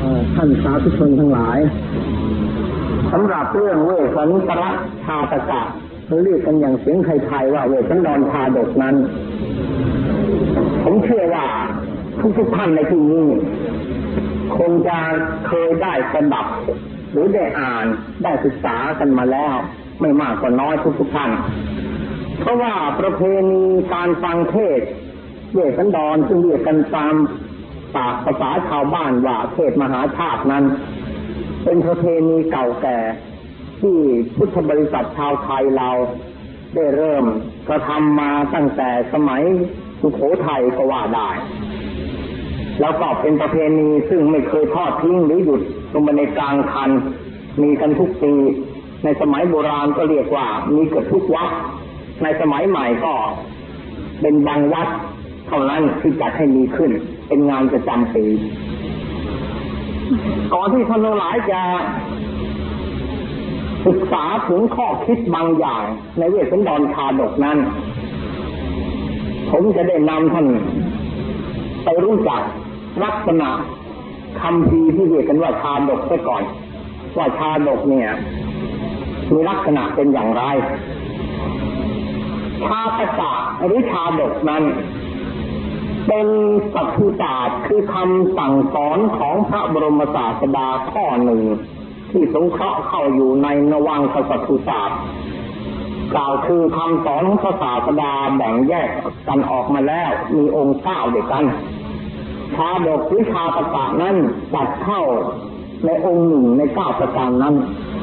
ท่านสาธุชนทั้งหลายสำหรับเรื่องเวสสันตรชาตกะเรียกกันอย่างเสียงไทยๆว่าเวสสันดรชาดกนั้นผมเชื่อว่าทุกท่านในที่นี้คงจะเคยได้สดับหรือได้อ่านได้ศึกษากันมาแล้วไม่มากก็น้อยทุกท่านเพราะว่าประเพณีการฟังเทศน์เวสสันดรซึ่งเรียกกันตามปากภาษาชาวบ้านว่าเทศมหาชาตินั้นเป็นประเพณีเก่าแก่ที่พุทธบริษัทชาวไทยเราได้เริ่มกระทำมาตั้งแต่สมัยสุโขทัยก็ว่าได้แล้วก็เป็นประเพณีซึ่งไม่เคยทอดทิ้งหรือหยุดลงไปในกลางคันมีกันทุกปีในสมัยโบราณก็เรียกว่ามีเกือบทุกวัดในสมัยใหม่ก็เป็นบางวัดเท่านั้นที่จัดให้มีขึ้นเป็นงานประจำปีก่อนที่ท่านทั้งหลายจะศึกษาถึงข้อคิดบางอย่างในเวสสันดรชาดกนั้นผมจะได้นำท่านไปรู้จักลักษณะคำพีที่เรียกกันว่าชาดกซะก่อนว่าชาดกเนี่ยมีลักษณะเป็นอย่างไรชาตกะหรือชาดกนั้นเป็นสัพพุศาสตร์คือคำสั่งสอนของพระบรมศาสดาข้อหนึ่งที่สงเคราะห์เข้าอยู่ในนวังคสัพพุศาสตร์กล่าวคือคำสอนของพระศาสดาแบ่งแยกกันออกมาแล้วมีองค์9ด้วยกันชาดกหรือชาตกะนั้นจัดเข้าในองค์หนึ่งใน9ประการนั้น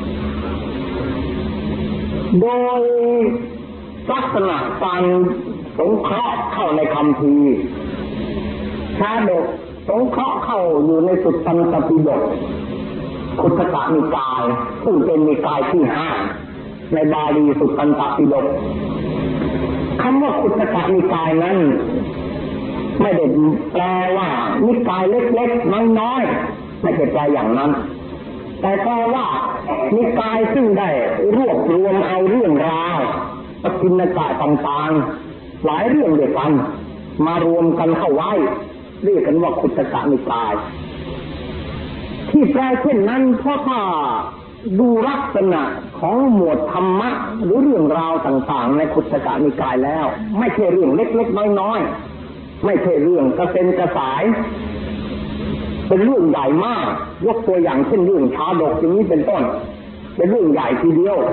โดยลักษณะการสงเคราะห์เข้าในคำพีชาดกสงเคราะห์เข้าอยู่ในสุตตันตปิฎกคุตตนิกายซึ่งเป็นนิกายที่5ในบาลีสุตตันตปิฎกคำว่าคุตตนิกายนั้นไม่ได้แปลว่านิกายเล็กๆน้อยๆไม่ใช่แปลอย่างนั้นแต่แปลว่านิกายซึ่งได้รวบรวมเอาเรื่องราวปกิณกะต่างๆหลายเรื่องด้วยกันมารวมกันเข้าไว้เรียกกันว่าคุตตนิกายที่แปลเช่นนั้นเพราะถ้าดูลักษณะของหมวดธรรมะหรือเรื่องราวต่างๆในคุตตนิกายแล้วไม่ใช่เรื่องเล็กๆน้อยๆไม่ใช่เรื่องกระเซ็นกระสายเป็นเรื่องใหญ่มากยกตัวอย่างเช่นเรื่องชาดกอย่างนี้เป็นต้นเป็นเรื่องใหญ่ทีเดียว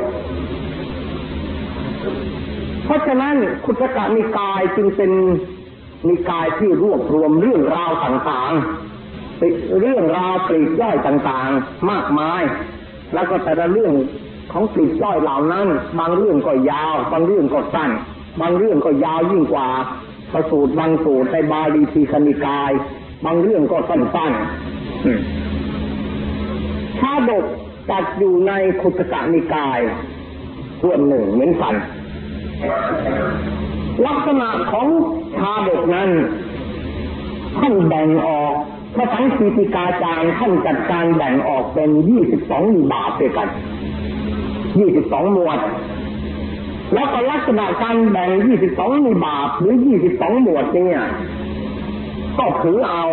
เพราะฉะนั้นคุตตนิกายจึงเป็นนิกายที่รวบรวมเรื่องราวต่างๆเรื่องราวปลีกย่อยต่างๆมากมายแล้วก็แต่ละเรื่องของปลีกย่อยเหล่านั้นบางเรื่องก็ยาวบางเรื่องก็สั้นบางเรื่องก็ยาวยิ่งกว่าพระสูตรบางสูตรในบาลีทีฆนิกายบางเรื่องก็สั้นๆชาดกจัดอยู่ในคุตตนิกายส่วนหนึ่งเหมือนกันลักษณะของชาดกนั้นท่านแบ่งออกพระสังคีติกาจารย์ท่านจัดการแบ่งออกเป็น22นิบาตด้วยกัน22หมวดแล้วก็ลักษณะการแบ่ง22นิบาตหรือ22หมวดเนี่ยก็ถือเอา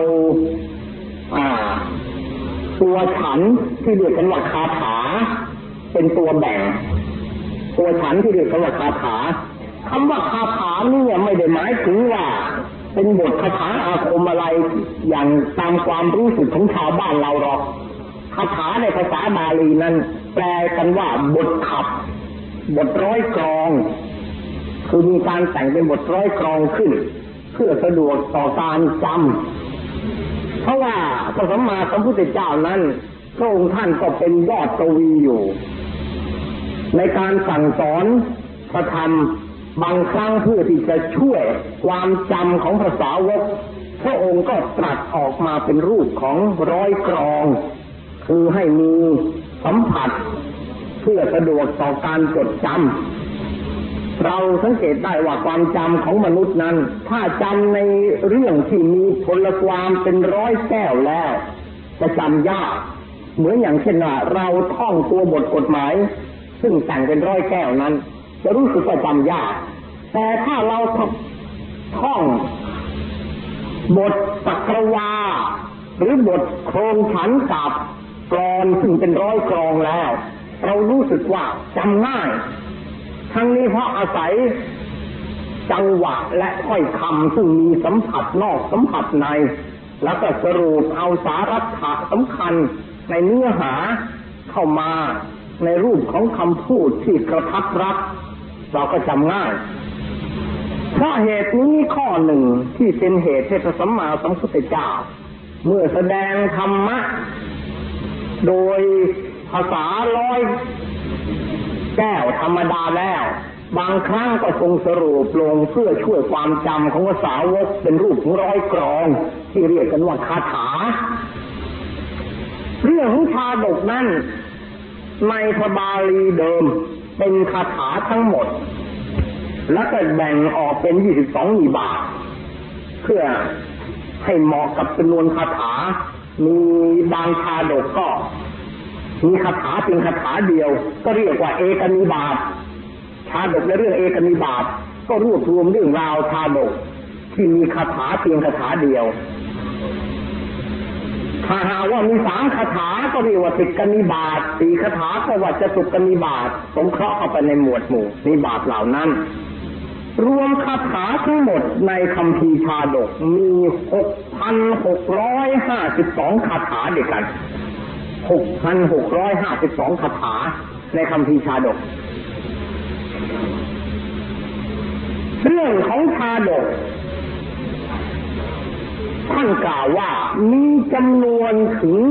ตัวฉันที่เรียกกันว่าคาถาเป็นตัวแบ่งตัวฉันที่เรียกกันว่าคาถาคำว่าคาถานี่ไม่ได้หมายถึงว่าเป็นบทคาถาอาคมอะไรอย่างตามความรู้สึกของชาวบ้านเราหรอกคาถาในภาษาบาลีนั้นแปลกันว่าบทขับบทร้อยกรองคือมีการแต่งเป็นบทร้อยกรองขึ้นเพื่อสะดวกต่อการจำเพราะว่าพระสัมมาสัมพุทธเจ้านั้นพระองค์ท่านก็เป็นยอดกวีอยู่ในการสั่งสอนพระธรรมบางครั้งเพื่อที่จะช่วยความจำของพระสาวกพระองค์ก็ตรัสออกมาเป็นรูปของร้อยกรองคือให้มีสัมผัสเพื่อสะดวกต่อการจดจำเราสังเกตได้ว่าความจำของมนุษย์นั้นถ้าจำในเรื่องที่มีพลความเป็นร้อยแก้วแล้วจะจำยากเหมือนอย่างเช่นว่าเราท่องตัวบทกฎหมายซึ่งแต่งเป็นร้อยแก้วนั้นจะรู้สึกว่าจำยากแต่ถ้าเราท่องบทสักวาหรือบทโครงฉันกับกลอนซึ่งเป็นร้อยกลองแล้วเรารู้สึกว่าจำง่ายทั้งนี้เพราะอาศัยจังหวะและถ้อยคำซึ่งมีสัมผัสนอกสัมผัสในแล้วก็สรุปเอาสาระสำคัญในเนื้อหาเข้ามาในรูปของคำพูดที่กระทัดรัดเราก็จำง่ายเพราะเหตุนี้ข้อหนึ่งที่เป็นเหตุให้พระสัมมาสัมพุทธเจ้าเมื่อแสดงธรรมะโดยภาษาร้อยแก้วธรรมดาแล้วบางครั้งก็ทรงสรุปลงเพื่อช่วยความจำของภาษาวกเป็นรูปของร้อยกรองที่เรียกกันว่าคาถาเรื่องของชาดกนั้นในพระบาลีเดิมเป็นคาถาทั้งหมดแล้วก็แบ่งออกเป็น22 นิบาตเพื่อให้เหมาะกับจำนวนคาถามีบางชาดกก็มีคาถาเพียงคาถาเดียวก็เรียกว่าเอกนิบาตชาดกในเรื่องเอกนิบาตก็รวบรวมเรื่องราวชาดกที่มีคาถาเพียงคาถาเดียวถ้าหากว่ามี3คาถาก็เรียกว่าติกนิบาต4คาถาก็ว่าจตุกนิบาตสงเคราะห์เข้าไปในหมวดหมู่นิบาตเหล่านั้นรวมคาถาทั้งหมดในคัมภีร์ชาดกมี 6,652 คาถาเดียวกัน 6,652 คาถาในคัมภีร์ชาดกเรื่องของชาดกท่านกล่าวว่ามีจำนวนถึง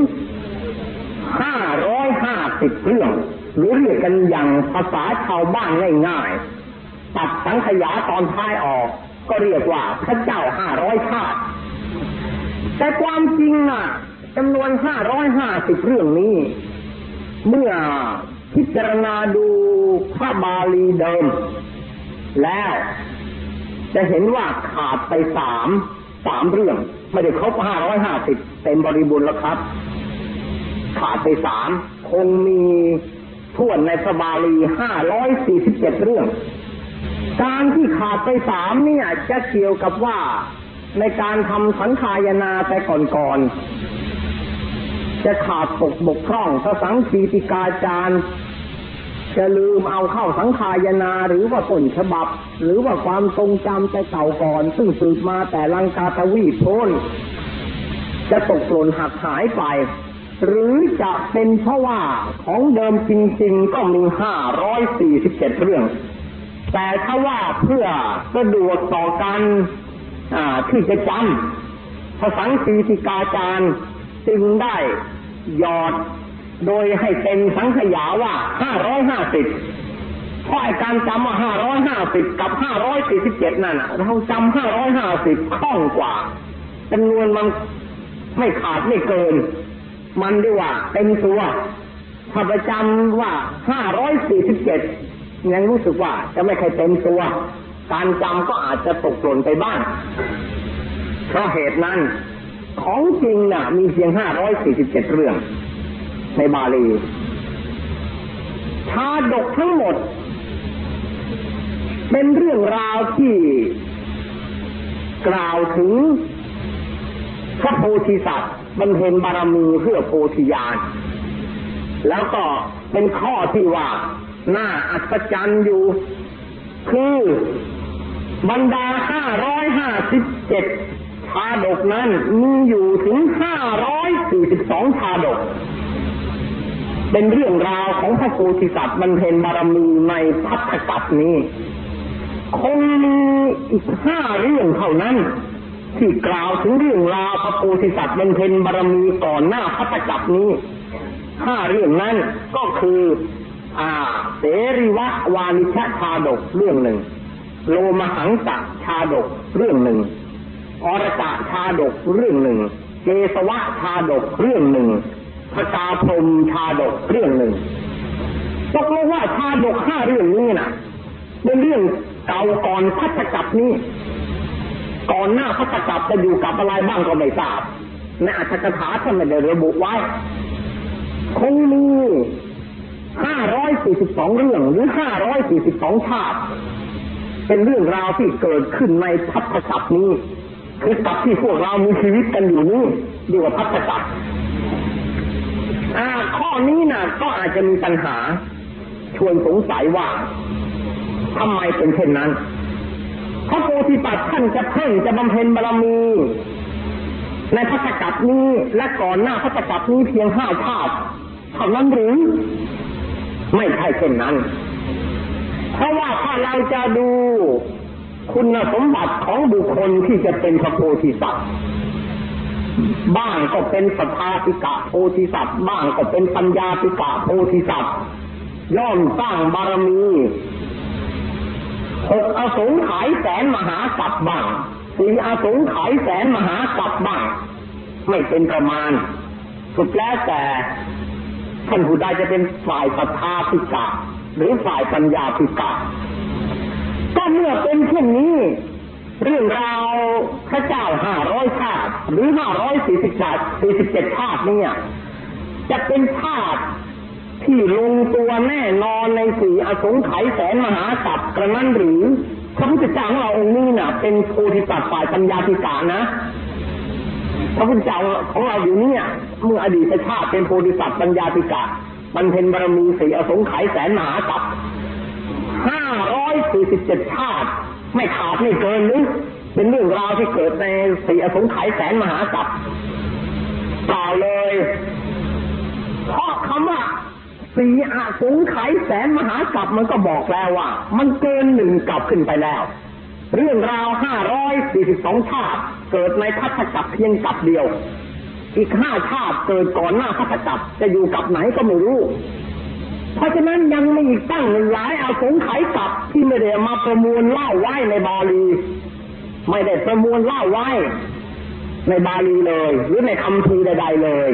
550เรื่องหรือเรียกกันอย่างภาษาชาวบ้านง่ายๆตัดสังขยาตอนท้ายออกก็เรียกว่าพระเจ้า500ชาติแต่ความจริงน่ะจำนวน550เรื่องนี้เมื่อพิจารณาดูพระบาลีเดิมแล้วจะเห็นว่าขาดไป3เรื่องไม่ได้ครบ550เต็มบริบูรณ์แล้วครับขาดไป3คงมีท่วนในพระบาลี547เรื่องการที่ขาดไป3เนี่ยจะเกี่ยวกับว่าในการทำสังฆายนาแต่ก่อนจะขาดตกบกพร่องพระสังฆีติกาจารย์จะลืมเอาเข้าสังฆายนาหรือว่าต้นฉบับหรือว่าความทรงจำแต่เก่าก่อนซึ่งสืบมาแต่ลังกาทวีปโพ้นจะตกหล่นหักหายไปหรือจะเป็นเพราะว่าของเดิมจริงๆก็มี547เรื่องแต่ถ้าว่าเพื่อสะดวกต่อการที่จะจำพระสังฆีติกาจารย์จึงได้หยอดโดยให้เป็นสังขยาว่า550เพราะการจำว่า550กับ547นั่นเราจำ550คล่องกว่าจำนวนมันไม่ขาดไม่เกินมันดีว่าเต็มตัวถ้าประจำว่า547ยังรู้สึกว่าจะไม่เคยเต็มตัวการจำก็อาจจะตกหล่นไปบ้างเพราะเหตุนั้นของจริงน่ะมีเพียง547เรื่องในบาลีชาดกทั้งหมดเป็นเรื่องราวที่กล่าวถึงพระโพธิสัตว์บำเพ็ญบารมีเพื่อโพธิญาณแล้วก็เป็นข้อที่ว่าน่าอัศจรรย์อยู่คือบรรดา557ชาดกนั้นมีอยู่ถึง542ชาดกเป็นเรื่องราวของพระโพธิสัตว์บำเพ็ญบารมีในภัตตกัปนี้คงมีอีก5เรื่องเท่านั้นที่กล่าวถึงเรื่องราวพระโพธิสัตว์บำเพ็ญบารมีก่อนหน้าภัตตกัปนี้5เรื่องนั้นก็คือเสริวะวานิชชาดกเรื่องหนึ่งโลมหังสะชาดกเรื่องหนึ่งอรตะชาดกเรื่องหนึ่งเกสวะชาดกเรื่องหนึ่งพระกาพรหมชาดกเรื่องหนึ่งตกลงว่าชาดก5เรื่องนี้น่ะเป็นเรื่องเก่าก่อนภัตตกัปนี้ก่อนหน้าภัตตกัปจะอยู่กับอะไรบ้างก็ไม่ทราบในอัตถกถาท่านไม่ได้ระบุไว้คงมี542เรื่องหรือ542ชาติเป็นเรื่องราวที่เกิดขึ้นในภัตตกัปนี้คือกับที่พวกเรามีชีวิตกันอยู่นี่เรียกว่าภัตตกับข้อนี้นะก็อาจจะมีปัญหาชวนสงสัยว่าทำไมเป็นเช่นนั้นพระโพธิปัตต์ท่านจะเพ่งจะบำเพ็ญบารมีในภัตตกับนี้และก่อนหน้าภัตตกับนี้เพียง5 ชาติเท่านั้นหรือไม่ใช่เช่นนั้นเพราะว่าถ้าเราจะดูคุณสมบัติของบุคคลที่จะเป็นพระโพธิสัตว์บ้างก็เป็นสัทธาติกะโพธิสัตว์บ้างก็เป็นปัญญาติกะโพธิสัตว์ย่อมสร้างบารมี6 อสงไขยแสนมหากัปบ้าง4 อสงไขยแสนมหากัปบ้างไม่เป็นประมาณสุดแล้วแต่ท่านผู้ใดจะเป็นฝ่ายสัทธาติกะหรือฝ่ายปัญญาติกะก็เมื่อเป็นเช่นนี้เรื่องราวพระเจ้า500 ชาติหรือ547 ชาติเนี่ยจะเป็นชาติที่ลงตัวแน่นอนใน4 อสงไขยแสนมหากัปกระนั้นหรือพระพุทธเจ้าของเราองค์นี้น่ะเป็นโพธิสัตว์ฝ่ายปัญญาติกะนะพระพุทธเจ้าของเราอยู่เนี่ยเมื่ออดีตชาติเป็นโพธิสัตว์ปัญญาติกะบรรเพ็ญบารมี4 อสงไขยแสนมหากัป547 ชาติไม่ขาดไม่เกินหรือเป็นเรื่องราวที่เกิดใน4 อสงไขยแสนมหากัปเปล่าเลยเพราะคำว่า4 อสงไขยแสนมหากัปมันก็บอกแล้วว่ามันเกิน1 กัปขึ้นไปแล้วเรื่องราว542 ชาติเกิดในภัตตกับเพียงกัปเดียวอีก5 ชาติเกิดก่อนหน้าภัตตกับจะอยู่กัปไหนก็ไม่รู้เพราะฉะนั้นยังมีอีกตั้งหลายอสงไขยกัปที่ไม่ได้มาประมวลเล่าไว้ในบาลีไม่ได้ประมวลเล่าไว้ในบาลีเลยหรือในคัมภีร์ใดๆเลย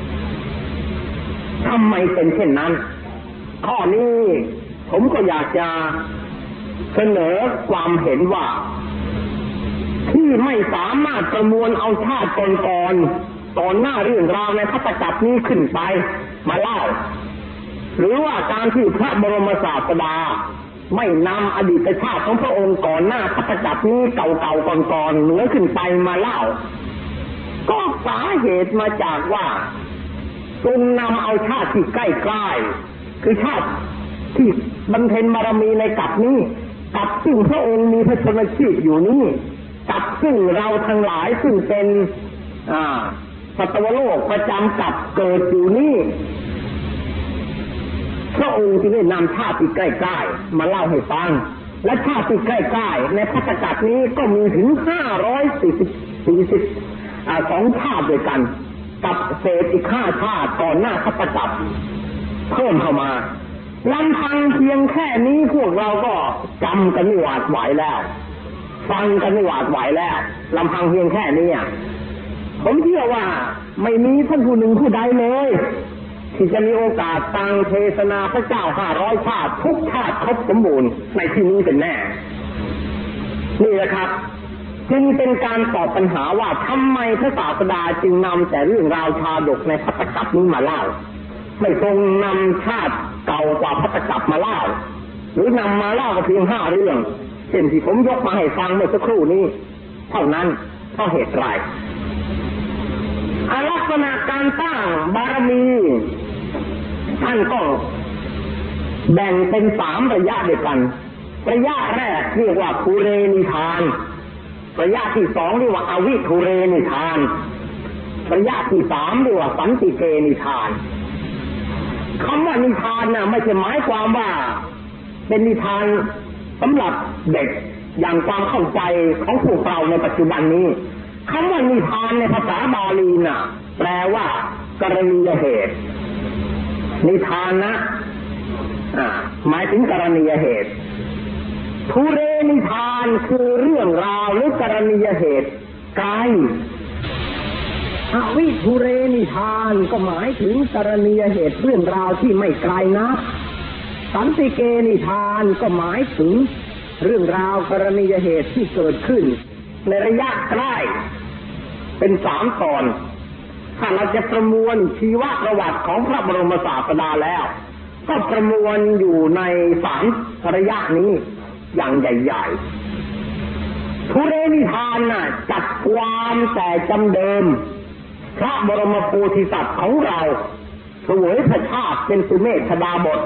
ทำไมเป็นเช่นนั้นข้อนี้ผมก็อยากจะเสนอความเห็นว่าที่ไม่สามารถประมวลเอาชาติก่อนหน้าเรื่องราวในภัตตกับนี้ขึ้นไปมาเล่าหรือว่าการที่พระบรมศาสดาไม่นำอดีตชาติของพระองค์ก่อนหน้าภัตตกับนี้เก่าๆก่อนๆเหนือขึ้นไปมาเล่าก็สาเหตุมาจากว่าทรงนำเอาชาติที่ใกล้ๆคือชาติที่บำเพ็ญบารมีในกัปนี้กับซึ่งพระองค์มีพระชนชีพอยู่นี้กับซึ่งเราทั้งหลายซึ่งเป็นสัตวโลกประจำกัปเกิดอยู่นี้พระองค์จึงได้นำชาติที่ใกล้ๆมาเล่าให้ฟังและชาติที่ใกล้ๆในภัตตกับนี้ก็มีถึง542 ชาติด้วยกันกับเศษอีก5 ชาติก่อนหน้าภัตตกับเพิ่มเข้ามาลำพังเพียงแค่นี้พวกเราก็จำกันไม่หวาดไหวแล้วฟังกันไม่หวาดไหวแล้วลำพังเพียงแค่นี้ผมเชื่อว่าไม่มีท่านผู้หนึ่งผู้ใดเลยที่จะมีโอกาสฟังเทศนาพระเจ้า500 ชาติทุกชาติครบสมบูรณ์ในที่นี้เป็นแน่นี่แหละครับจึงเป็นการตอบปัญหาว่าทำไมพระศาสดาจึงนำแต่เรื่องราวชาดกในภัตตกับนี้มาเล่าไม่ทรงนำชาติเก่ากว่าภัตตกับมาเล่าหรือนำมาเล่าเพียง5 เรื่องเช่นที่ผมยกมาให้ฟังเมื่อสักครู่นี้เท่านั้นเพราะเหตุไรลักษณะการสร้างบารมีท่านก็แบ่งเป็น3 ระยะด้วยกันระยะแรกเรียกว่าภูเรนิทานระยะที่2เรียกว่าอวิภูเรนิทานระยะที่3เรียกว่าสันติเกนิทานคำว่านิทานน่ะไม่ใช่หมายความว่าเป็นนิทานสำหรับเด็กอย่างความเข้าใจของพวกเราในปัจจุบันนี้คำว่านิทานในภาษาบาลีน่ะแปลว่ากรณียเหตุนิทานนะหมายถึงกรณียเหตุภูเรนิทานคือเรื่องราวหรือกรณียเหตุไกลอวิภูเรนิทานก็หมายถึงกรณียเหตุเรื่องราวที่ไม่ไกลนะสันติเกนิทานก็หมายถึงเรื่องราวกรณียเหตุที่เกิดขึ้นในระยะใกล้เป็น3 ตอนถ้าเราจะประมวลชีวประวัติของพระบรมศาสดาแล้วก็ประมวลอยู่ใน3 ระยะนี้อย่างใหญ่ๆทุเรนิทานน่ะจัดความแต่จำเดิมพระบรมโพธิสัตว์ของเราเสวยพระชาติเป็นสุเมธดาบท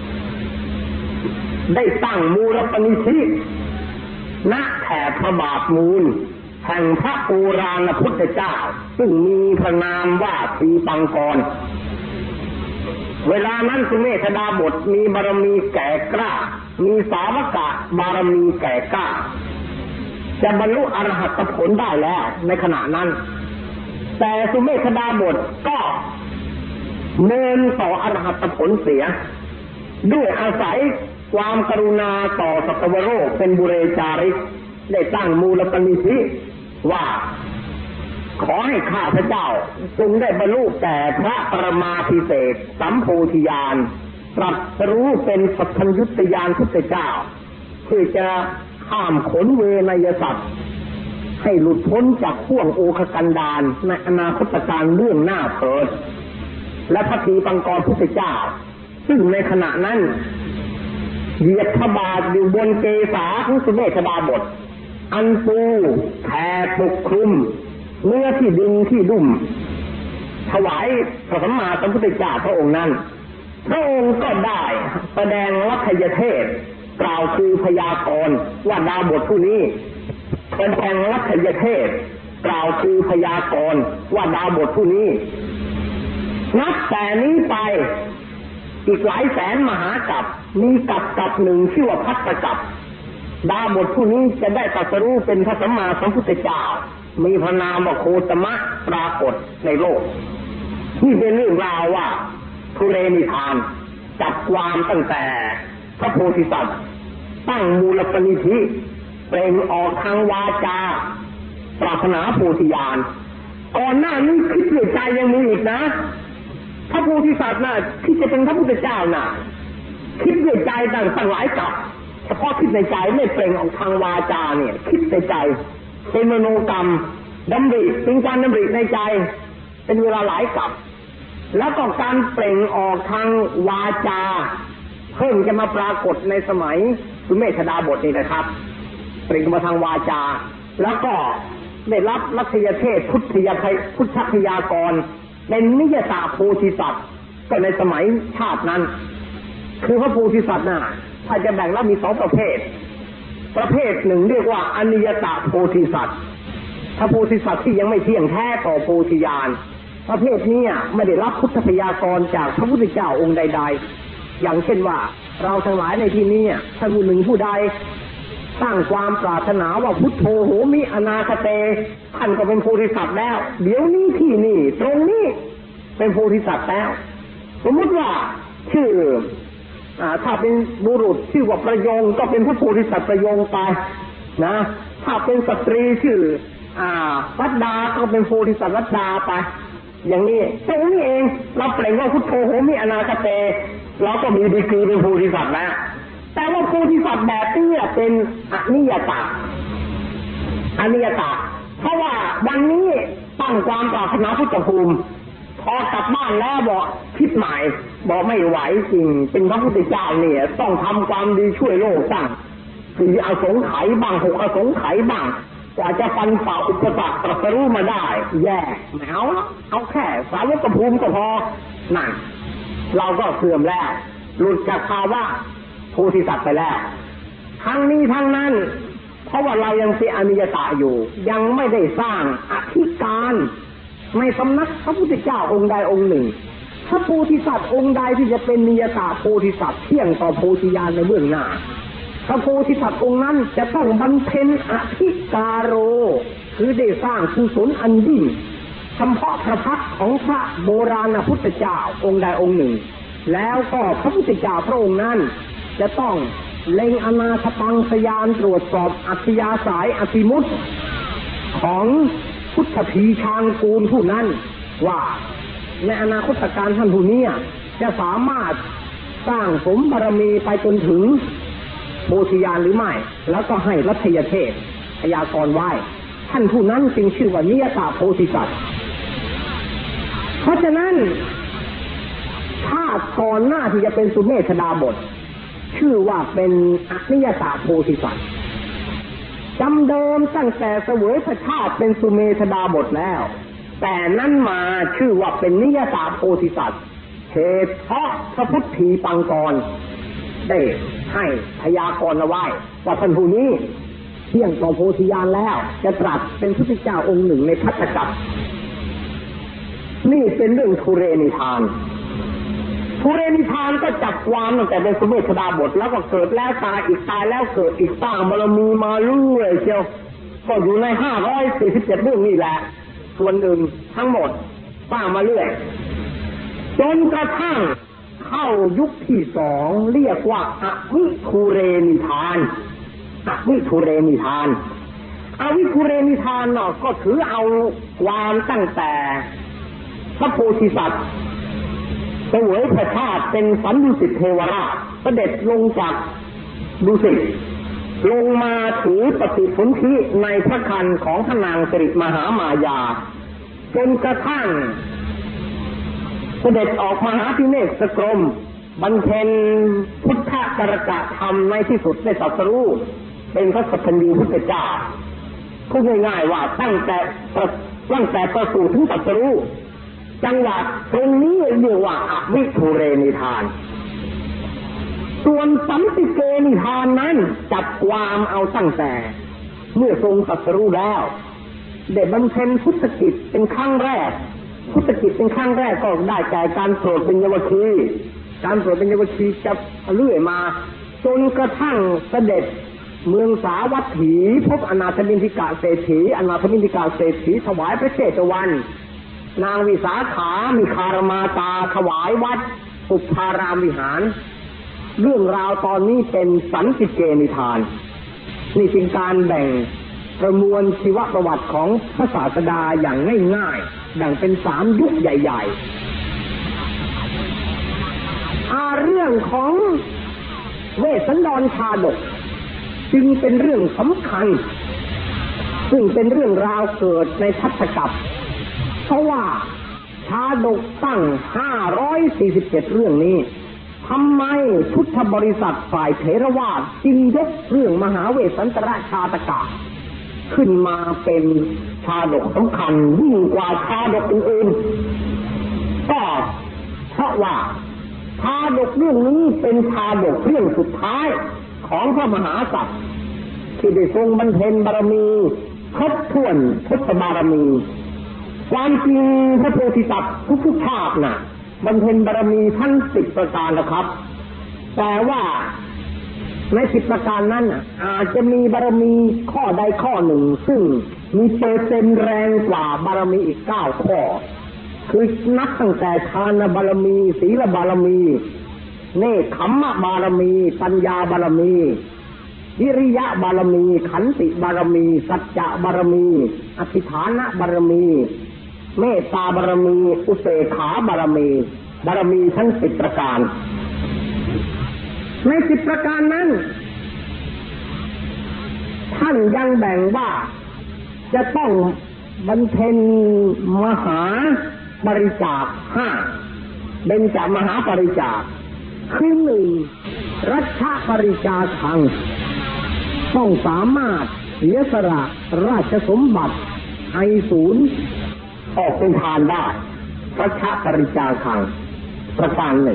ได้ตั้งมูลปณิธิณแถบพระบาทมูลแห่งพระโอราณพุทธเจ้าซึ่งมีพระนามว่าทีปังกรเวลานั้นสุเมธดาบทมีบารมีแก่กล้ามีสาวกะบารมีแก่กล้าจะบรรลุอรหัตผลได้แล้วในขณะนั้นแต่สุเมธดาบทก็เมินต่ออรหัตผลเสียด้วยอาศัยความกรุณาต่อสัตวโรคเป็นบุเรจาริกได้ตั้งมูลปณิธิว่าขอให้ข้าพเจ้าจงได้บรรลุแต่พระปรมาภิเษกสัมโพธิญาณตรัสรู้เป็นสัพพัญญุตญาณพุทธเจ้าเพื่อจะข้ามขนเวนยสัตว์ให้หลุดพ้นจากห่วงโอคกันดารในอนาคตการเรื่องหน้าเถิดและพระทีปังกรพุทธเจ้าซึ่งในขณะนั้นเหยียบพระบาทอยู่บนเกศาของสุเมธดาบทอันปูแผ่ปกคลุมเนื้อที่ดินที่ลุ่มถวายพระสัมมาสัมพุทธเจ้าพระองค์นั้นพระองค์ก็ได้แสดงลัทธิเทศกล่าวคือพยากรณ์ว่าดาบทผู้นี้แสดงลัทธิเทศกล่าวคือพยากรณ์ว่าดาบทผู้นี้นับแต่นี้ไปอีกหลายแสนมหากัปมีกัปหนึ่งชื่อว่าภัตตกัปดาบทผู้นี้จะได้ตรัสรู้เป็นพระสัมมาสัมพุทธเจ้ามีพระนามว่าโคตมะปรากฏในโลกนี่เป็นเรื่องราวว่าทุเรนิทานจับความตั้งแต่พระโพธิสัตว์ตั้งมูลปณิธิเปล่งออกทางวาจาปรารถนาโพธิญาณก่อนหน้านี้คิดในใจยังมีอีกนะพระโพธิสัตว์น่ะที่จะเป็นพระพุทธเจ้าน่ะคิดในใจตั้งหลายกับเฉพาะคิดในใจไม่เปล่งออกทางวาจาเนี่ยคิดในใจเป็นมโนกรรมดำริเป็นการดำริในใจเป็นเวลาหลายกับแล้วก็การเปล่งออกทางวาจาเพิ่งจะมาปรากฏในสมัยสุเมธดาบทนี่นะครับเปล่งมาทางวาจาแล้วก็ได้รับลัทธิเทศพุทธพยากรเป็นนิยตาโพธิสัตว์ก็ในสมัยชาตินั้นคือพระโพธิสัตว์น่ะถ้าจะแบ่งแล้วมีสองประเภทหนึ่งเรียกว่าอนิยตาโพธิสัตว์พระโพธิสัตว์ที่ยังไม่เที่ยงแท้ต่อโพธิญาณประเภทนี้ไม่ได้รับพุทธพยากรจากพระพุทธเจ้าองค์ใดๆอย่างเช่นว่าเราทั้งหลายในที่นี้ถ้าผู้หนึ่งผู้ใดตั้งความปรารถนาว่าพุทโธโหมิอนาคเตท่านก็เป็นโพธิสัตว์แล้วเดี๋ยวนี้ที่นี่ตรงนี้เป็นโพธิสัตว์แล้วสมมติว่าชื่อถ้าเป็นบุรุษชื่อว่าประยงก็เป็นพระโพธิสัตว์ประยงไปนะถ้าเป็นสตรีชื่อรัตดาก็เป็นโพธิสัตว์รัตดาไปอย่างนี้ตรงนี้เองเราเปล่งว่าพุทโธโหมิอนาคเตเราก็มีดีกรีเป็นโพธิสัตว์แล้วแต่ว่าโพธิสัตว์แบบนี้เป็นอนิยตเพราะว่าวันนี้ตั้งความปรารถนาพุทธภูมิพอกลับบ้านแล้วบอกคิดใหม่บอกไม่ไหวจริงเป็นพระพุทธเจ้าเนี่ยต้องทำความดีช่วยโลกตั้ง4 อสงไขยบ้าง6 อสงไขยบ้างกว่าจะฟันฝ่าอุปสรรคตรัสรู้มาได้แย่ไม่เอาแค่สาวกภูมิก็พอนั่นเราก็เสื่อมแล้วหลุดจากภาวะโพธิสัตว์ไปแล้วทั้งนี้ทั้งนั้นเพราะว่าเรายังเป็นอนิยตะอยู่ยังไม่ได้สร้างอธิการในสำนักพระพุทธเจ้าองค์ใดองค์หนึ่งพระโพธิสัตว์องค์ใดที่จะเป็นนิยตะโพธิสัตว์เที่ยงต่อโพธิญาณในเบื้องหน้าพระโพธิสัตว์องค์นั้นจะต้องบำเพ็ญอธิการโรคือได้สร้างกุศลอันยิ่งเฉพาะพระพักตร์ของพระโบราณพุทธเจ้าองค์ใดองค์หนึ่งแล้วก็พระพุทธเจ้าพระองค์นั้นจะต้องเล็งอนาคตังสยานตรวจสอบอัธยาศัยอธิมุตของพุทธพีชางกูลผู้นั้นว่าในอนาคตการท่านผู้นี้จะสามารถสร้างสมบารมีไปจนถึงโพธิญาณหรือไม่แล้วก็ให้ลัทธิเทศพยากรณ์ไว้ท่านผู้นั้นจึงชื่อว่านิยตาโพธิสัตว์เพราะฉะนั้นถ้าก่อนหน้าที่จะเป็นสุเมธดาบทชื่อว่าเป็นอนิยตาโพธิสัตว์จำเดิมตั้งแต่เสวยพระชาติเป็นสุเมธดาบทแล้วแต่นั้นมาชื่อว่าเป็นนิยตาโพธิสัตว์เหตุเพราะพระพุทธีปังกรได้ให้พยากรณ์เอาไว้ว่าท่านผู้นี้เที่ยงต่อโพธิญาณแล้วจะตรัสเป็นพุทธเจ้าองค์หนึ่งในพัทธกัปนี่เป็นเรื่องทุเรนิทานทุเรนิทานก็จับความตั้งแต่เป็นสุเมธดาบทแล้วก็เกิดแล้วตายอีกตายแล้วเกิดอีกสร้างบารมีมาเรื่อยเชียวก็อยู่ใน547เรื่องนี่แหละส่วนหนึ่งทั้งหมดสร้างมาเรื่อยจนกระทั่งเข้ายุคที่2เรียกว่าอวิทุเรนิทานอวิทุเรนิทานอวิทุเรนิทานเนาะก็ถือเอาความตั้งแต่พระโพธิสัตว์เสวยพระชาติเป็นสันดุสิตเทวราชเสด็จลงจากดุสิตลงมาถือปฏิสนธิในพระครรภ์ของพระนางสิริมหามายาจนกระทั่งเสด็จออกมหาพิเนศกรมบรรเพ็ญพุทธกรกะธรรมในที่สุดได้ตรัสรู้เป็นพระสัพพัญญูพุทธเจ้าพูดง่ายๆว่าตั้งแต่ประสูติถึงตรัสรู้จังหวะตรงนี้เรียกว่าอวิทุเรนิทานส่วนสันติเกนิทานนั้นจับความเอาตั้งแต่เมื่อทรงตรัสรู้แล้วได้บำเพ็ญพุทธกิจเป็นครั้งแรกพุทธกิจเป็นครั้งแรกก็ได้แก่การโปรดเป็นเยาวคีการโปรดเป็นเยาวคีจะเรื่อยมาจนกระทั่งเสด็จเมืองสาวัตถีพบอนาถบิณฑิกะเศรษฐีอนาถบิณฑิกะเศรษฐีถวายพระเชตวันนางวิสาขามีคารมาตาถวายวัดปุพพารามวิหารเรื่องราวตอนนี้เป็นสันติเกนิทานนี่เป็นการแบ่งประมวลชีวประวัติของพระศาสดาอย่างง่ายๆดังเป็น3ยุคใหญ่ๆเรื่องของเวสสันดรชาดกจึงเป็นเรื่องสำคัญซึ่งเป็นเรื่องราวเกิดในพัทธกัปเพราะว่าชาดกตั้ง547เรื่องนี้ทำไมพุทธบริษัทฝ่ายเถรวาทจึงยกเรื่องมหาเวสสันตรชาตกะขึ้นมาเป็นชาดกสำคัญยิ่งกว่าชาดกอื่นๆก็เพราะว่าชาดกเรื่องนี้เป็นชาดกเรื่องสุดท้ายของพระมหากษัตริย์ที่ได้ทรงบำเพ็ญบารมีครบถ้วนพุทธบารมีความจริงพระโพธิสัตว์ทุกๆชาติน่ะบำเพ็ญบารมีทั้ง10ประการนะครับแต่ว่าใน10ประการนั้นอาจจะมีบารมีข้อใดข้อหนึ่งซึ่งมีเปอร์เซ็นต์แรงกว่าบารมีอีก9ข้อคือนับตั้งแต่ทานบารมีศีลบารมีเนกขัมมบารมีปัญญาบารมีวิริยะบารมีขันติบารมีสัจจะบารมีอธิฐานบารมีเมตตาบารมีอุเบกขาบารมีบารมีทั้ง10ประการใน10ประการนั้นท่านยังแบ่งว่าจะต้องบำเพ็ญมหาบริจาค5เบญจมหาบริจาคคือ1รัชบริจาคังต้องสามารถเสียสละราชสมบัติให้ศูนย์ออกเป็นทานได้รัชบริจาคังประการ1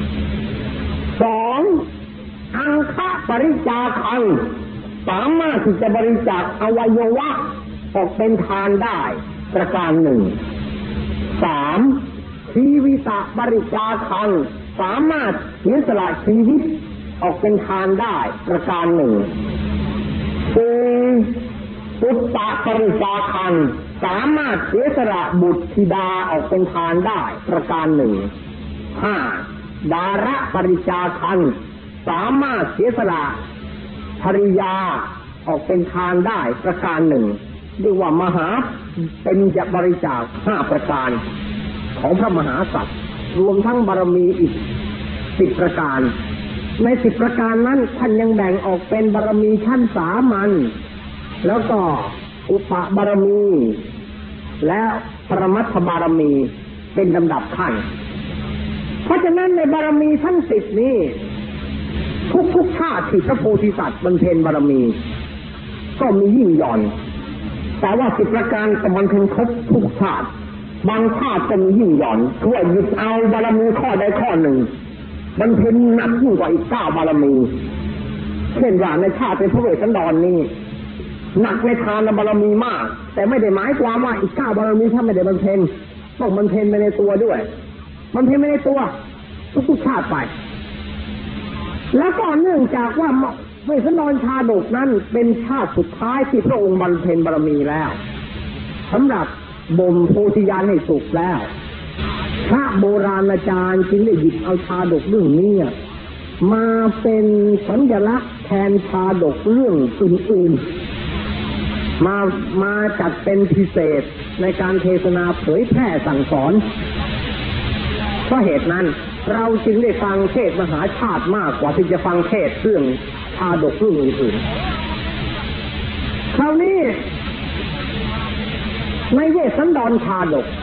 2อังคบริจาคังสามารถที่จะบริจาคอวัยวะออกเป็นทานได้ประการ1 3ชีวิตบริจาคังสามารถเสียสละชีวิตออกเป็นทานได้ประการ1 4ปุตตะบริจาคังสามารถเสียสละบุตรธิดาออกเป็นทานได้ประการ1 5ดาระบริจาคังสามารถเสียสละภริยาออกเป็นทานได้ประการ1เรียกว่ามหาเป็นจะบริจาค5ประการของพระมหากษัตริย์รวมทั้งบารมีอีก10ประการใน10ประการนั้นท่านยังแบ่งออกเป็นบารมีชั้นสามัญแล้วก็อุปบารมีและปรมัตถบารมีเป็นลำดับขั้นเพราะฉะนั้นในบารมีทั้ง10นี้ทุกชาติที่พระโพธิสัตว์บำเพ็ญบารมีก็มียิ่งหย่อนแต่ว่า10ประการแต่มันถึงครบทุกชาติบางชาติจะมียิ่งหย่อนช่วยหยิบเอาบารมีข้อใดข้อหนึ่งมันเพ็ญหนักยิ่งกว่าอีก9บารมีเช่นว่าในชาติเป็นพระเวสสันดรนี่หนักในทานบารมีมากแต่ไม่ได้หมายความว่าอีก9บารมีถ้าไม่ได้บำเพ็ญต้องบำเพ็ญไปในตัวด้วยบำเพ็ญไปในตัวทุกชาติไปแล้วก็เนื่องจากว่าเวสสันดรชาดกนั้นเป็นชาติสุดท้ายที่พระองค์บำเพ็ญบารมีแล้วสำหรับบ่มโพธิญาณให้สุขแล้วพระโบราณอาจารย์จึงได้หยิบเอาชาดกเรื่องนี้มาเป็นสัญลักษณ์แทนชาดกเรื่องอื่นๆมาจัดเป็นพิเศษในการเทศนาเผยแพร่สั่งสอนเพราะเหตุนั้นเราจึงได้ฟังเทศมหาชาติมากกว่าที่จะฟังเทศเรื่องชาดกเรื่องอื่นๆคราวนี้ในเวสสันดรชาดก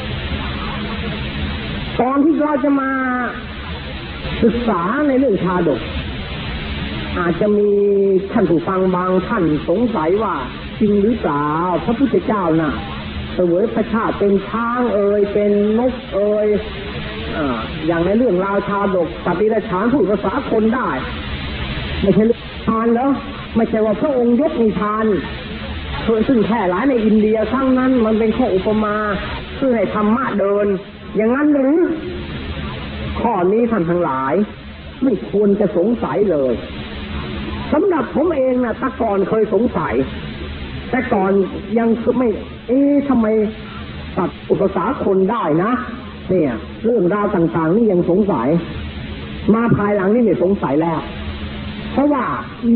ตอนที่เราจะมาศึกษาในเรื่องชาดกอาจจะมีท่านผู้ฟังบางท่านสงสัยว่าจริงหรือเปล่าพระพุทธเจ้าน่ะเสวยพระชาติเป็นช้างเป็นนกอย่างในเรื่องราวชาดกสัตว์ดิเรกชันพูดภาษาคนได้ไม่ใช่ทานเหรอไม่ใช่ว่าพระองค์ยกนิทานซึ่งแพร่หลายในอินเดียครั้งนั้นมันเป็นข้ออุปมาเพื่อให้ธรรมะเดินอย่างนั้นหรือข้อนี้ท่านทั้งหลายไม่ควรจะสงสัยเลยสำหรับผมเองนะแต่ก่อนเคยสงสัยแต่ก่อนยังไม่ทำไมตัดอุปสรรคคนได้นะเนี่ยเรื่องราวต่างๆนี่ยังสงสัยมาภายหลังนี่ไม่สงสัยแล้วเพราะว่า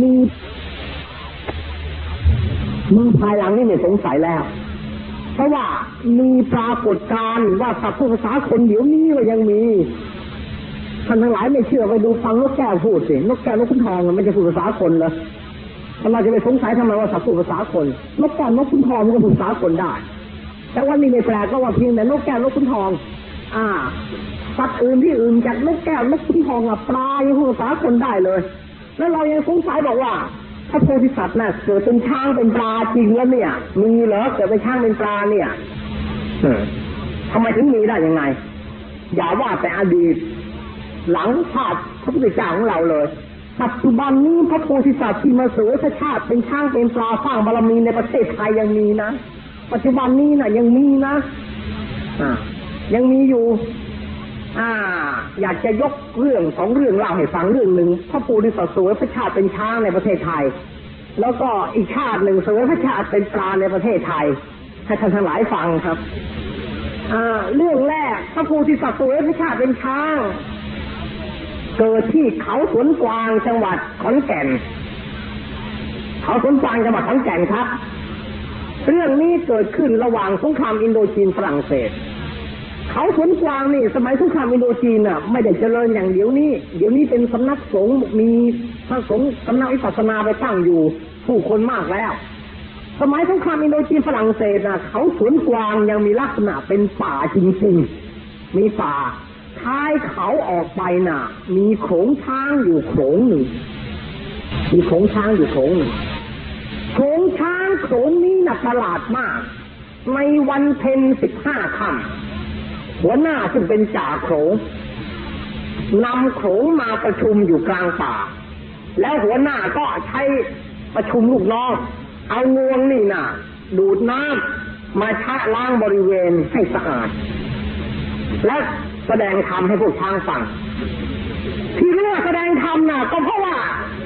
ภายหลังนี่ไม่สงสัยแล้วเพราะว่ามีปรากฏการณ์ว่าสัตว์ผู้ภาษาคนเดี๋ยวนี้ก็ยังมีท่านทั้งหลายไม่เชื่อไปดูฟังนกแก้วพูดสินกแก้วนกขุนทองมันจะพูดภาษาคนเหรอเราจะไปสงสัยทำไมว่าสัตว์พูดภาษาคนนกแก้วนกขุนทองมันก็พูดภาษาคนได้แต่ว่านี่ไม่แปลกก็ว่าเพียงแต่นกแก้วนกขุนทองสัตว์อื่นที่อื่นจากนกแก้วนกขุนทองปลายังพูดภาษาคนได้เลยแล้วเรายังสงสัยบอกว่าพระโพธิสัตว์น่ะเกิดเป็นช้างเป็นปลาจริงแล้วเนี่ยมีเหรอเกิดเป็นช้างเป็นปลาเนี่ยทำไมถึงมีได้ยังไงอย่าว่าแต่อดีตหลังชาติพระพุทธเจ้าของเราเลยปัจจุบันนี้พระโพธิสัตว์ที่มาเสวยพระชาติเป็นช้างเป็นปลาสร้างบารมีในประเทศไทยยังมีนะปัจจุบันนี้น่ะยังมีนะยังมีอยู่อยากจะยกเรื่อง2เรื่องเล่าให้ฟังเรื่องหนึ่งพระโพธิสัตว์เสวยพระชาติเป็นช้างในประเทศไทยแล้วก็อีกชาติหนึ่งเสวยพระชาติเป็นปลาในประเทศไทยให้ท่านทั้งหลายฟังครับเรื่องแรกพระโพธิสัตว์เสวยพระชาติเป็นช้างเกิดที่เขาสวนกวางจังหวัดขอนแก่นเขาสวนกวางจังหวัดขอนแก่นครับเรื่องนี้เกิดขึ้นระหว่างสงครามอินโดจีนฝรั่งเศสเขาสวนกวางนี่สมัยสงครามอินโดจีนไม่ได้เจริญอย่างเดี๋ยวนี้เป็นสำนักสงฆ์มีพระสงฆ์สำนักวิปัสสนาไปตั้งอยู่ผู้คนมากแล้วสมัยสงครามอินโดจีนฝรั่งเศสเขาสวนกวางยังมีลักษณะเป็นป่าจริงๆมีป่าท้ายเขาออกไปมีโขลงช้างอยู่โขลงหนึ่งมีโขลงช้างอยู่โขลงหนึ่งโขลงช้างโขลงนี้ประหลาดมากในวันเพ็ญ15 ค่ำหัวหน้าซึ่งเป็นจ่าโขลงนำโขลงมาประชุมอยู่กลางป่าแล้วหัวหน้าก็ใช้ประชุมลูกน้องเอางวงนี่ดูดน้ำมาชะล้างบริเวณให้สะอาดและแสดงธรรมให้พวกช้างฟังที่เรียกแสดงธรรมก็เพราะว่า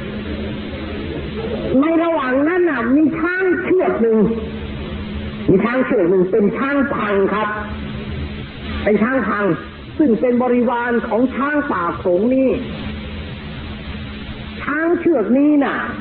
ในระหว่างนั้นมีช้างเชือกหนึ่งเป็นช้างพังครับเป็นช้างพังซึ่งเป็นบริวารของช้างป่าโขลงนี้ช้างเชือกนี้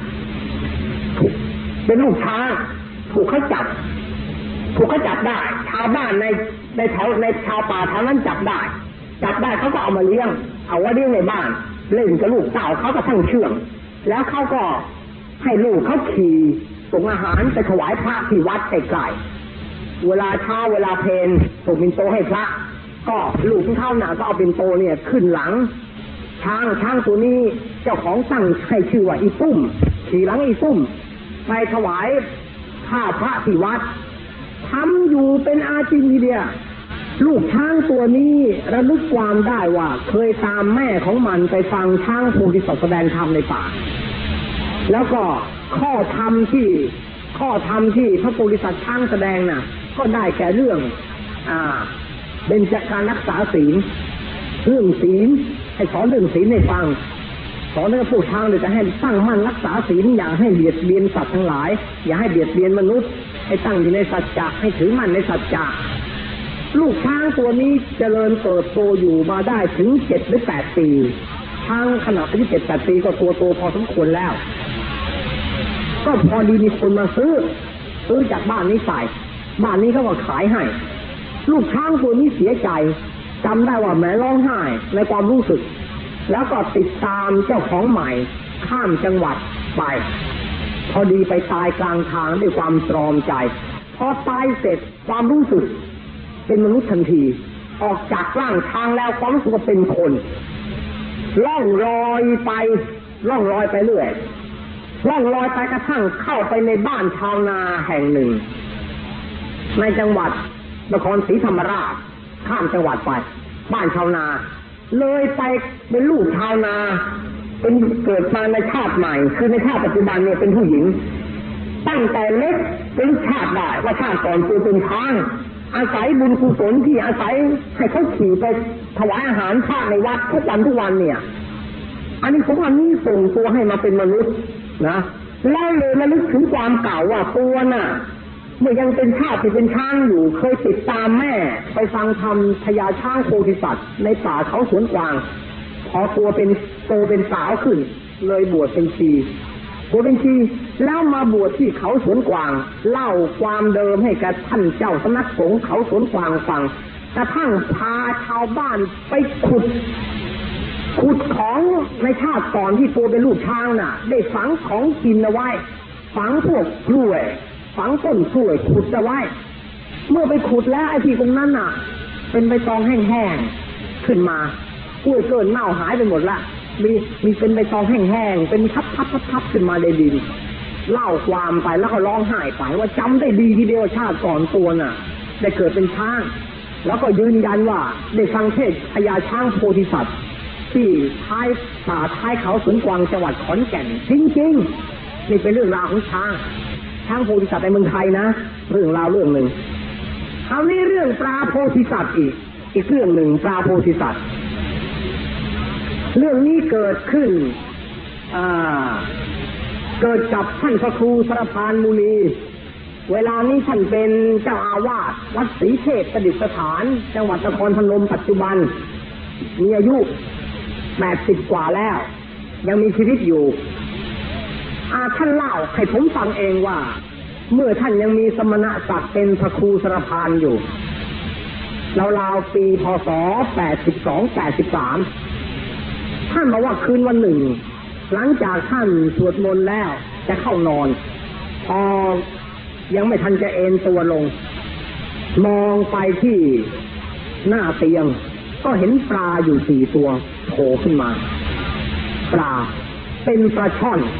เป็นลูกช้างถูกเขาจับได้ชาวบ้านในแถวในชาวป่าแถวนั้นจับได้เขาก็เอามาเลี้ยงเอาไว้เลี้ยงในบ้านเล่นกับลูกเต่าเขาก็ทั้งเชื่องแล้วเขาก็ให้ลูกเขาขี่ส่งอาหารไปถวายพระที่วัดใกล้ๆเวลาเช้าเวลาเพลส่งปิ่นโตให้พระก็ลูกที่เข้าก็เอาปิ่นโตเนี่ยขึ้นหลังช้างตัวนี้เจ้าของตั้งให้ชื่อว่าอีตุ้มขี่หลังอีตุ้มไปถวายข้าพระที่วัดทำอยู่เป็นอาชีพเดียลูกช้างตัวนี้ระลึกความได้ว่าเคยตามแม่ของมันไปฟังช้างโพธิสัตว์แสดงธรรมในป่าแล้วก็ข้อธรรมที่พระโพธิสัตว์ช้างแสดงน่ะก็ได้แก่เรื่องเบญจการรักษาศีลเรื่องศีลให้สอนเรื่องศีลให้ฟังสอนให้พวกช้างเลยจะให้ตั้งมั่นรักษาศีลอย่าให้เบียดเบียนสัตว์ทั้งหลายอย่าให้เบียดเบียนมนุษย์ให้ตั้งอยู่ในสัจจะให้ถือมั่นในสัจจะลูกช้างตัวนี้เจริญเติบโตอยู่มาได้ถึง7 หรือ 8 ปีช้างขนาดอายุ7 8 ปีก็ตัวโตพอสมควรแล้วก็พอดีมีคนมาซื้อจากบ้านนี้ไปบ้านนี้เขาก็ขายให้ลูกช้างตัวนี้เสียใจจำได้ว่าแม่ร้องไห้ในความรู้สึกแล้วก็ติดตามเจ้าของใหม่ข้ามจังหวัดไปพอดีไปตายกลางทางด้วยความตรอมใจพอตายเสร็จความรู้สึกเป็นมนุษย์ทันทีออกจากร่างช้างแล้วความรู้สึกว่าเป็นคนล่องลอยไปเรื่อยล่องลอยไปกระทั่งเข้าไปในบ้านชาวนาแห่งหนึ่งในจังหวัดนครศรีธรรมราชข้ามจังหวัดไปบ้านชาวนาเลยไปเป็นลูกชาวนาเป็นเกิดมาในชาติใหม่คือในชาติปัจจุบันเนี่ยเป็นผู้หญิงตั้งแต่เล็กเป็นชาติได้ว่าชาติก่อนตัวเป็นช้างอาศัยบุญกุศลที่อาศัยให้เขาขี่ไปถวายอาหารพระในวัดทุกวันเนี่ยอันนี้ผมอันนี้ส่งตัวให้มาเป็นมนุษย์นะแล้วเลยระลึกถึงความเก่าว่าตัวน่ะเมื่อยังเป็นชาติที่เป็นช้างอยู่เคยติดตามแม่ไปฟังธรรมพญาช้างโพธิสัตว์ในป่าเขาสวนกวางพอตัวเป็นโตเป็นสาวขึ้นเลยบวชเป็นชีแล้วมาบวชที่เขาสวนกวางเล่าความเดิมให้กับท่านเจ้าสำนักสงฆ์เขาสวนกวางฟังกระทั่งพาชาวบ้านไปขุดของในชาติก่อนที่ตัวเป็นลูกช้างน่ะได้ฝังของกินเอาไว้ฝังพวกกล้วยฝังต้นกล้วยขุดเอาไว้เมื่อไปขุดแล้วไอ้ที่ตรงนั้นน่ะเป็นใบตองแห้งๆขึ้นมากล้วยเกินเน่าหายไปหมดละมีเป็นใบตองแห้งๆเป็นทับขึ้นมาในดินเล่าความไปแล้วก็ร้องไห้ไปว่าจำได้ดีทีเดียวชาติก่อนตัวน่ะได้เกิดเป็นช้างแล้วก็ยืนยันว่าได้ฟังเทศน์พญาช้างโพธิสัตว์ที่ท้ายป่าท้ายเขาสวนกวางจังหวัดขอนแก่นจริงๆนี่เป็นเรื่องราวของช้างโพธิสัตว์ในเมืองไทยนะเรื่องราวเรื่องหนึ่งเอานี่เรื่องปลาโพธิสัตว์อีกเรื่องหนึ่งปลาโพธิสัตว์เรื่องนี้เกิดขึ้นเกิดกับท่านพระครูสรพานมุนีเวลานี้ท่านเป็นเจ้าอาวาสวัดศรีเทพประดิษฐานจังหวัดนครพนมปัจจุบันมีอายุ80 กว่าแล้วยังมีชีวิตอยู่ท่านเล่าให้ผมฟังเองว่าเมื่อท่านยังมีสมณศักดิ์เป็นพระครูสรพานอยู่ราวๆปีพ.ศ. 82-83ท่านบอกว่าคืนวันหนึ่งหลังจากท่านสวดมนต์แล้วจะเข้านอนพอยังไม่ทันจะเอนตัวลงมองไปที่หน้าเตียงก็เห็นปลาอยู่4 ตัวโผล่ขึ้นมาปลาเป็นปลาช่อน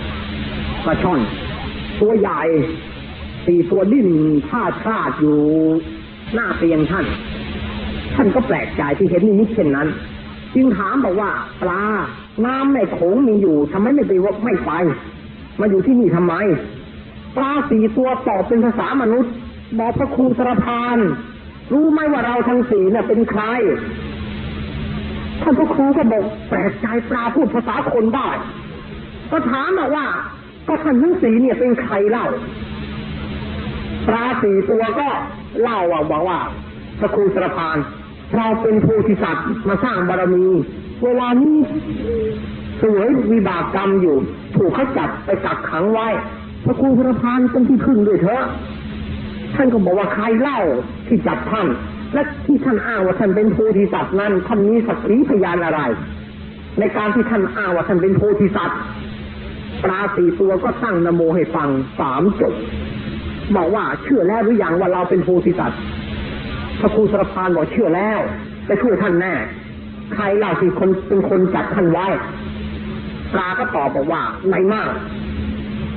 ตัวใหญ่4 ตัวดิ้นพาดคลาดอยู่หน้าเตียงท่านก็แปลกใจที่เห็นนิมิตเช่นนั้นจึงถามบอกว่าปลาน้ำในโขงมีอยู่ทำไมไม่ไปมาอยู่ที่นี่ทำไมปลา4 ตัวตอบเป็นภาษามนุษย์บอกพระครูสรพานรู้ไหมว่าเราทั้ง4เนี่ยเป็นใครท่านพระครูก็บอกแปลกใจปลาพูดภาษาคนได้ก็ถามบอกว่าก็ท่านทั้ง4เนี่ยเป็นใครเล่าปลา4 ตัวก็เล่าบอกว่าพระครูสรพานเราเป็นโพธิสัตว์มาสร้างบารมีเวลานี้สวยวิบากกรรมอยู่ถูกเขาจับไปกักขังไว้พระครูสรพานเป็นที่พึ่งด้วยเถอะท่านก็บอกว่าใครเล่าที่จับท่านและที่ท่านอ้างว่าท่านเป็นโพธิสัตว์นั้นท่านมีสักขีพยานอะไรในการที่ท่านอ้างว่าท่านเป็นโพธิสัตว์ปลา4 ตัวก็ตั้งนะโมให้ฟัง3 จบบอกว่าเชื่อแล้วหรือยังว่าเราเป็นโพธิสัตว์พระครูสรพานบอกเชื่อแล้วจะช่วยท่านแน่ใครเล่าที่เป็นคนจับท่านไว้ปลาก็ตอบบอกว่าในมาก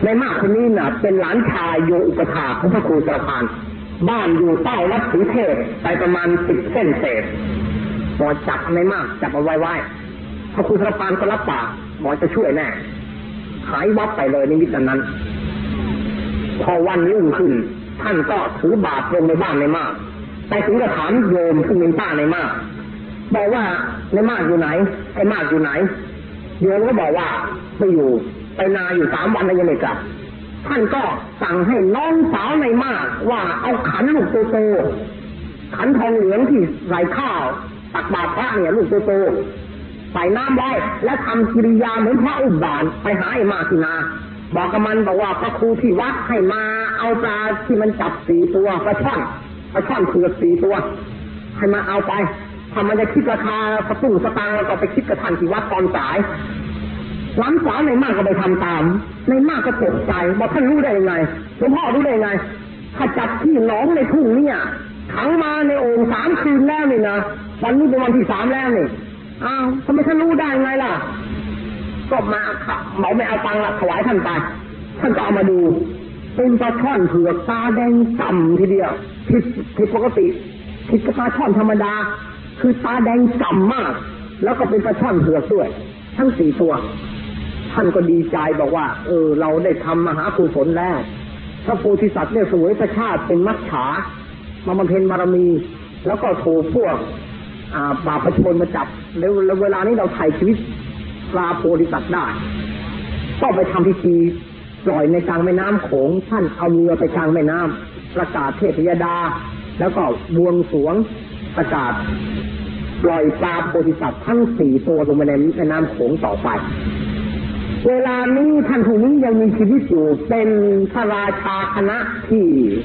ในมากคนนี้น่ะเป็นหลานชายโยอุปถาของพระครูสารพานบ้านอยู่ใต้วัดศรีเทพไปประมาณ10 เส้นเศษหมอจับในมากจับเอาไว้พระครูสารพานก็รับปากหมอจะช่วยแน่หายวัดไปเลยในนิดนั้นพอวันรุ่งขึ้นท่านก็ถือบาตรลงในบ้านในมากไปถึงก็ถามโยมซึ่งเป็นป้าในมากบอกว่าในมากอยู่ไหนไอ้มากอยู่ไหนโยมก็บอกว่าไปอยู่ไปนาอยู่3 วันแล้วยังไม่กลับท่านก็สั่งให้น้องสาวในมากว่าเอาขันลูกโตๆขันทองเหลืองที่ใส่ข้าวตักบาตรพระเนี่ยลูกโตๆใส่น้ำไว้แล้วทำกิริยาเหมือนพระอุบาทไปหาไอ้มากที่นาบอกกับมันบอกว่าพระครูที่วัดให้มาเอาปลาที่มันจับ4 ตัวปลาช่อนเผือก4 ตัวให้มาเอาไปถ้ามันจะคิดราคาสตุ้งสตางค์แล้วก็ไปคิดกับท่านที่วัดตอนสายหลานสาวในมากก็ไปทำตามในมากก็ตกใจบอกท่านรู้ได้ยังไงหลวงพ่อรู้ได้ยังไงถ้าจับที่หนองในทุ่งเนี่ยขังมาในโอ่ง3 คืนแล้วนี่นะวันนี้เป็นวันที่3แล้วนี่อ้าวทำไมท่านรู้ได้ยังไงล่ะก็มาหมอไม่เอาตังค์ละถวายท่านไปท่านก็เอามาดูเป็นปลาช่อนเผือกตาแดงก่ำทีเดียวผิดปกติผิดกับปลาช่อนธรรมดาคือตาแดงก่ำมากแล้วก็เป็นปลาช่อนเผือกด้วยทั้ง4 ตัวท่านก็ดีใจบอกว่าเราได้ทำมหากุศลแล้วพระโพธิสัตว์เนี่ยสวยพระชาติเป็นมัจฉามาบำเพ็ญบารมีแล้วก็ถูกพวกบาปชนมาจับแล้วเวลานี้เราถ่ายชีวิตปลาโพธิสัตว์ได้ก็ไปทำพิธีปล่อยในกลางแม่น้ำโขงท่านเอาเรือไปกลางแม่น้ำประกาศเทพยดาแล้วก็บวงสรวงประกาศปล่อยปลาโพธิสัตว์ทั้ง4 ตัวลงไปในแม่น้ำโขงต่อไปเวลานี้ท่านผู้นี้ยังมีชีวิตอยู่เป็นพระราชาคณะที่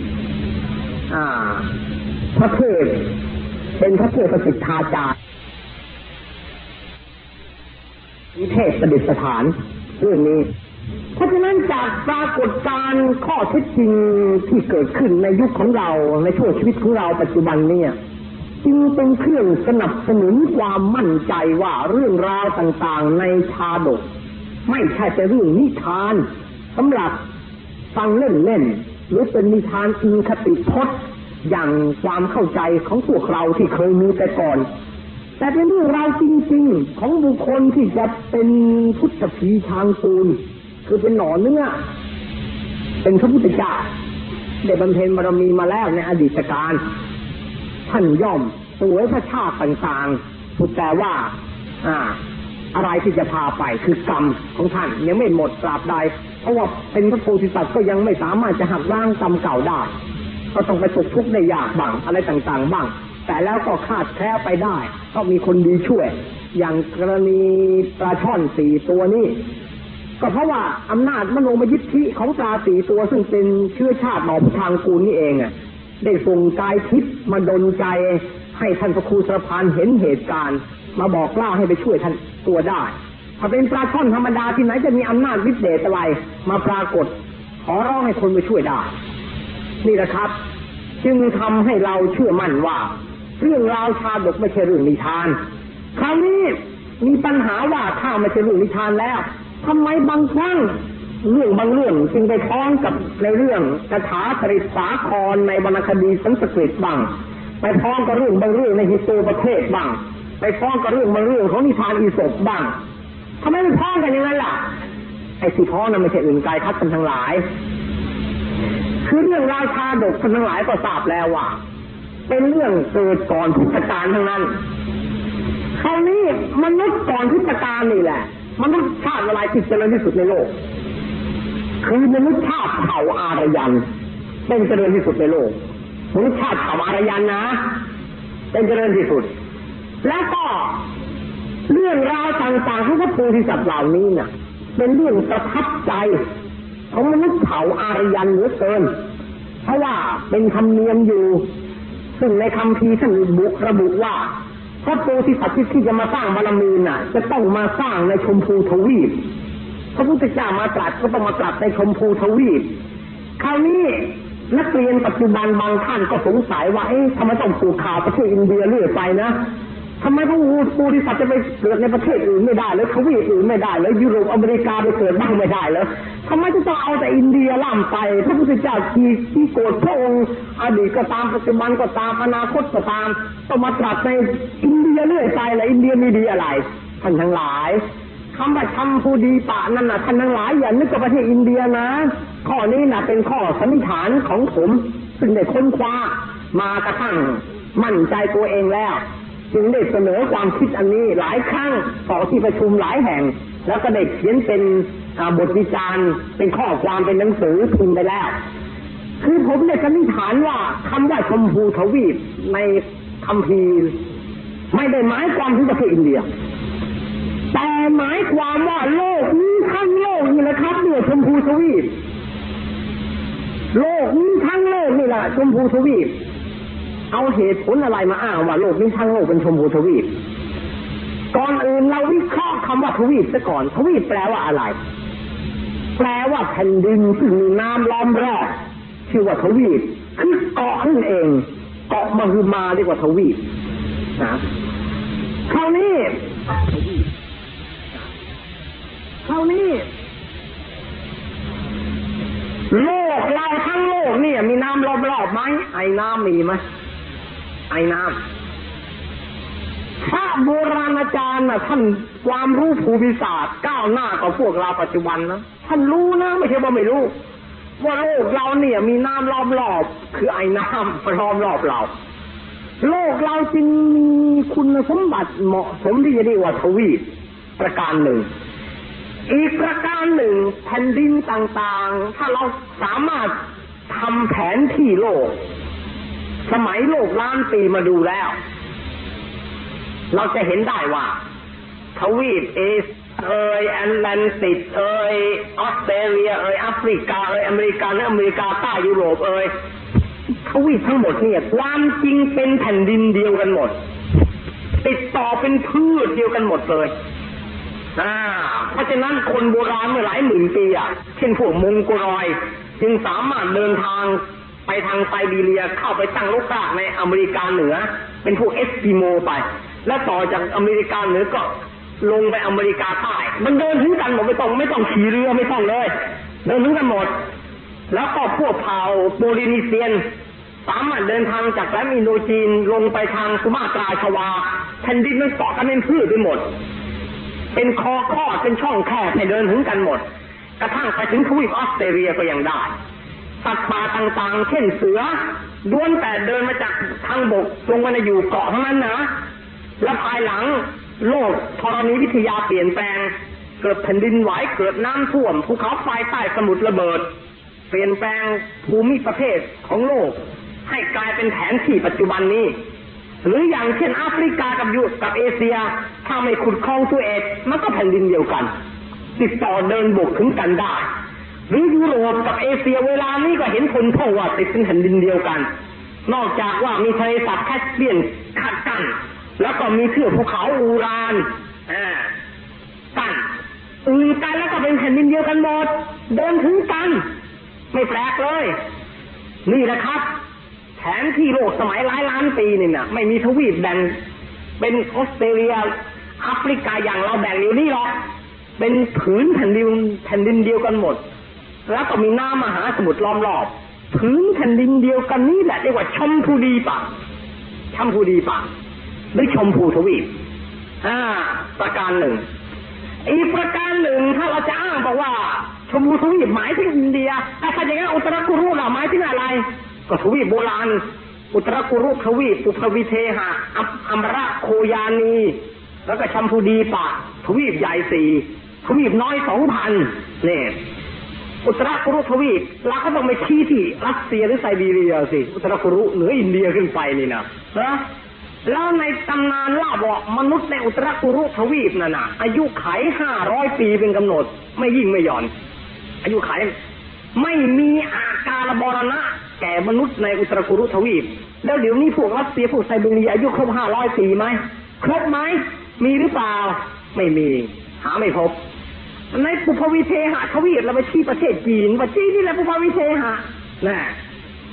พระเทพเป็นพระเทพประสิทธาจารย์วิเทศประดิษฐานเรื่องนี้เพราะฉะนั้นจากปรากฏการณ์ข้อเท็จจริงที่เกิดขึ้นในยุคของเราในช่วงชีวิตของเราปัจจุบันเนี่ยจึงเป็นเครื่องสนับสนุนความมั่นใจว่าเรื่องราวต่างๆในชาดกไม่ใช่แต่เรื่องนิทานสำหรับฟังเล่นๆหรือเป็นนิทานอิงคติพจน์อย่างความเข้าใจของพวกเราที่เคยมีแต่ก่อนแต่เป็นเรื่องราวจริงๆของบุคคลที่จะเป็นพุทธพีชางกูลคือเป็นหน่อเนื้อเป็นพระพุทธเจ้าได้บำเพ็ญบารมีมาแล้วในอดีตการท่านย่อมสวยพระชาติต่างๆถูกแต่ว่าอะไรที่จะพาไปคือกรรมของท่านยังไม่หมดตราบใดเพราะว่าเป็นพระโพธิสัตว์ก็ยังไม่สามารถจะหักล้างกรรมเก่าได้ก็ต้องไปตกทุกข์ได้ยากบ้างอะไรต่างๆบ้างแต่แล้วก็คาดแคล้วไปได้ก็มีคนดีช่วยอย่างกรณีปลาช่อน4 ตัวนี้ก็เพราะว่าอำนาจมโนมยิทธิของปลา4 ตัวซึ่งเป็นเชื้อชาติหมอพทางกูลนี่เองได้ส่งกายทิพย์มาดลใจให้ท่านพระครูสารพานเห็นเหตุการณ์มาบอกเล่าให้ไปช่วยท่านตัวได้ถ้าเป็นปลาช่อนธรรมดาที่ไหนจะมีอำนาจวิเศษอะไรมาปรากฏขอร้องให้คนไปช่วยได้นี่แหละครับจึงทำให้เราเชื่อมั่นว่าเรื่องราวชาดกไม่ใช่เรื่องนิทานคราวนี้มีปัญหาว่าถ้าไม่ใช่เรื่องนิทานแล้วทำไมบางครั้งบางเรื่องจึงไปพ้องกับในเรื่องคาถาสริสาครในวรรณคดีสันสกฤตบ้างไปพ้องกับเรื่องบางเรื่องในฮิโตประเทศบ้างไปพ้องกับเรื่องบางเรื่องของนิทานอีสปบ้างทำไมไม่พ้องกันอย่างนั้นล่ะไอ้ที่พ้องนั้นไม่ใช่อื่นไกลทัดกันทั้งหลายคือเรื่องราชาดกทั้งหลายก็ทราบแล้วว่าเป็นเรื่องเกิดก่อนพุทธกาลทั้งนั้นคราวนี้มนุษย์ก่อนพุทธกาลนี่แหละมนุษย์ชาติอะไรที่เจริญที่สุดในโลกคือมนุษย์ชาติเผ่าอารยันเป็นเจริญที่สุดในโลกมนุษย์ชาติเผ่าอารยันนะเป็นเจริญที่สุดแล้วก็เรื่องราวต่างๆของพระโพธิสัตว์เหล่านี้น่ะเป็นเรื่องประทับใจของมนุษย์เผ่าอารยันเหลือเกินเพราะว่าเป็นธรรมเนียมอยู่ซึ่งในคัมภีร์ท่านระบุว่าพระโพธิสัตว์ที่จะมาสร้างบารมีน่ะจะต้องมาสร้างในชมพูทวีปพระพุทธเจ้ามาตรัสก็ต้องมาตรัสในชมพูทวีปคราวนี้นักเรียนปัจจุบันบางท่านก็สงสัยว่าทำไมต้องปลูกข่าวประเทศอินเดียเรื่อยไปนะททำไมพระโพธิสัตว์จะไปเกิดในประเทศอื่นไม่ได้เลยทวีปอื่นไม่ได้เลยยุโรปอเมริกาไปเกิดบ้างไม่ได้เลยทำไมจะต้องเอาแต่อินเดียล่ำไปพระพุทธเจ้าที่โกรธพระองค์อดีตก็ตามปัจจุบันก็ตามอนาคตก็ตามต้องมาตรัสในอินเดียเรื่อยไปแล้วอินเดียมีดีอะไรท่านทั้งหลายคำว่าทำผู้ดีปะนั่นน่ะท่านทั้งหลายอย่านึกว่าประเทศอินเดียนะข้อนี้น่ะเป็นข้อสันนิษฐานของผมซึ่งได้ค้นคว้ามากระทั่งมั่นใจตัวเองแล้วจึงได้เสนอความคิดอันนี้หลายครั้งต่อที่ประชุมหลายแห่งแล้วก็ได้เขียนเป็นบทวิจารณ์เป็นข้อความเป็นหนังสือพิมพ์ไปแล้วคือผมได้สันนิษฐานว่าคำว่าชมพูทวีปในคัมภีร์ไม่ได้หมายความถึงประเทศอินเดียแต่หมายความว่าโลกนี้ทั้งโลกนี่แหละครับเนี่ยชมพูทวีปโลกนี้ทั้งโลกนี่แหละชมพูทวีปเอาเหตุผลอะไรมาอ้างว่าโลกนี้ทั้งโลกเป็นชมพูทวีปก่อนอื่นเราวิเคราะห์คำว่าทวีปซะก่อนทวีปแปลว่าอะไรแปลว่าแผ่นดินที่มีน้ำล้อมรอบชื่อว่าทวีปคือเกาะนั่นเองเกาะมหึมาเรียกว่าทวีปนะคราวนี้โลกเราทั้งโลกเนี่ยมีน้ำล้อมรอบไหมไอ้น้ำมีไหมไอ้น้ำพระโบราณอาจารย์น่ะท่านความรู้ภูมิศาสตร์ก้าวหน้ากว่าพวกเราปัจจุบันนะท่านรู้นะไม่ใช่ว่าไม่รู้ว่าโลกเราเนี่ยมีน้ำล้อมรอบคือไอ้น้ำล้อมรอบเราโลกเราจึงมีคุณสมบัติเหมาะสมที่จะเรียกว่าทวีปประการหนึ่งอีกประการหนึ่งแผ่นดินต่างๆถ้าเราสามารถทำแผนที่โลกสมัยโลกล้านปีมาดูแล้วเราจะเห็นได้ว่าทวีปเอเชียแอตแลนติกออสเตรเลียแอฟริกาอเมริกาและอเมริกาใต้ยุโรปทวีปทั้งหมดเนี่ยความจริงเป็นแผ่นดินเดียวกันหมดติดต่อเป็นพืชเดียวกันหมดเลยเพราะฉะนั้นคนโบราณเมื่อหลายหมื่นปีเช่นพวกมองโกลอยจึงสามารถเดินทางไปทางไซบีเรียเข้าไปตั้งรกรากในอเมริกาเหนือเป็นพวกเอสกิโมไปและต่อจากอเมริกาเหนือก็ลงไปอเมริกาใต้มันเดินถึงกันหมดไม่ต้องขี่เรือไม่ต้องเลยเดินถึงกันหมดแล้วก็พวกเผ่าโปลินีเซียนสามารถเดินทางจากแหลมอินโดจีนลงไปทางสุมาตราชวาแผ่นดินมันเกาะกันเป็นพืชไปหมดเป็นคอข้อเป็นช่องแคบให้เดินถึงกันหมดกระทั่งไปถึงทวีปออสเตรเลียก็ยังได้สัตว์ป่าต่างๆเช่นเสือล้วนแต่เดินมาจากทางบกลงมาในอยู่เกาะเท่านั้นนะและภายหลังโลกธรณีวิทยาเปลี่ยนแปลงเกิดแผ่นดินไหวเกิดน้ำท่วมภูเขาไฟใต้สมุทรระเบิดเปลี่ยนแปลงภูมิประเทศของโลกให้กลายเป็นแผนที่ปัจจุบันนี้หรืออย่างเช่นแอฟริกากับเอเชียถ้าไม่ขุดคลองสุเอซมันก็แผ่นดินเดียวกันติดต่อเดินบกถึงกันได้หรือยุโรปกับเอเชียเวลานี้ก็เห็นคนท่องว่าติดเป็นแผ่นดินเดียวกันนอกจากว่ามีทะเลสาบแคสเปียนขัดกันแล้วก็มีเทือกภูเขาอูรานกันอื่นกันแล้วก็เป็นแผ่นดินเดียวกันหมดเดินถึงกันไม่แปลกเลยนี่แหละครับแผนที่โลกสมัยหลายล้านปีนี่นะไม่มีทวีปแบ่งเป็นออสเตรเลียแอฟริกาอย่างเราแบ่งอยู่นี่หรอกเป็นผืนแผ่นดินเดียวกันหมดแล้วก็มีน้ำมหาสมุทรล้อมรอบผืนแผ่นดินเดียวกันนี่แหละเรียกว่าชมพูดีปะชมพูดีปะหรือชมพูทวีปประการหนึ่งอีกประการหนึ่งถ้าเราจะอ้างบอกว่าชมพูทวีปหมายถึงอินเดียถ้าอย่างนั้นอุตรกุรุล่ะหมายถึงอะไรก็ทวีปโบราณอุตรกุรุทวีปอุปวิเทหะอัมระโคยานีแล้วก็ชมพูดีปะทวีปใหญ่4ทวีปน้อย 2,000 เนี่ยอุตรกุรุทวีปเราก็ต้องไปชี้ที่รัสเซียหรือไซบีเรียสิอุตรกุรุเหนืออินเดียขึ้นไปนี่นะแล้วในตำนานเล่าบอกมนุษย์ในอุตรกุรุทวีปนั่นน่ะอายุขัย500 ปีเป็นกำหนดไม่ยิ่งไม่หย่อนอายุขัยไม่มีอาการบรณะแก่มนุษย์ในอุตรกุรุทวีปแล้วเดี๋ยวนี้พวกรัสเซียพวกไซบีเรียอายุครบ500 ปีไหมครบไหมมีหรือเปล่าไม่มีหาไม่พบในปุพวิเทหะทวีปเราไปชี้ประเทศจีนว่าจีนนี่แหละปุพวิเทหะนะ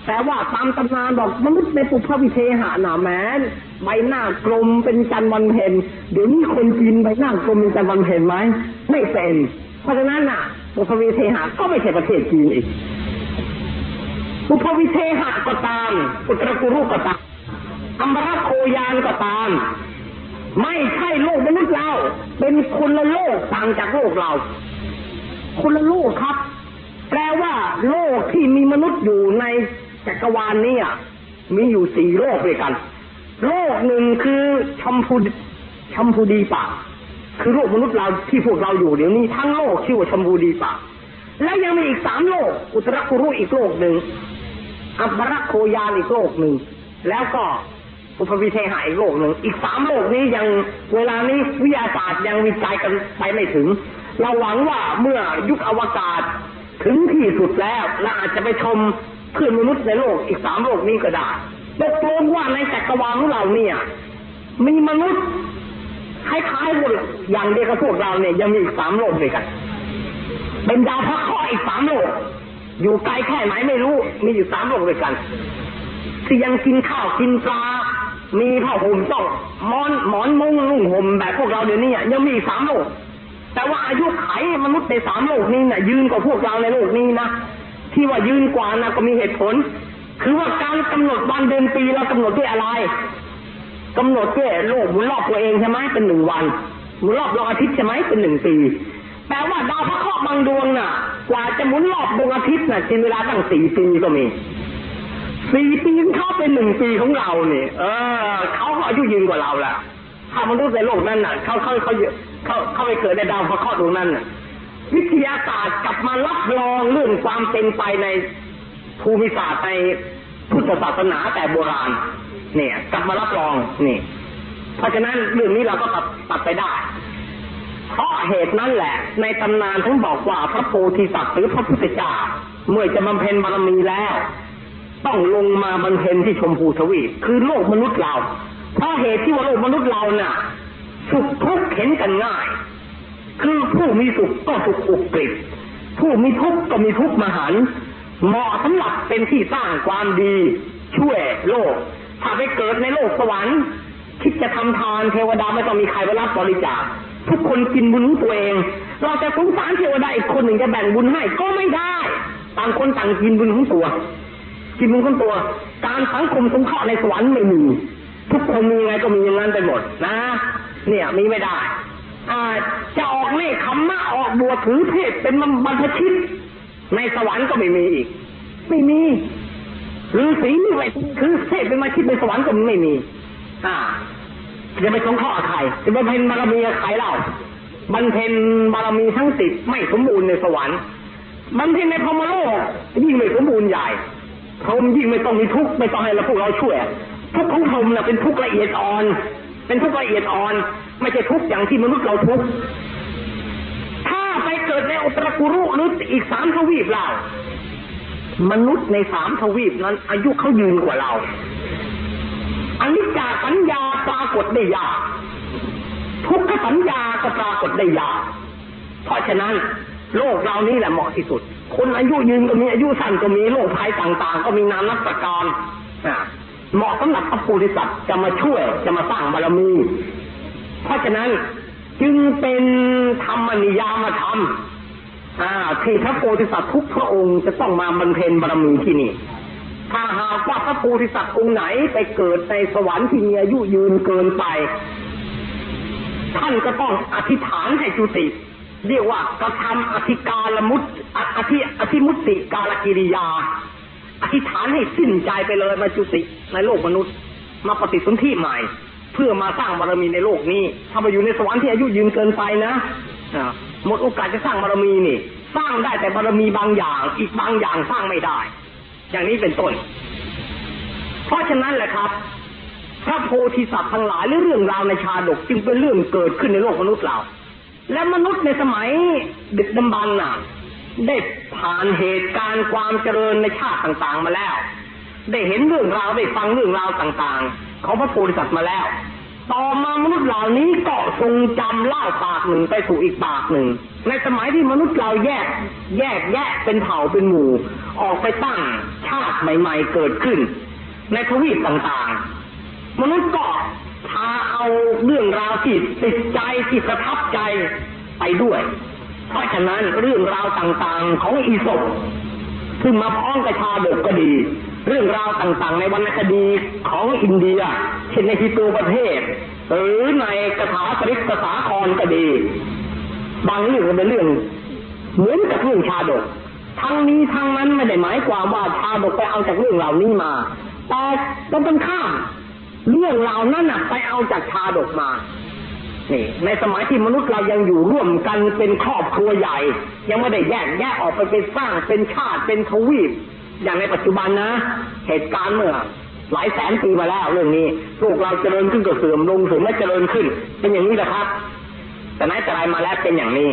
แต่ว่าตามตำนานบอกมนุษย์ในปุพพวิเทหะหนาแม้นใบหน้ากลมเป็นจันทร์วันเพ็ญเดี๋ยวนี้คนจีนใบหน้ากลมเป็นจันทร์วันเพ็ญไหมไม่เป็นเพราะฉะนั้นน่ะปุพพวิเทหะก็ไม่ใช่ประเทศจีนอีกปุพพวิเทหะก็ตามอุตรกุรุก็ตามอัมบรโคยานก็ตามไม่ใช่โลกมนุษย์เราเป็นคนละโลกต่างจากโลกเราคนละโลกครับแปลว่าโลกที่มีมนุษย์อยู่ในจักรวาลนี้มีอยู่4โลกด้วยกันโลกหนึ่งคือชัมพูดีปะคือโลกมนุษย์เราที่พวกเราอยู่เดี๋ยวนี้ทั้งโลกชื่อว่าชัมพูดีปะแล้วยังมีอีก3โลกอุตรกุรุอีกโลกหนึ่งอัมบรโคยานอีกโลกหนึ่งแล้วก็ปุพพวิเทหะอีกโลกหนึ่งอีก3โลกนี้ยังเวลานี้วิทยาศาสตร์ยังวิจัยกันไปไม่ถึงเราหวังว่าเมื่อยุคอวกาศถึงที่สุดแล้วเราอาจจะไปชมเพื่อนมนุษย์ในโลกอีก3โลกนี้ก็ได้ตกลงว่าในจักรวาลของเราเนี่ยมีมนุษย์คล้ายๆกันอย่างเดียวกับพวกเราเนี่ยยังมีอีก3โลกด้วยกันเป็นดาวพระเคราะห์อีก3โลกอยู่ไกลแค่ไหนไม่รู้มีอยู่3โลกด้วยกันที่ยังกินข้าวกินปลามีผ้าห่มต้องหมอนมุ้งนุ่งห่มแบบพวกเราเดี๋ยวนี้ยังมี3โลกแต่ว่าอายุไขมนุษย์ใน3โลกนี้น่ะยืนกว่าพวกเราในโลกนี้นะที่ว่ายืนกว่านะก็มีเหตุผลคือว่าการกำหนดวันเดือนปีเรากำหนดด้วยอะไรกำหนดด้วยโลกหมุนรอบตัวเองใช่ไหมเป็น1วันหมุนรอบดวงอาทิตย์ใช่ไหมเป็น1ปีแปลว่าดาวพระเคราะห์บางดวงน่ะกว่าจะหมุนรอบดวงอาทิตย์น่ะใช้เวลาตั้ง4 ปีก็มี4 ปีเขาเป็น1 ปีของเราเนี่ยเขาอายุยืนกว่าเราแหละถ้ามนุษย์ในโลกนั้นน่ะเขาไปเกิดในดาวพระเคราะห์ดวงนั้นน่ะวิทยาศาสตร์กลับมารับรองเรื่องความเป็นไปในภูมิศาสตร์ในพุทธศาสนาแต่โบราณเนี่ยกลับมารับรองนี่เพราะฉะนั้นเรื่องนี้เราก็ตัดไปได้เพราะเหตุนั้นแหละในตำนานถึงบอกว่าพระโพธิสัตว์หรือพระพุทธเจ้าเมื่อจะบำเพ็ญบารมีแล้วต้องลงมาบำเพ็ญที่ชมพูทวีปคือโลกมนุษย์เราเพราะเหตุที่ว่าโลกมนุษย์เราน่ะสุขทุกข์เห็นกันง่ายคือผู้มีสุขก็สุขอุกฤษผู้มีทุกข์ก็มีทุกข์มหันต์เหมาะสำหรับเป็นที่สร้างความดีช่วยโลกถ้าไปเกิดในโลกสวรรค์คิดจะทำทานเทวดาไม่ต้องมีใครมารับบริจาคทุกคนกินบุญของตัวเองเราจะสงสารเทวดาอีกคนหนึ่งจะแบ่งบุญให้ก็ไม่ได้ต่างคนต่างกินบุญของตัวกินบุญของตัวการสังคมสงเคราะห์ในสวรรค์ไม่มีทุกคนมีไงก็มีอย่างนั้นไปหมดนะเนี่ยมีไม่ได้จะออกเลขขมมะออกบวชถือเพศเป็นบรรพชิตในสวรรค์ก็ไม่มีอีกไม่มีฤาษีนี่ไว้คือเพศเป็นบรรพชิตในสวรรค์ก็ไม่มีจะไปสงเคราะห์ใครจะบำเพ็ญบารมีใครเล่าบรรเพ็ญบารมีทั้ง10ไม่สมบูรณ์ในสวรรค์บำเพ็ญในพรหมโลกยิ่งไม่สมบูรณ์ใหญ่พรหมยิ่งไม่ต้องมีทุกข์ไม่ต้องให้เราพวกเราช่วยทุกข์ของพรหมน่ะเป็นทุกข์ละเอียดอ่อนเป็นทุกข์ละเอียดอ่อนไม่ใช่ทุกข์อย่างที่มนุษย์เราทุกข์ถ้าไปเกิดในอุตรกุรุหรืออีก3 ทวีปเรามนุษย์ใน3 ทวีปนั้นอายุเขายืนกว่าเราอนิจจสัญญาปรากฏได้ยากทุกขสัญญาก็ปรากฏได้ยากเพราะฉะนั้นโลกเรานี้แหละเหมาะที่สุดคนอายุยืนก็มีอายุสั้นก็มีโรคภัยต่างๆก็มีนานับประการเหมาะสำหรับพระโพธิสัตว์จะมาช่วยจะมาสร้างบารมีเพราะฉะนั้นจึงเป็นธรรมนิยามธรรมที่พระโพธิสัตว์ทุกพระองค์จะต้องมาบำเพ็ญบารมีที่นี่ถ้าหากว่าพระโพธิสัตว์องค์ไหนไปเกิดในสวรรค์ที่มีอายุยืนเกินไปท่านก็ต้องอธิษฐานให้จุติเรียกว่ากระทำอธิกาลมุตอธิมุตติกาลกิริยาอธิษฐานให้สิ้นใจไปเลยมาจุติในโลกมนุษย์มาปฏิสนธิใหม่เพื่อมาสร้างบารมีในโลกนี้ถ้ามาอยู่ในสวรรค์ที่อายุยืนเกินไปนะหมดโอกาสจะสร้างบารมีนี่สร้างได้แต่บารมีบางอย่างอีกบางอย่างสร้างไม่ได้อย่างนี้เป็นต้นเพราะฉะนั้นแหละครับพระโพธิสัตว์ทั้งหลายหรือเรื่องราวในชาดกจึงเป็นเรื่องเกิดขึ้นในโลกมนุษย์เราและมนุษย์ในสมัยดึกดำบรรพ์ได้ผ่านเหตุการณ์ความเจริญในชาติต่างๆมาแล้วได้เห็นเรื่องราวได้ฟังเรื่องราวต่างๆของพระโพธิสัตว์มาแล้วต่อมามนุษย์เหล่านี้ก็ทรงจำเล่าปากหนึ่งไปสู่อีกปากหนึ่งในสมัยที่มนุษย์เราแยกแยะเป็นเผ่าเป็นหมู่ออกไปตั้งชาติใหม่ๆเกิดขึ้นในทวีปต่างๆมนุษย์ก็พาเอาเรื่องราวที่ติดใจที่ประทับใจไปด้วยเพราะฉะนั้นเรื่องราวต่างๆของอีสปซึ่งมาพ้องกับชาดกก็ดีเรื่องราวต่างๆในวรรณคดีของอินเดียเช่นในฮิตูประเทศหรือในคาถาสริกสาครก็ดีบางเรื่องเป็นเรื่องเหมือนกับเรื่องชาดกทั้งนี้ทั้งนั้นไม่ได้หมายความว่าชาดกไปเอาจากเรื่องเหล่านี้มาแต่ต้องเป็นข้ามเรื่องเหล่านั้นไปเอาจากชาดกมานี่ในสมัยที่มนุษย์เรายังอยู่ร่วมกันเป็นครอบครัวใหญ่ยังไม่ได้แยกออกไปเป็นสร้างเป็นชาติเป็นทวีปอย่างในปัจจุบันนะเหตุการณ์เมื่อหลายแสนปีมาแล้วเรื่องนี้โลกเราเจริญขึ้นก็เสื่อมลงเสื่อมไม่เจริญขึ้นเป็นอย่างนี้แหละครับแต่ไหนแต่ไรมาแล้วเป็นอย่างนี้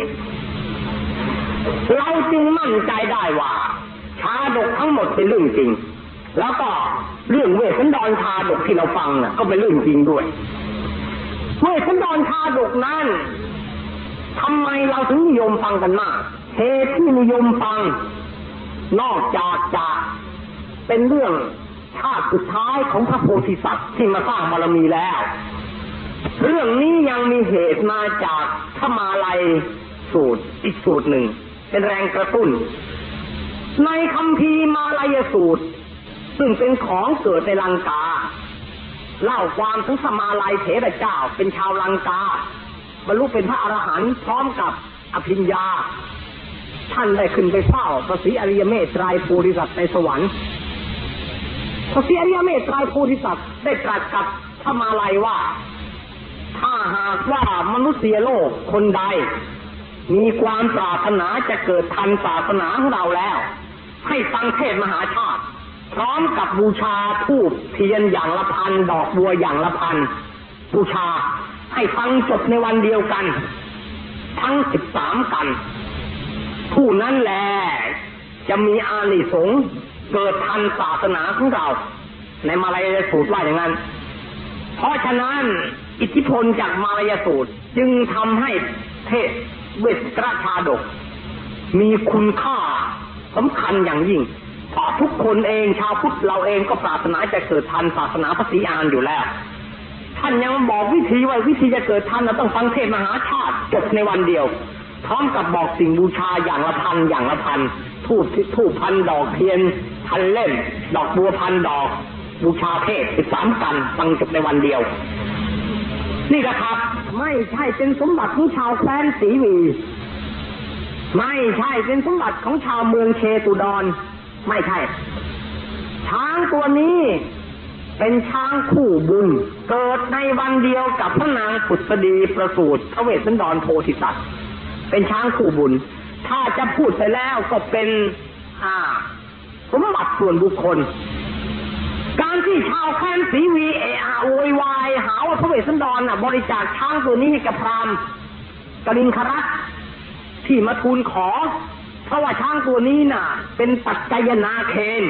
เราจึงมั่นใจได้ว่าชาดกทั้งหมดเป็นเรื่องจริงแล้วก็เรื่องเวสสันดรชาดกที่เราฟังน่ะก็เป็นเรื่องจริงด้วยเวสสันดรชาดกนั้นทำไมเราถึงนิยมฟังกันมากเหตุที่นิยมฟังนอกจากจะเป็นเรื่องชาติสุดท้ายของพระโพธิสัตว์ที่มาสร้างบารมีแล้วเรื่องนี้ยังมีเหตุมาจากพระมาลัยสูตรอีกสูตรหนึ่งเป็นแรงกระตุ้นในคัมภีร์มาลัยสูตรซึ่งเป็นของเกิดในลังกาเล่าความถึงพระมาลัยเถระเจ้าเป็นชาวลังกาบรรลุเป็นพระอรหันต์พร้อมกับอภิญญาท่านได้ขึ้นไปเฝ้าพระศรีอริยเมตไตรโพธิสัตว์ในสวรรค์พระศรีอริยเมตไตรโพธิสัตว์ได้ตรัสกับพระมาลัยว่าถ้าหากว่ามนุษยโลกคนใดมีความปรารถนาจะเกิดทันศาสนาของเราแล้วให้ฟังเทศมหาชาติพร้อมกับบูชาธูปเทียนอย่างละพันดอกบัวอย่างละพันบูชาให้ฟังจบในวันเดียวกันทั้ง13 กันผู้นั้นแหละจะมีอานิสงส์เกิดทันศาสนาของเราในมาลัยสูตรว่าอย่างนั้นเพราะฉะนั้นอิทธิพลจากมาลัยสูตรจึงทำให้เทศเวสสันดรชาดกมีคุณค่าสำคัญอย่างยิ่งเพราะทุกคนเองชาวพุทธเราเองก็ปรารถนาจะเกิดทันศาสนาพระศรีอานอยู่แล้วท่านยังบอกวิธีว่าวิธีจะเกิดทันเราต้องฟังเทศมหาชาติจบในวันเดียวพร้อมกับบอกสิ่งบูชาอย่างละพันอย่างละพันทูบพันดอกเทียนพันเล่มดอกบัวพันดอกบูชาเทศ13 กันฟังจบในวันเดียวนี่นะครับไม่ใช่เป็นสมบัติของชาวแคว้นศรีวีไม่ใช่เป็นสมบัติของชาวเมืองเชตุดรไม่ใช่ช้างตัวนี้เป็นช้างคู่บุญเกิดในวันเดียวกับพระนางผุดดีประสูติพระเวสสันดรโพธิสัตว์เป็นช้างคู่บุญถ้าจะพูดไปแล้วก็เป็นสมบัติส่วนบุคคลการที่ชาวแคว้นศรีวีโวยวายหาว่าพระเวสสันดรบริจาคช้างตัวนี้ให้กับพราหมณ์กลินครัตน์ที่มาทูลขอเพราะว่าช้างตัวนี้เป็นปัจจัยนาเคน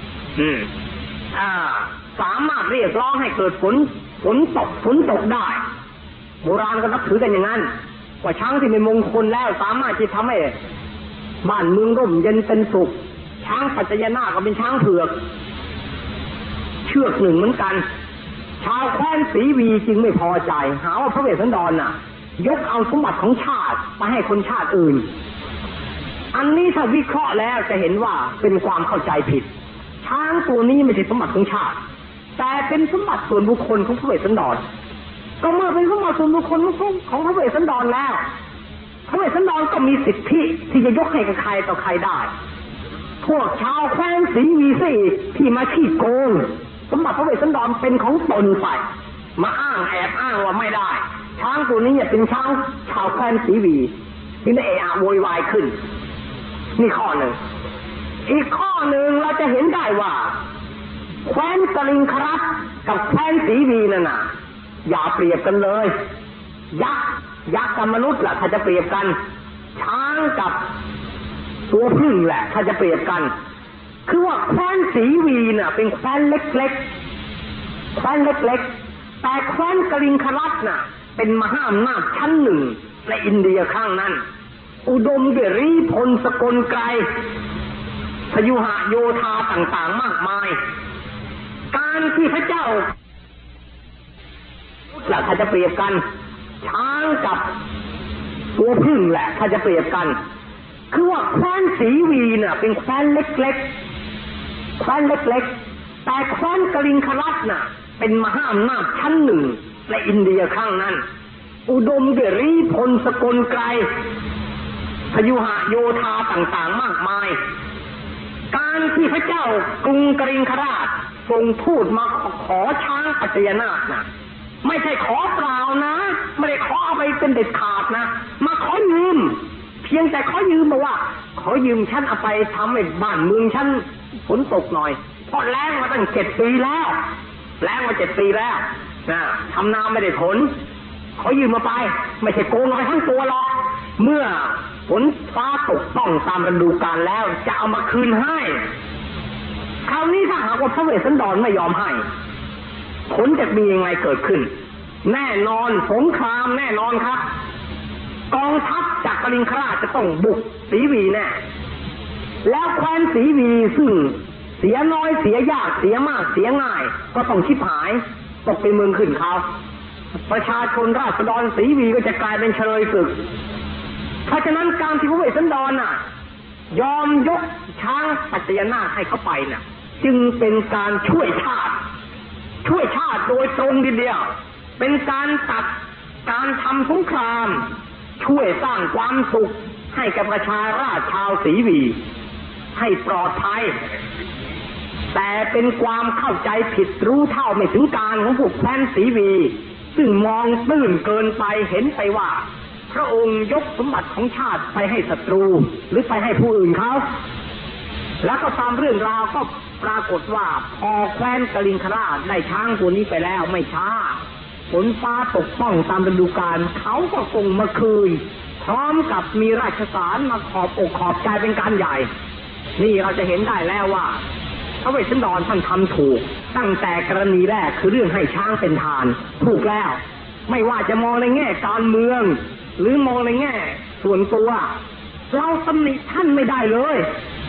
สามารถเรียกร้องให้เกิดฝนตกได้โบราณก็นับถือกันอย่างนั้นว่าช้างที่เป็นมงคลแล้วสามารถที่ทำให้บ้านเมืองร่มเย็นเป็นสุขช้างปัจจัยนาคก็เป็นช้างเผือกเชือกหนึ่งเหมือนกันชาวแคว้นศรีวีจึงไม่พอใจหาว่าพระเวสสันดรยกเอาสมบัติของชาติมาให้คนชาติอื่นอันนี้ถ้าวิเคราะห์แล้วจะเห็นว่าเป็นความเข้าใจผิดช้างตัวนี้ไม่ใช่สมบัติของชาติแต่เป็นสมบัติส่วนบุคคลของพระเวสสันดรก็เมื่อเป็นสมบัติส่วนบุคคลของพระเวสสันดรแล้วพระเวสสันดรก็มีสิทธิที่จะยกให้กับใครต่อใครได้พวกชาวแคว้นศรีวีที่มาขี้โกงสมบัติพระเวสสันดรเป็นของตนไปมาแอบอ้างว่าไม่ได้ช้างตัวนี้เป็นช้างชาวแคว้นศรีวีที่ได้โวยวายขึ้นนี่ข้อหนึ่งอีกข้อหนึ่งเราจะเห็นได้ว่าแคว้นกลิงครัตน์กับแคว้นศรีวีนั่นอย่าเปรียบกันเลยยักษ์กับมนุษย์แหละถ้าจะเปรียบกันช้างกับตัวพึ่งแหละถ้าจะเปรียบกันคือว่าแคว้นศรีวีเป็นแคว้นเล็กๆแคว้นเล็กๆแต่แคว้นกลิงครัตน์เป็นมหาอำนาจชั้นหนึ่งในอินเดียข้างนั้นอุดมด้วยฤทธิ์พลสกลไกรพยุหโยธาต่างๆมากมายการที่พระเจ้าแหละถ้าจะเปรียบกันช้างกับตัวผึ้งแหละถ้าจะเปรียบกันคือว่าแคว้นศรีวีน่ะเป็นแคว้นเล็กๆแคว้นเล็กๆแต่แคว้นกลิงครัตน่ะเป็นมหาอำนาจชั้นหนึ่งในอินเดียครั้งนั้นอุดมด้วยฤทธิ์พลสกลไกรพยุหโยธาต่างๆมากมายการที่พระเจ้ากรุงกลิงคราชส่งทูตมาขอช้างปัจจยนาถนะไม่ใช่ขอเปล่านะไม่ได้ขอเอาไปเป็นเด็ดขาดนะมาขอยืมเพียงแต่ขอยืมบอกว่าขอยืมฉันเอาไปทำให้บ้านเมืองฉันฝนตกหน่อยเพราะแล้งมาตั้ง7 ปีแล้วแล้งมา7 ปีแล้วนะทำนาไม่ได้ผลขอยืมมาไปไม่ใช่โกงเอาไปทั้งตัวหรอกเมื่อฝนฟ้าตกต้องตามฤดูกาลแล้วจะเอามาคืนให้คราวนี้ถ้าหากว่าพระเวสสันดรไม่ยอมให้ผลจะมียังไงเกิดขึ้นแน่นอนสงครามแน่นอนครับกองทัพจากกลิงคราชจะต้องบุกศรีวีแน่แล้วแคว้นศรีวีซึ่งเสียน้อยเสียยากเสียมากเสียง่ายก็ต้องชิบหายตกเป็นเมืองขึ้นเขาประชาชนราษฎรศรีวีก็จะกลายเป็นเฉลยศึกเพราะฉะนั้นการที่พระเวสสันดรน่ะยอมยกช้างปัจจยนาถให้เขาไปน่ะจึงเป็นการช่วยชาติโดยตรงทีเดียวเป็นการตัดการทำสงครามช่วยสร้างความสุขให้แก่ประชาราษฎรชาวศรีวีให้ปลอดภัยแต่เป็นความเข้าใจผิดรู้เท่าไม่ถึงการของพวกแคว้นศรีวีซึ่งมองตื้นเกินไปเห็นไปว่าพระองค์ยกสมบัติของชาติไปให้ศัตรูหรือไปให้ผู้อื่นเขาแล้วก็ตามเรื่องราวก็ปรากฏว่าพอแคว้นกลิงคราชได้ช้างตัวนี้ไปแล้วไม่ช้าฝนฟ้าตกต้องตามฤดูกาลเขาก็ส่งมาคืนพร้อมกับมีราชสารมาขอบอกขอบใจเป็นการใหญ่นี่เราจะเห็นได้แล้วว่าพระเวสสันดรท่านทำถูกตั้งแต่กรณีแรกคือเรื่องให้ช้างเป็นทานถูกแล้วไม่ว่าจะมองในแง่การเมืองหรือมองในแง่ส่วนตัวเราตำหนิท่านไม่ได้เลย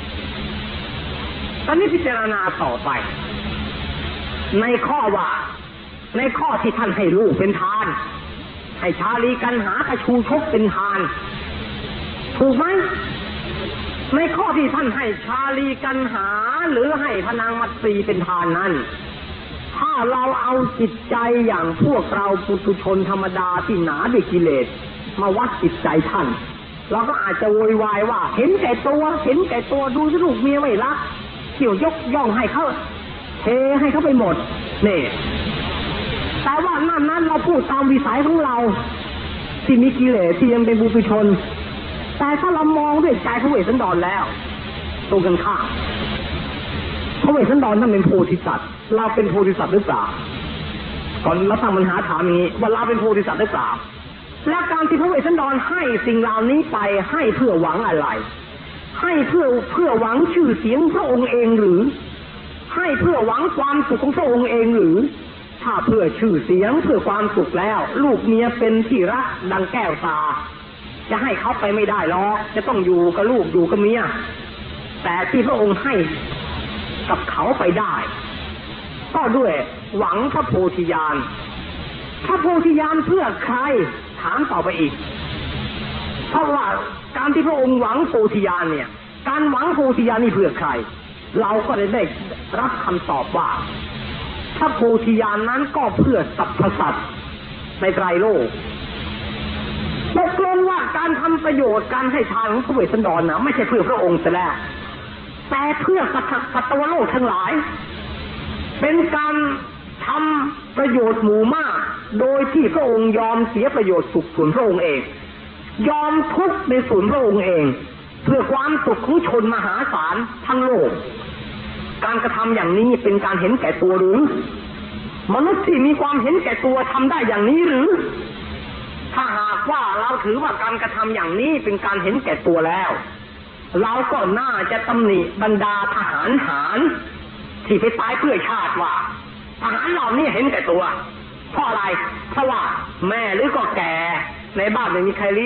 ตอนนี้พิจารณาต่อไปในข้อที่ท่านให้ลูกเป็นทานให้ชาลีกันหากระชูชกเป็นทานถูกไหมในข้อที่ท่านให้ชาลีกันหาหรือให้พนางมัตสีเป็นทานนั้นถ้าเราเอาจิตใจอย่างพวกเราปุถุชนธรรมดาที่หนาด้วยกิเลสมาวัดจิตใจท่านเราก็อาจจะโวยวายว่าเห็นแก่ตัวดูสิลูกเมียไม่รักเกี่ยวยกย่องให้เขาเทให้เขาไปหมดนี่แต่ว่านั้นเราพูดตามวิสัยของเราที่มีกิเลสที่ยังเป็นปุถุชนแต่ถ้าเรามองด้วยใจพระเวสสันดรแล้วตรงกันข้ามพระเวสสันดรท่านเป็นโพธิสัตว์เราเป็นโพธิสัตว์หรือเปล่าก่อนเราตั้งปัญหาถามนี้ว่าเราเป็นโพธิสัตว์หรือเปล่าและการที่พระเวสสันดรให้สิ่งเหล่านี้ไปให้เพื่อหวังอะไรให้เพื่อหวังชื่อเสียงพระองค์เองหรือให้เพื่อหวังความสุขของพระองค์เองหรือถ้าเพื่อชื่อเสียงเพื่อความสุขแล้วลูกเมียเป็นที่รักดังแก้วตาจะให้เขาไปไม่ได้หรอกจะต้องอยู่กับลูกอยู่กับเมียแต่ที่พระองค์ให้กับเขาไปได้ก็ด้วยหวังพระโพธิญาณเพื่อใครถามต่อไปอีกเพราะว่าการที่พระองค์หวังโพธิญาณเนี่ยการหวังโพธิญาณนี่เพื่อใครเราก็ได้รับคำตอบว่าพระโพธิญาณนั้นก็เพื่อสรรพสัตว์ในไตรโลกตกลงว่าการทำประโยชน์การให้ทานของพระเวสสันดรนะไม่ใช่เพื่อพระองค์แต่แล้วแต่เพื่อสัตวโลกทั้งหลายเป็นการทำประโยชน์หมู่มากโดยที่พระองค์ยอมเสียประโยชน์สุขส่วนพระองค์เองยอมทุกข์ในส่วนพระองค์เองเพื่อความสุขของชนมหาศาลทั้งโลกการกระทำอย่างนี้เป็นการเห็นแก่ตัวหรือมนุษย์ที่มีความเห็นแก่ตัวทำได้อย่างนี้หรือถ้าหากว่าเราถือว่าการกระทำอย่างนี้เป็นการเห็นแก่ตัวแล้วเราก็น่าจะตำหนิบรรดาทหารหารที่ไปตายเพื่อชาติว่าทหารเหล่านี้เห็นแก่ตัวเพราะอะไรเพราะว่าแม่หรือก็แก่ในบ้านไม่มีใครเลี้ยง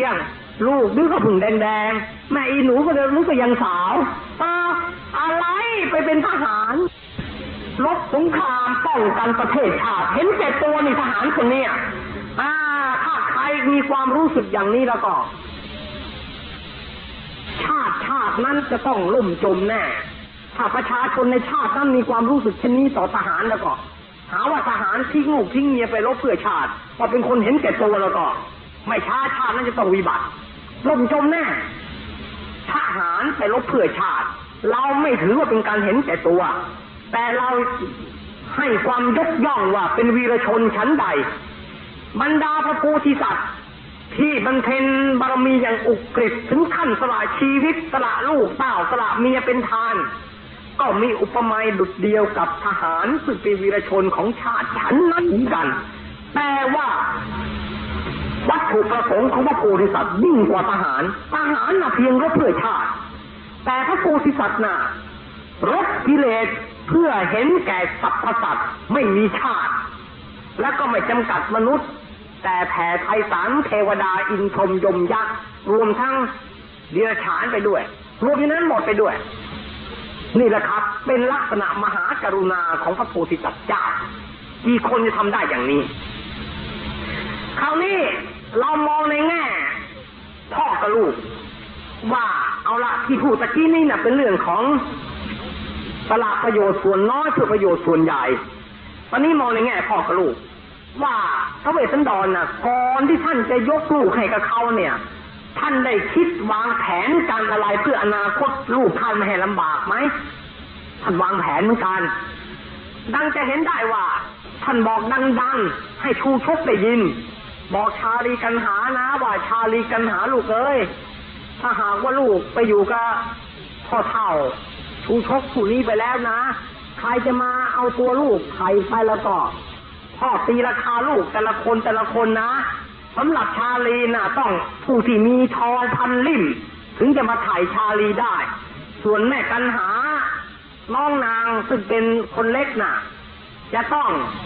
ลูกนี่ก็ผึ่งแดงๆแม่อีหนูก็จะรู้ก็ยังสาวอะไรไปเป็นทหารรบสงครามป้องกันประเทศชาติเห็นแก่ตัวนี่ทหารคนนี้ถ้าใครมีความรู้สึกอย่างนี้แล้วก็ชาตินั้นจะต้องล่มจมแน่ถ้าประชาชนในชาตินั้นมีความรู้สึกเช่นนี้ต่อทหารแล้วก็หาว่าทหารทิ้งลูกทิ้งเมียไปรบเพื่อชาติว่าเป็นคนเห็นแก่ตัวแล้วก็ไม่ช้าชาตินั้นจะต้องวิบัติล่มจมแน่ทหารไปรบเพื่อชาติเราไม่ถือว่าเป็นการเห็นแก่ตัวแต่เราให้ความยกย่องว่าเป็นวีรชนชั้นใดบรรดาพระโพธิสัตว์ที่บำเพ็ญบารมีอย่างอุกฤษถึงขั้นสละชีวิตสละลูกเต้าสละเมียเป็นทานก็มีอุปมาดุจเดียวกับทหารซึ่งเป็นวีรชนของชาติชั้นนั้นเหมือนกันแต่ว่าวัตถุประสงค์ของพระโพธิสัตว์ยิ่งกว่าทหารน่ะเพียงรบเพื่อชาติแต่พระโพธิสัตว์น่ะรบกิเลสเพื่อเห็นแก่สรรพสัตว์ไม่มีชาติและก็ไม่จำกัดมนุษย์แต่แผ่ไพศาลเทวดาอินทรยมยักษ์รวมทั้งเดรัจฉานไปด้วยรวมนั้นหมดไปด้วยนี่แหละครับเป็นลักษณะมหากรุณาของพระโพธิสัตว์เจ้ากี่คนจะทำได้อย่างนี้คราวนี้เรามองในแง่พ่อกับลูกว่าเอาละที่พูดตะกี้นี่น่ะเป็นเรื่องของสละประโยชน์ส่วนน้อยเพื่อประโยชน์ส่วนใหญ่ตอนนี้มองในแง่พ่อกับลูกว่าพระเวสสันดรน่ะก่อนที่ท่านจะยกลูกให้กับเขาเนี่ยท่านได้คิดวางแผนการอะไรเพื่ออนาคตลูกท่านไม่ให้ลำบากไหมท่านวางแผนเหมือนกันดังจะเห็นได้ว่าท่านบอกดังๆให้ชูชกได้ยินบอกชาลีกันหานะว่าชาลีกันหาลูกเอ้ยถ้าหากว่าลูกไปอยู่กับพ่อเฒ่าชูชกผู้นี้ไปแล้วนะใครจะมาเอาตัวลูกไถ่ไปแล้วก็พ่อตีราคาลูกแต่ละคนนะสำหรับชาลีน่ะต้องผู้ที่มีทองพันลิ่มถึงจะมาถ่ายชาลีได้ส่วนแม่กันหาน้องนางซึ่งเป็นคนเล็กน่ะจะต้อง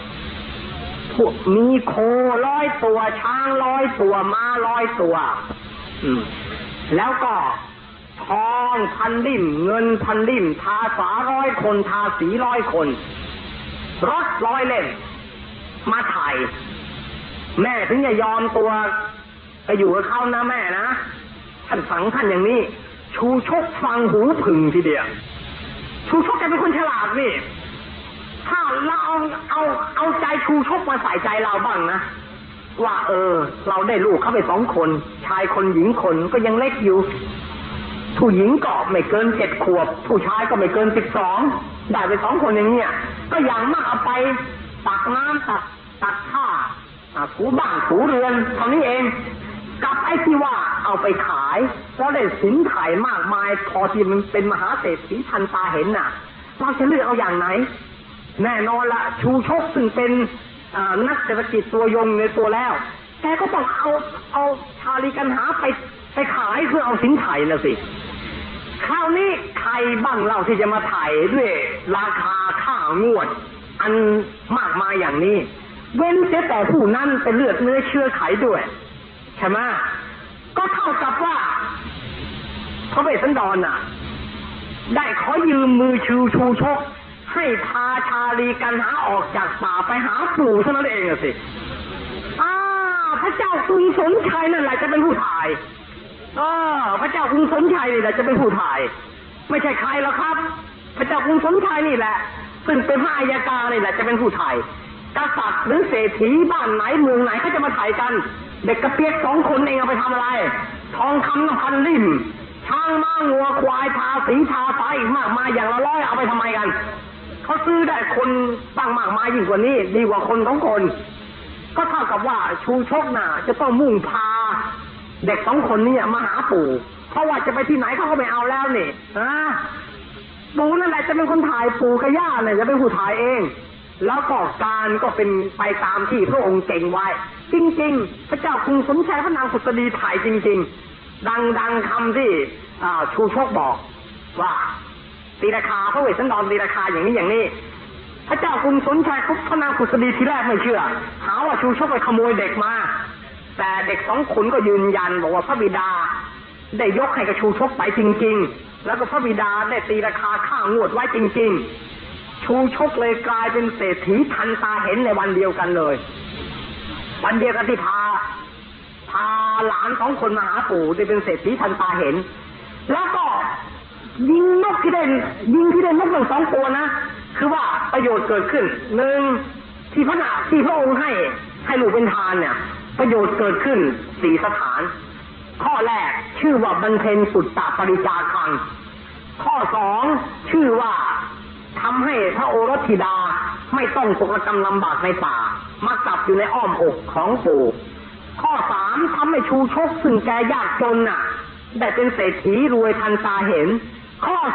มีโค100 ตัวช้าง100 ตัวม้า100 ตัวแล้วก็ทองพันลิ่มเงินพันลิ่มทาสา100 คนทาสี100 คนรถ100 เล่มมาถ่ายแม่ถึงจะยอมตัวไปอยู่กับเขานะแม่นะท่านสั่งท่านอย่างนี้ชูชกฟังหูผึ่งทีเดียวชูชกแกเป็นคนฉลาดนี่ถ้าเราเอาใจชูชกมาใส่ใจเราบ้างนะว่าเราได้ลูกเขาไป2 คนชายคนหญิงคนก็ยังเล็กอยู่ผู้หญิงก็ไม่เกิน7 ขวบผู้ชายก็ไม่เกิน12ได้ไป2 คนอย่างเงี้ยก็อย่างมากเอาไปตักน้ำตักข้าถูบ้านถูเรือนเท่านี้เองกับไอ้ที่ว่าเอาไปขายแล้วได้สินไถ่มากมายพอที่มันเป็นมหาเศรษฐีทันตาเห็นน่ะเราจะเลือกเอาอย่างไหนแน่นอนละชูชกซึ่งเป็นนักเศรษฐกิจตัวยงในตัวแล้วแกก็ต้องเอาชาลีกันหาไปขายเพื่อเอาสินไถ่แล้วสิคราวนี้ใครบ้างเราที่จะมาไถ่ด้วยราคาค่างวดอันมากมายอย่างนี้เว้นเสียแต่ผู้นั้นเป็นเลือดเนื้อเชื้อไขด้วยใช่ไหมก็เท่ากับว่าพระเวสสันดรน่ะได้ขอยืมมือชูชกให้พาชาลีกันหาออกจากป่าไปหาปู่เท่านั้นเองสิพระเจ้ากรุงสนชัยนั่นแหละจะเป็นผู้ถ่ายพระเจ้ากรุงสนชัยนี่แหละจะเป็นผู้ถ่ายไม่ใช่ใครหรอกครับพระเจ้ากรุงสนชัยนี่แหละซึ่งเป็นพระอัยการนี่แหละจะเป็นผู้ถ่ายกษัตริย์หรือเศรษฐีบ้านไหนเมืองไหนเขาจะมาถ่ายกันเด็กกระเปียก2 คนเองเอาไปทำอะไรทองคำพันลิ่มช้างม้างัวควายทาสีทาไฟอีกมากมายอย่างละ100เอาไปทำไมกันเขาซื้อได้คนตั้งมากมายยิ่งกว่านี้ดีกว่าคน2 คนก็เท่ากับว่าชูชกน่ะจะต้องมุ่งพาเด็ก2 คนนี้มาหาปู่เพราะว่าจะไปที่ไหนเขาก็ไม่เอาแล้วนี่ปู่นั่นแหละจะเป็นคนถ่ายปู่กับย่าเนี่ยจะเป็นผู้ถ่ายเองแล้วก็การก็เป็นไปตามที่พระองค์เก่งไว้จริงๆพระเจ้ากรุงสนชัยพระนางผุดดีถ่ายจริงๆดังคำที่ชูชกบอกว่าตีราคาพระเวสสันดรตีราคาอย่างนี้พระเจ้ากรุงสนชัยพระนางผุดดีทีแรกไม่เชื่อหาว่าชูชกไปขโมยเด็กมาแต่เด็ก2 คนก็ยืนยันบอกว่าพระบิดาได้ยกให้กับชูชกไปจริงๆแล้วก็พระบิดาได้ตีราคาค่างวดไว้จริงๆชูชกเลยกลายเป็นเศรษฐีทันตาเห็นในวันเดียวกันเลยวันเดียวกันที่พาหลาน2 คนมาหาปู่ได้เป็นเศรษฐีทันตาเห็นแล้วก็ยิงนกที่ได้นกทั้ง2 ตัวนะคือว่าประโยชน์เกิดขึ้น1ที่พระองค์ให้ลูกเป็นทานเนี่ยประโยชน์เกิดขึ้น4 สถานข้อแรกชื่อว่าบรรเทนปุตตปริจาคังข้อ2ชื่อว่าทำให้พระโอรสธิดาไม่ต้องตกระกำลำบากในป่ามากลับอยู่ในอ้อมอกของปู่ข้อ3ทำให้ชูชกซึ่งแกยากจนน่ะได้เป็นเศรษฐีรวยทันตาเห็นข้อ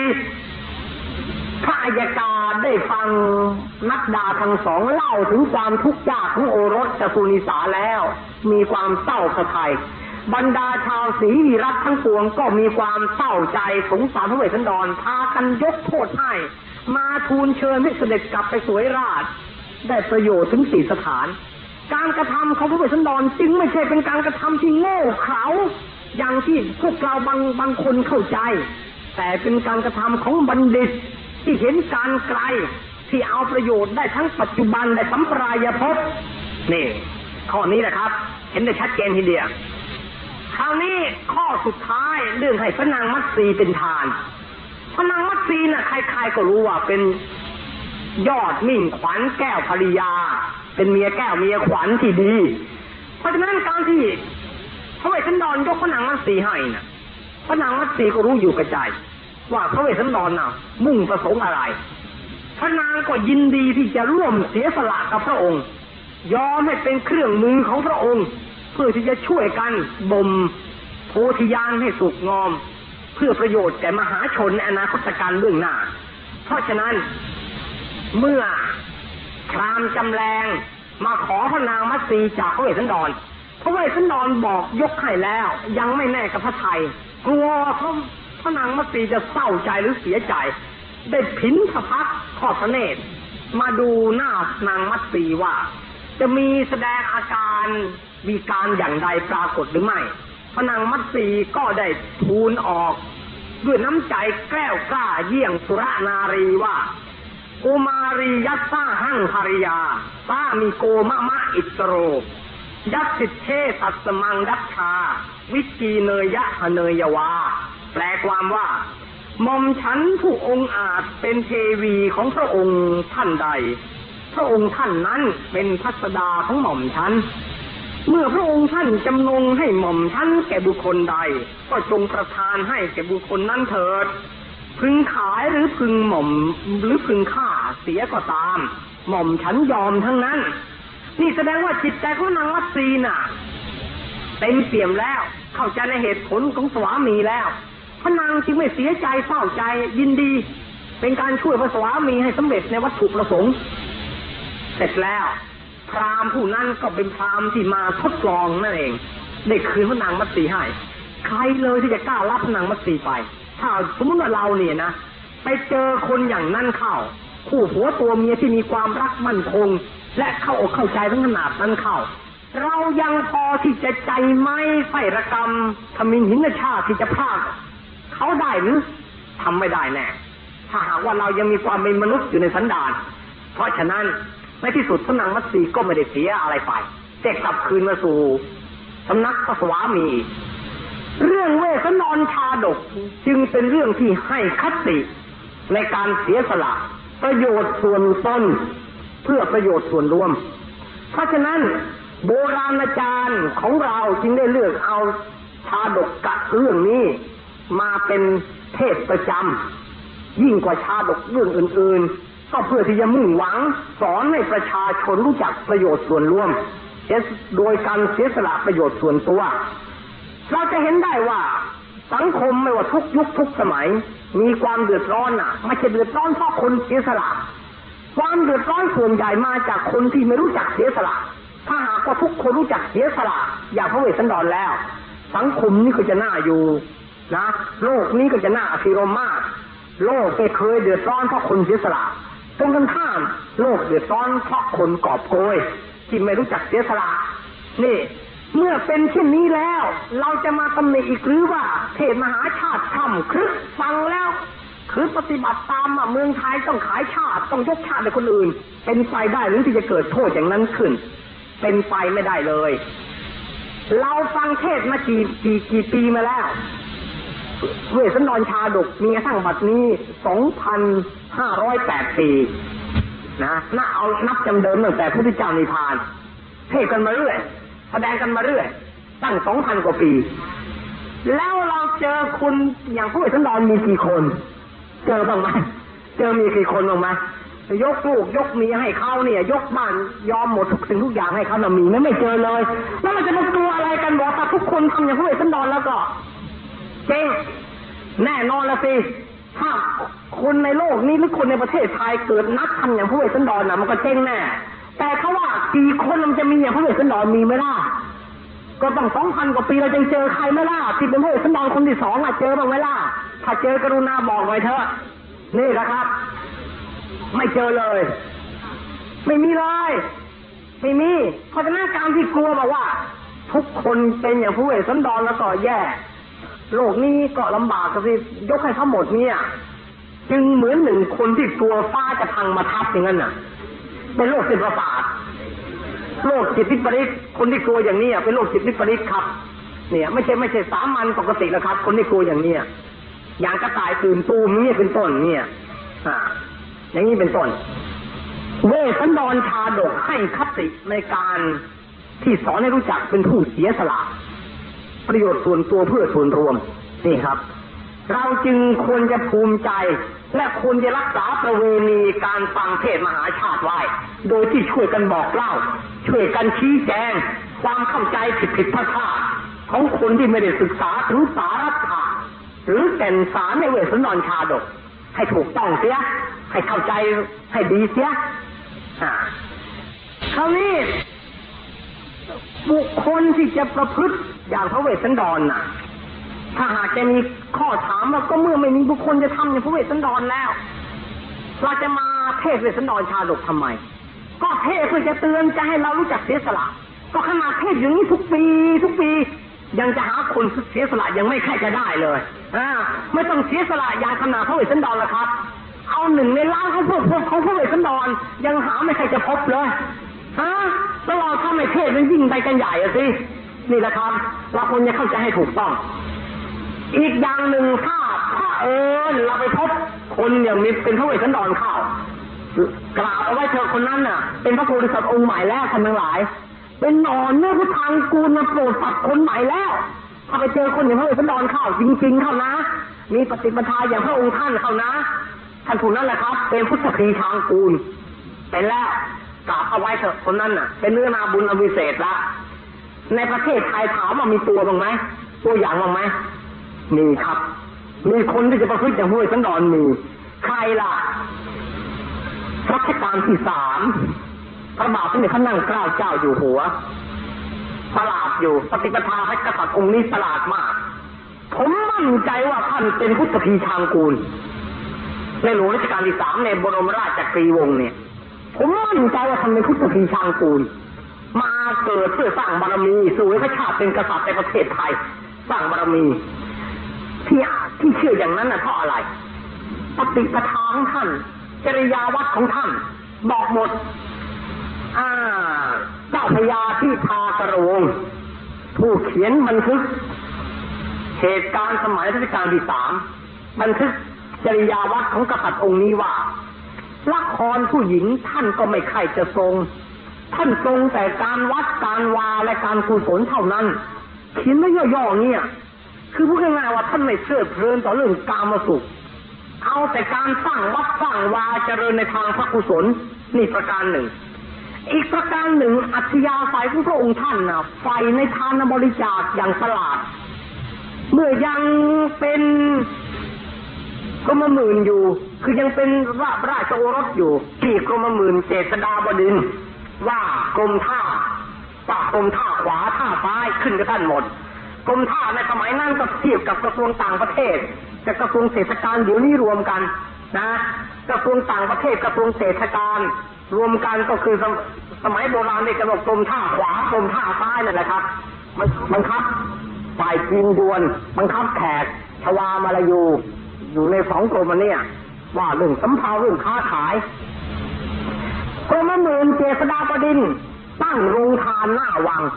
4พระอัยการได้ฟังนักดาทั้งสองเล่าถึงความทุกข์ยากของโอรสจตุนิสาแล้วมีความเศร้าสะท้านบรรดาชาวศรีวิรัตทั้งปวงก็มีความเศร้าใจสงสารพระเวสสันดรพากันยกโทษให้มาทูลเชิญให้เสด็จกลับไปสวยราชได้ประโยชน์ถึง4 สถานการกระทำของพระเวสสันดรจึงไม่ใช่เป็นการกระทำที่โง่เขลาอย่างที่พวกเราบางคนเข้าใจแต่เป็นการกระทำของบัณฑิตที่เห็นการไกลที่เอาประโยชน์ได้ทั้งปัจจุบันและสัมปรายภพนี่ข้อนี้แหละครับเห็นได้ชัดเจนทีเดียวคราวนี้ข้อสุดท้ายเรื่องให้พระนางมัตสีเป็นทานพระนางมัตสีน่ะใครๆก็รู้ว่าเป็นยอดมิ่งขวัญแก้วภริยาเป็นเมียแก้วเมียขวัญที่ดีเพราะฉะนั้นการที่พระเวสสันดรยกพระนางมัตสีให้น่ะพระนางมัตสีก็รู้อยู่กระจายว่าพระเวสสันดรน่ะมุ่งประสงค์อะไรพระนางก็ยินดีที่จะร่วมเสียสละกับพระองค์ยอมให้เป็นเครื่องมือของพระองค์เพื่อที่จะช่วยกันบ่มโพธิญาณให้สุกงอมเพื่อประโยชน์แก่มหาชนในอนาคตการเบื้องหน้าเพราะฉะนั้นเมื่อพราหมณ์จำแรงมาขอพระนางมัตสีจากพระเวสสันดรพระเวสสันดรบอกยกให้แล้วยังไม่แน่กับพระทัยกลัวพระนางมัตสีจะเศร้าใจหรือเสียใจได้ผินพระพักตร์ทอดพระเนตรมาดูหน้านางมัตสีว่าจะมีแสดงอาการวิการอย่างใดปรากฏหรือไม่พระนางมัตสีก็ได้ทูลออกด้วยน้ำใจแกล้วกล้าเยี่ยงสุรนารีว่ากุมารียัสสาหังภริยาสามีโกมะมะอิสโรยัสสิเชตัสมังดัชชาวิกีเนยะเนยวาแปลความว่าหม่อมฉันผู้องค์อาจเป็นเทวีของพระองค์ท่านใดพระองค์ท่านนั้นเป็นพัสดาของหม่อมฉันเมื่อพระองค์ท่านจำนงให้หม่อมฉันแก่บุคคลใดก็จงประทานให้แก่บุคคลนั้นเถิดพึงขายหรือพึงหม่อมหรือพึงฆ่าเสียก็ตามหม่อมฉันยอมทั้งนั้นนี่แสดงว่าจิตใจของนางมัตสีน่ะเต็มเปี่ยมแล้วเข้าใจในเหตุผลของสวามีแล้วพระนางจึงไม่เสียใจเศร้าใจยินดีเป็นการช่วยพระสวามีให้สำเร็จในวัตถุประสงค์เสร็จแล้วพราหมณ์ผู้นั้นก็เป็นพราหมณ์ที่มาทดลองนั่นเองได้คืนพระนางมัตสีให้ใครเลยที่จะกล้ารับพระนางมัตสีไปถ้าสมมติว่าเราเนี่ยนะไปเจอคนอย่างนั้นเข้าคู่ผัวตัวเมียที่มีความรักมั่นคงและเข้าอกเข้าใจทั้งขนาดนั้นเข้าเรายังพอที่จะใจไม่ไฟระกรรมทมินหินชาติที่จะพลาดเขาได้หรือทำไม่ได้แน่ถ้าหากว่าเรายังมีความเป็นมนุษย์อยู่ในสันดานเพราะฉะนั้นในที่สุดพระนางมัตสีก็ไม่ได้เสียอะไรไปแต่กลับคืนมาสู่สำนักพระสวามีเรื่องเวสสันดรชาดกจึงเป็นเรื่องที่ให้คติในการเสียสละประโยชน์ส่วนตนเพื่อประโยชน์ส่วนรวมเพราะฉะนั้นโบราณอาจารย์ของเราจึงได้เลือกเอาชาดกกะเรื่องนี้มาเป็นเทศประจำยิ่งกว่าชาดกเรื่องอื่นๆก็เพื่อที่จะมุ่งหวังสอนให้ประชาชนรู้จักประโยชน์ส่วนรวมโดยการเสียสละประโยชน์ส่วนตัวเราจะเห็นได้ว่าสังคมไม่ว่าทุกยุคทุกสมัยมีความเดือดร้อนน่ะไม่ใช่เดือดร้อนเพราะคนเสียสละความเดือดร้อนส่วนใหญ่มาจากคนที่ไม่รู้จักเสียสละถ้าหากว่าทุกคนรู้จักเสียสละอย่างพระเวสสันดรแล้วสังคมนี้ก็จะน่าอยู่นะโลกนี้ก็จะน่าอภิรมย์มากโลกไม่เคยเดือดร้อนเพราะคนเสียสละตรงกันข้ามโลกเดือดร้อนเพราะคนกอบโกยที่ไม่รู้จักเสียสละนี่เมื่อเป็นเช่นนี้แล้วเราจะมาตำหนิอีกหรือว่าเทศมหาชาติทำครึฟังแล้วคือปฏิบัติตามเมืองไทยต้องขายชาติต้องยกชาติให้คนอื่นเป็นไปได้หรือที่จะเกิดโทษอย่างนั้นขึ้นเป็นไปไม่ได้เลยเราฟังเทศมากี่ปีมาแล้วเวสสันดรชาดกมีกระทั่งบัดนี้ 2,508 ปีนะน่าเอานับจำเดิมตั้งแต่พระพุทธเจ้านิพพานเทศกันมาเรื่อยแสดงกันมาเรื่อยตั้ง 2,000 กว่าปีแล้วเราเจอคุณอย่างพระเวสสันดรมีกี่คนเจอบ้างไหมเจอมีกี่คนบ้างไหมยกลูกยกเมียให้เขาเนี่ยยกบ้านยอมหมดทุกสิ่งทุกอย่างให้เขาน่ะมีไม่เจอเลยแล้วมันจะมากลัวอะไรกันบอกถ้าทุกคนทำอย่างพระเวสสันดรแล้วก็เจ๊งแน่นอนละสิถ้าคนในโลกนี้หรือคนในประเทศไทยเกิดนักทำอย่างพระเวสสันดรน่ะมันก็เจ๊งแน่แต่เขาว่ากี่คนมันจะมีอย่างพระเวสสันดรมีไหมล่ะก็ต้อง 2,000 กว่าปีเราจึงเจอใครไหมล่ะที่เป็นพระเวสสันดรคนที่2เจอบ้างไหมล่ะถ้าเจอกรุณาบอกหน่อยเถอะนี่แหละครับไม่เจอเลยไม่มีเลยไม่มีเพราะฉะนั้นการที่กลัวบอกว่าทุกคนเป็นอย่างพระเวสสันดรแล้วก็แย่โลกนี้ก็ลำบากกันสิยกให้ทั้งหมดเนี่ยจึงเหมือนหนึ่งคนที่กลัวฟ้าจะพังมาทับอย่างนั้นน่ะเป็นโรคจิตประสาทโรคจิตวิปริตคนที่กลัวอย่างนี้เป็นโรคจิตวิปริตครับเนี่ยไม่ใช่สามัญปกติแล้วครับคนที่กลัวอย่างนี้อย่างกระต่ายตื่นตูมนี่เป็นต้นเนี่ยอย่างนี้เป็นต้นเวสสันดรชาดกให้คติในการที่สอนให้รู้จักเป็นผู้เสียสละประโยชน์ส่วนตัวเพื่อส่วนรวมนี่ครับเราจึงควรจะภูมิใจและควรจะรักษาประเวณีการฟังเทศมหาชาติไว้โดยที่ช่วยกันบอกเล่าช่วยกันชี้แจงความเข้าใจผิดพลาดของคนที่ไม่ได้ศึกษาถึงสาระหรือแก่นสารในเวสสันดรชาดกให้ถูกต้องเสียให้เข้าใจให้ดีเสียคราวนี้บุคคลที่จะประพฤติอย่างพระเวสสันดรน่ะถ้าหากจะมีข้อถามว่าก็เมื่อไม่มีบุคคลจะทำอย่างพระเวสสันดรแล้วเราจะมาเทศเวสสันดรชาดกทำไมก็เทศเพื่อจะเตือนจะให้เรารู้จักเสียสละก็ขนาดเทศอย่างนี้ทุกปียังจะหาคนเสียสละยังไม่ใครจะได้เลยไม่ต้องเสียสละอย่างขนาดพระเวสสันดรละครับเอา1 ในล้านของพวกของพระเวสสันดรยังหาไม่ใครจะพบเลยแล้วเราถ้าไม่เทศมันยิ่งไปกันใหญ่สินี่แหละครับเราควรจะเข้าใจให้ถูกต้องอีกอย่างหนึ่งถ้าเราไปพบคนอย่างนี้เป็นพระเวสสันดรเข้ากราบเอาไว้เธอคนนั้นน่ะเป็นพระโพธิสัตว์องค์ใหม่แล้วท่านทั้งหลายเป็นหนอนเนื้อพุทธังกูลโปรดสัตว์คนใหม่แล้วถ้าไปเจอคนอย่างพระเวสสันดรเข้าจริงๆเข้านะมีปฏิปทาอย่างพระองค์ท่านเข้านะท่านผู้นั้นแหละครับเป็นพุทธพีชางกูลเป็นแล้วกราบเอาไว้เถอะคนนั้นน่ะเป็นเนื้อนาบุญอวิเศษละในประเทศไทยถามว่ามีตัวบ้างไหมตัวอย่างบ้างไหมมีครับมีคนที่จะประพฤติอย่างพระเวสสันดรมีใครล่ะรัชกาลที่3พระบาทสมเด็จพระนั่งเกล้าเจ้าอยู่หัวประหลาดอยู่ปฏิปทาพระกษัตริย์องค์นี้ประหลาดมากผมมั่นใจว่าท่านเป็นพุทธพีชางกูลในหลวงรัชกาลที่3ในบรมราชจักรีวงศ์เนี่ยผมมั่นใจว่าท่านเป็นพุทธพีชางกูลมาเกิดเพื่อสร้างบารมีสู่ให้พระชาติเป็นกษัตริย์ในประเทศไทยสร้างบารมีที่เชื่ออย่างนั้นน่ะเพราะอะไรปฏิปทาของท่านจริยาวัดของท่านบอกหมดเจ้าพญาที่ทากระวงผู้เขียนบันทึกเหตุการณ์สมัยรัชกาลที่3บันทึกจริยาวัดของกษัตริย์องค์นี้ว่าละครผู้หญิงท่านก็ไม่ใครจะทรงท่านทรงแต่การวัดการวาและการกุศลเท่านั้นเขียนไม่ย่อๆเนี่ยคือพูดง่ายๆว่าท่านไม่เพลิดเพลินต่อเรื่องกามสุขเอาแต่การสร้างวัดสร้างวาเจริญในทางพระกุศลนี่ประการหนึ่งอีกประการหนึ่งอัธยาศัยของพระองค์ท่านนะใฝ่ในทานบริจาคอย่างประหลาดเมื่อยังเป็นกรมหมื่นอยู่คือยังเป็นราชโอรสอยู่ที่กรมหมื่นเจษฎาบดินทร์ว่ากรมท่าขวาท่าซ้ายขึ้นกับท่านหมดกรมท่าในสมัยนั้นก็เทียบกับกระทรวงต่างประเทศกับกระทรวงเศรษฐการเดี๋ยวนี้รวมกันนะกระทรวงต่างประเทศกระทรวงเศรษฐการรวมกันก็คือสมัยโบราณเรียกกันว่ากรมท่าขวากรมท่าซ้ายนั่นแหละครับบังคับฝ่ายจีนยวนบังคับแขกชวามาลายูอยู่ในสองกรมเนี่ยว่าเรื่องสำเภาเรื่องค้าขายกรมหมื่นเจษฎาบดินทร์ตั้งโรงทานหน้าวัง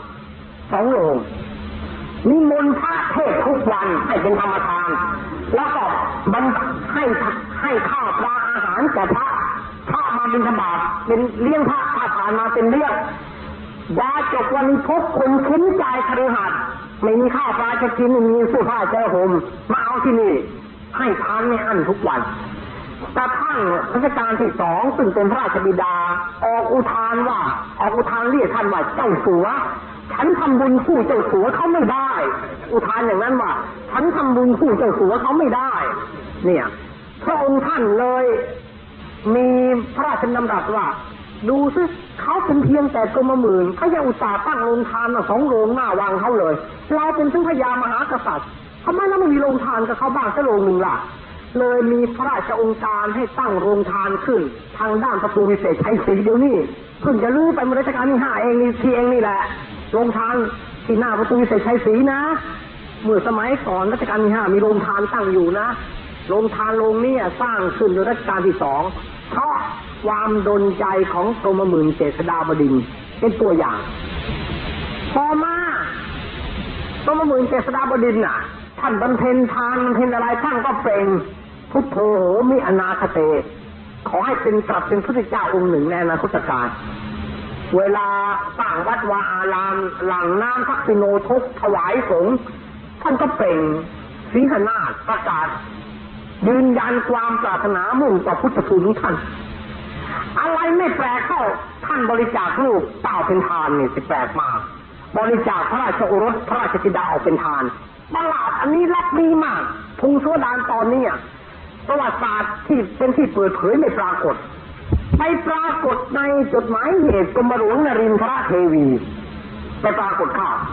2 โรงนิมนต์พระเทศทุกวันให้เป็นธรรมทานแล้วก็ให้ข้าวปลาอาหารแก่พระมาบิณฑบาตเป็นเลี้ยงพระทานมาเป็นเลี้ยงยาจบวันนี้พบคนคุ้นใจคฤหัสถ์ไม่มีข้าวปลาจะกินไม่มีเสื้อผ้าจะห่มมาเอาที่นี่ให้ทานไม่อั้นทุกวันกระทั่งรัชกาลที่2ซึ่งเป็นพระราชบิดาออกอุทานเรียกท่านว่าเจ้าสัวฉันทำบุญคู่เจ้าสัวเขาไม่ได้อุทานอย่างนั้นว่าฉันทำบุญคู่เจ้าสัวเขาไม่ได้เนี่ยพระองค์ท่านเลยมีพระราชดำรัสว่าดูซิเขาเป็นเพียงแต่กรมหมื่นเขายังอุตส่าห์ตั้งโรงทาน2 โรงหน้าวังเขาเลยเราเป็นถึงพญามหากษัตริย์ทำไมเราไม่มีโรงทานกับเขาบ้างสักโรงหนึ่งล่ะเลยมีพระราชองค์การให้ตั้งโรงทานขึ้นทางด้านประตูวิเศษชัยศรีเดี๋ยวนี้เพิ่งจะรู้ไปเมื่อรัชกาลที่5เองนี่แหละโรงทานที่หน้าประตูวิเศษชัยศรีนะเมื่อสมัยก่อนรัชกาลที่5มีโรงทานตั้งอยู่นะโรงทานโรงนี้สร้างขึ้นโดยรัชกาลที่2เพราะความดลใจของกรมหมื่นเจษฎาบดินทร์เป็นตัวอย่างต่อมากรมหมื่นเจษฎาบดินทร์ท่านบำเพ็ญทานบำเพ็ญอะไรท่านก็เป็นพุทโธโหมิอนาคเตขอให้เป็นตรัสเป็นพระพุทธเจ้าองค์หนึ่งในอนาคตการเวลาสร้างวัดวาอารามหลั่งน้ำทักษิโนทกถวายสงฆ์ท่านก็เป็นสิงหนาถประกาศยืนยันความปรารถนามุ่งต่อพุทธคุณของท่านอะไรไม่แปลกเข้าท่านบริจาคลูกเต่าเป็นทานนี่สิแปลกมากบริจาคพระราชโอรสพระราชธิดาออกเป็นทานประหลาดอันนี้รับดีมากพุงโสดานตอนนี้ประวัติศาสตร์ที่เป็นที่เปิดเผยไม่ปรากฏไม่ปรากฏในจดหมายเหตุกรมหลวงนรินทรเทวีไปปรากฏข่าว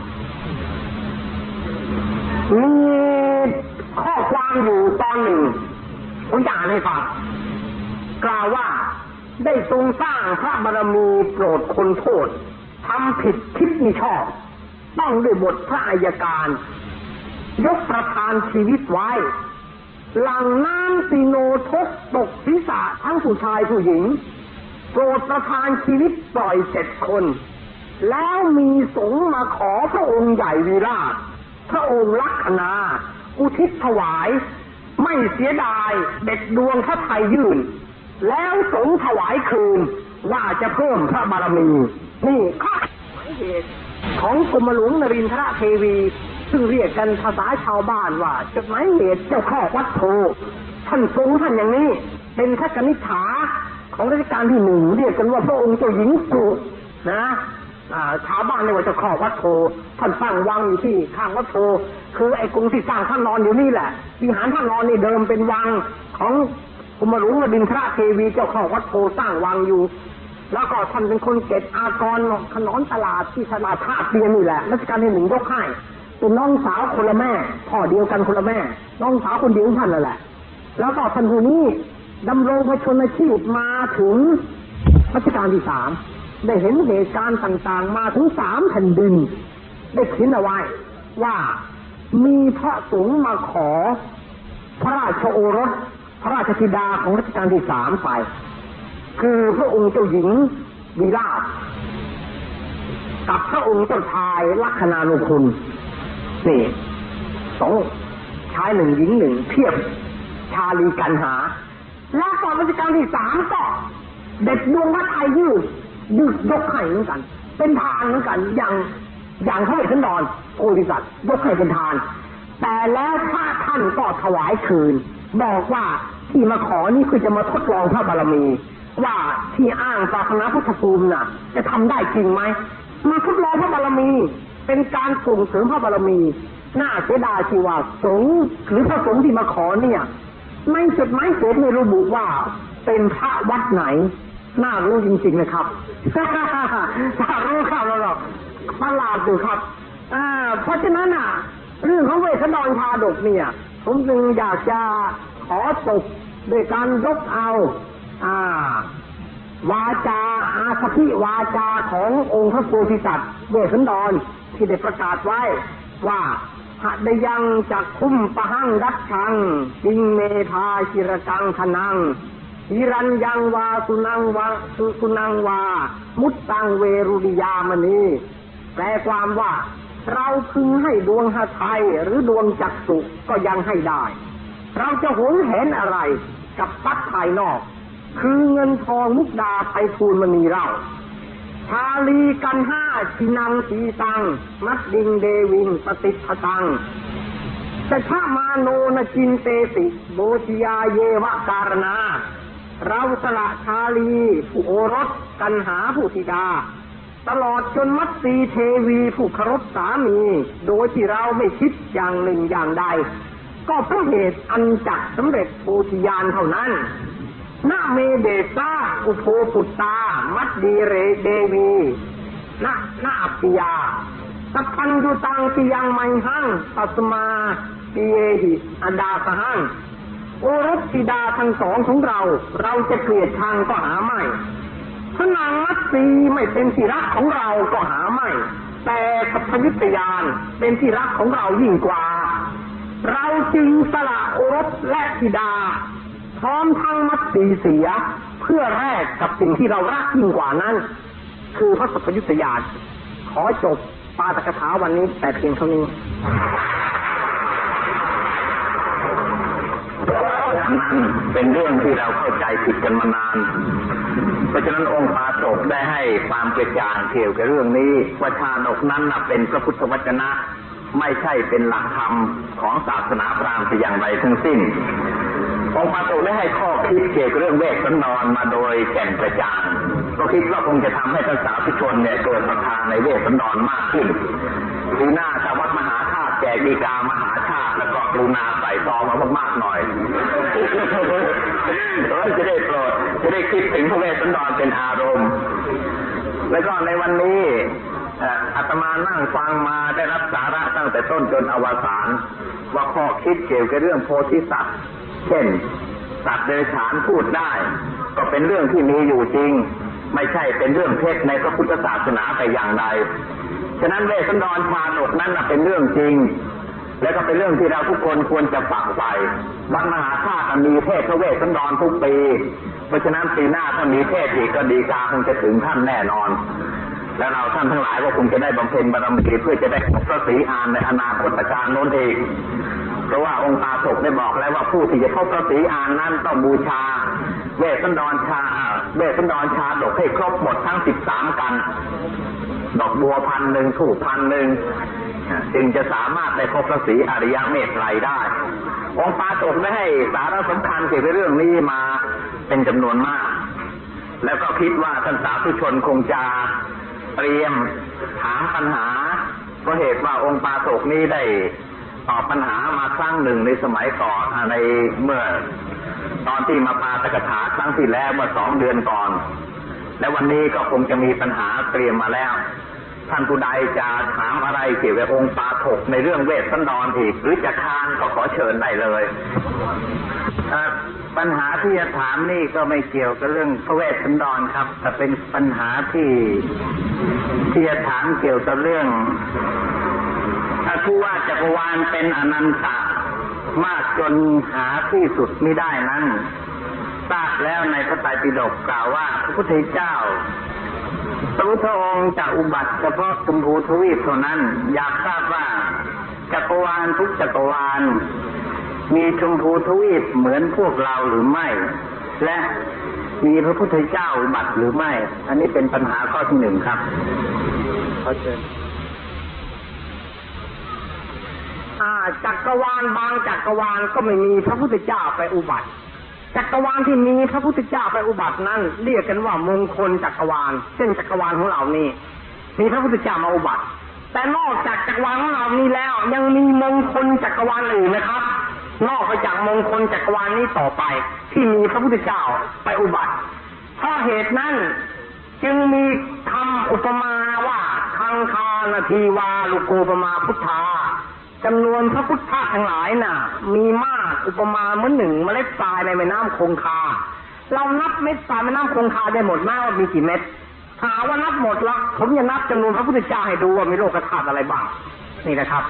มีข้อความอยู่ตอนหนึ่งผมจะอ่านให้ฟังกล่าวว่าได้ทรงสร้างพระบารมีโปรดคนโทษทำผิดคิดมิชอบต้องด้วยบทพระอัยการยกประทานชีวิตไว้หลังน้ำสิโนทกตกศีรษะทั้งผู้ชายผู้หญิงโปรดประทานชีวิตปล่อย7 คนแล้วมีสงฆ์มาขอพระองค์ใหญ่วีราชพระองค์ลักษณาอุทิศถวายไม่เสียดายเด็ดดวงพระทัยยื่นแล้วสงฆ์ถวายคืนว่าจะเพิ่มพระบารมีนี่ข้อหมายเหตุของกรมหลวงนรินทรเทวีซึ่งเรียกกันภาษาชาวบ้านว่าจดหมายเหตุเจ้าข้อวัดโพท่านทรงท่านอย่างนี้เป็นพระกนิษฐาของรัชกาลที่1เรียกกันว่าพระองค์เจ้าหญิงกุนะชาวบ้านเรียกว่าเจ้าข้อวัดโพท่านสร้างวังอยู่ที่ข้างวัดโพคือไอ้กรุงที่สร้างท่านนอนอยู่นี่แหละวิหารท่านนอนนี่เดิมเป็นวังของกรมหลวงนรินทรเทวีเจ้าข้อวัดโพสร้างวังอยู่แล้วก็ท่านเป็นคนเก็บอากรถนนตลาดที่ตลาดท่าเตียนนี่แหละรัชกาลที่1ยกให้เป็นน้องสาวคนละแม่พ่อเดียวกันคนละแม่น้องสาวคนเดียวท่านนั่นแหละแล้วก็ท่านผู้นี้ดำรงพระชนชีพมาถึงรัชกาลที่3ได้เห็นเหตุการณ์ต่างๆมาถึง3 แผ่นดินได้เขียนเอาไว้ว่ามีพระสงฆ์มาขอพระราชโอรสพระราชธิดาของรัชกาลที่3ไปคือพระองค์เจ้าหญิงวีราชกับพระองค์เจ้าชายลัคนานุคุณนี่2ชาย1หญิง1เทียบชาลีกันหาแล้วก่อนรัชกาลที่3ก็เด็ดดวงพระทัยยื่นยกให้เหมือนกันเป็นทานเหมือนกันอย่างพระเวสสันดรโพธิสัตว์ยกให้เป็นทานแต่แล้วพระท่านก็ถวายคืนบอกว่าที่มาขอนี่คือจะมาทดลองพระบารมีว่าที่อ้างศาสนาพุทธภูมิน่ะจะทำได้จริงไหมมาทดลองพระบารมีเป็นการส่งเสริมพระบารมีน่าเสียดายที่ว่าสงฆ์หรือพระสงฆ์ที่มาขอเนี่ยไม่จดหมายเหตุไม่ระบุว่าเป็นพระวัดไหนน่ารู้จริงๆนะครับถ้ารู้ข่าวหรอกประหลาดดูครับเพราะฉะนั้นเรื่องของเวสสันดรชาดกเนี่ยผมจึงอยากจะขอตกโดยการยกเอาวาจาอาสพิวาจาขององค์พระโพธิสัตว์เวสสันดรที่ได้ประกาศไว้ว่าหะไดยังจักคุ้มปะหังดัชชังจิงเมธาชิรกังทนังหิรัญยังวาสุนังวามุตตังเวรุริยามณีแปลความว่าเราพึงให้ดวงหทัยหรือดวงจักษุก็ยังให้ได้เราจะหวงเห็นอะไรกับทรัพย์ภายนอกคือเงินทองมุกดาไพฑูรย์มณีเราชาลีกันห้าชินังสีตังมัดดิงเดวิงปฏิปตังแต่ถ้ามาโนนจินเตติโบติยาเยวะการณาเราสละชาลีผู้โอรสกันหาผู้ธิดาตลอดจนมัตสีเทวีผู้เคารพสามีโดยที่เราไม่คิดอย่างหนึ่งอย่างใดก็เพราะเหตุอันจักสำเร็จโพธิญาณเท่านั้นนาเมเดซาอุโภปุตตามัดดีเรเดวีนาอัปปิยาสัพพัญญุตังปิยังไมหังตัสมาปิเยหิอดาสหังโอรสธิดาทั้งสองของเราจะเกลียดชังก็หาไม่พระนางมัตสีไม่เป็นที่รักของเราก็หาไม่แต่สัพพยุตยานเป็นที่รักของเรายิ่งกว่าเราจึงสละโอรสและธิดาพร้อมทั้งมัตสีเสียเพื่อแลกกับสิ่งที่เรารักยิ่งกว่านั้นคือพระสัพพยุตยานขอจบปาฐกถาวันนี้แต่เพียงเท่านี้เป็นเรื่องที่เราเข้าใจผิดกันมานานเพราะฉะนั้นองค์ปาฐกได้ให้ความกระจ่างเกี่ยวกับเรื่องนี้ว่าชาดกนั้นเป็นพระพุทธวจนะไม่ใช่เป็นหลักธรรมของศาสนาพราหมณ์อย่างไรทั้งสิ้นองค์ปาฐกได้ให้ข้อคิดเกี่ยวกับเรื่องเวสสันดรมาโดยแก่นกระจ่างก็คิดว่าคงจะทำให้ท่านสาธุชนเกิดศรัทธาในเวสสันดรมากขึ้นปีหน้าชาววัดมหาธาตุแจกดีกามหาชาติแล้วก็กรุณาใส่ซองมามากๆหน่อยจะได้โปรดจะได้คิดถึงพระเวสสันดรเป็นอารมณ์แล้วก็ในวันนี้อาตมานั่งฟังมาได้รับสาระตั้งแต่ต้นจนอวสานว่าข้อคิดเกี่ยวกับเรื่องโพธิสัตว์เช่นสัตว์เดรัจฉานพูดได้ก็เป็นเรื่องที่มีอยู่จริงไม่ใช่เป็นเรื่องเท็จในพระพุทธศาสนาแต่อย่างใดฉะนั้นเวสสันดรชาดกนั้นเป็นเรื่องจริงและก็เป็นเรื่องที่เราทุกคนควรจะฝักใฝ่วัดมหาธาตุมีเทศพระเวสสันดรทุกปีเพราะฉะนั้นปีหน้าถ้ามีเทศอีกก็ดีกาคงจะถึงท่านแน่นอนและเราท่านทั้งหลายก็คงจะได้บำเพ็ญบารมีเพื่อจะได้พบพระศรีอานในอนาคตการโน้นเองเพราะว่าองค์ปาฐกได้บอกแล้วว่าผู้ที่จะพบพระศรีอานนั้นต้องบูชาเวสสันดรชาดกให้ครบหมดทั้ง13กันดอกบัว1,000ธูป1,000จึงจะสามารถได้พบพระศรีอริยเมตไตรได้องค์ปาฐกได้ให้สาระสำคัญเกี่ยวกับเรื่องนี้มาเป็นจำนวนมากแล้วก็คิดว่าท่านสาธุชนคงจะเตรียมถามปัญหาเพราะเหตุว่าองค์ปาฐกนี้ได้ตอบปัญหามาครั้งหนึ่งในสมัยก่อนในเมื่อตอนที่มาปาฐกถาครั้งที่แล้วเมื่อ2 เดือนก่อนและวันนี้ก็คงจะมีปัญหาเตรียมมาแล้วท่านผู้ใดจะถามอะไรเกี่ยวกับองค์ปาฐกในเรื่องเวสสันดรอีกหรือจะค้านก็ขอเชิญได้เลยปัญหาที่จะถามนี่ก็ไม่เกี่ยวกับเรื่องพระเวสสันดรครับแต่เป็นปัญหาที่จะถามเกี่ยวกับเรื่องผู้ว่าจักรวาลเป็นอนันตะมากจนหาที่สุดไม่ได้นั้นทราบแล้วในพระไตรปิฎกกล่าวว่าพระพุทธเจ้าพระพุทธองค์จะอุบัติเฉพาะชมพูทวีปเท่านั้นอยากทราบว่าจักรวาลทุกจักรวาลมีชมพูทวีปเหมือนพวกเราหรือไม่และมีพระพุทธเจ้าอุบัติหรือไม่อันนี้เป็นปัญหาข้อที่1ครับขอเชิญจักรวาลบางจักรวาลก็ไม่มีพระพุทธเจ้าไปอุบัติจักรวาลที่มีพระพุทธเจ้าไปอุบัตินั้นเรียกกันว่ามงคลจักรวาลเช่นจักรวาลของเรานี่มีพระพุทธเจ้ามาอุบัติแต่นอกจากจักรวาลของเรานี้แล้วยังมีมงคลจักรวาลอื่นนะครับนอกไปจากมงคลจักรวาลนี้ต่อไปที่มีพระพุทธเจ้าไปอุบัติเพราะเหตุนั้นจึงมีคำอุปมาว่าคังคานาทีวาลุโกปมาพุทธาจำนวนพระพุทธทั้งหลายน่ะมีมากอุปมาเหมือน1 เมล็ดทรายในแม่น้ำคงคาเรานับเม็ดทรายแม่น้ำคงคาได้หมดไหมว่ามีกี่เม็ดถ้าว่านับหมดละผมจะนับจำนวนพระพุทธเจ้าให้ดูว่ามีโลกธาตุอะไรบ้างนี่นะครับ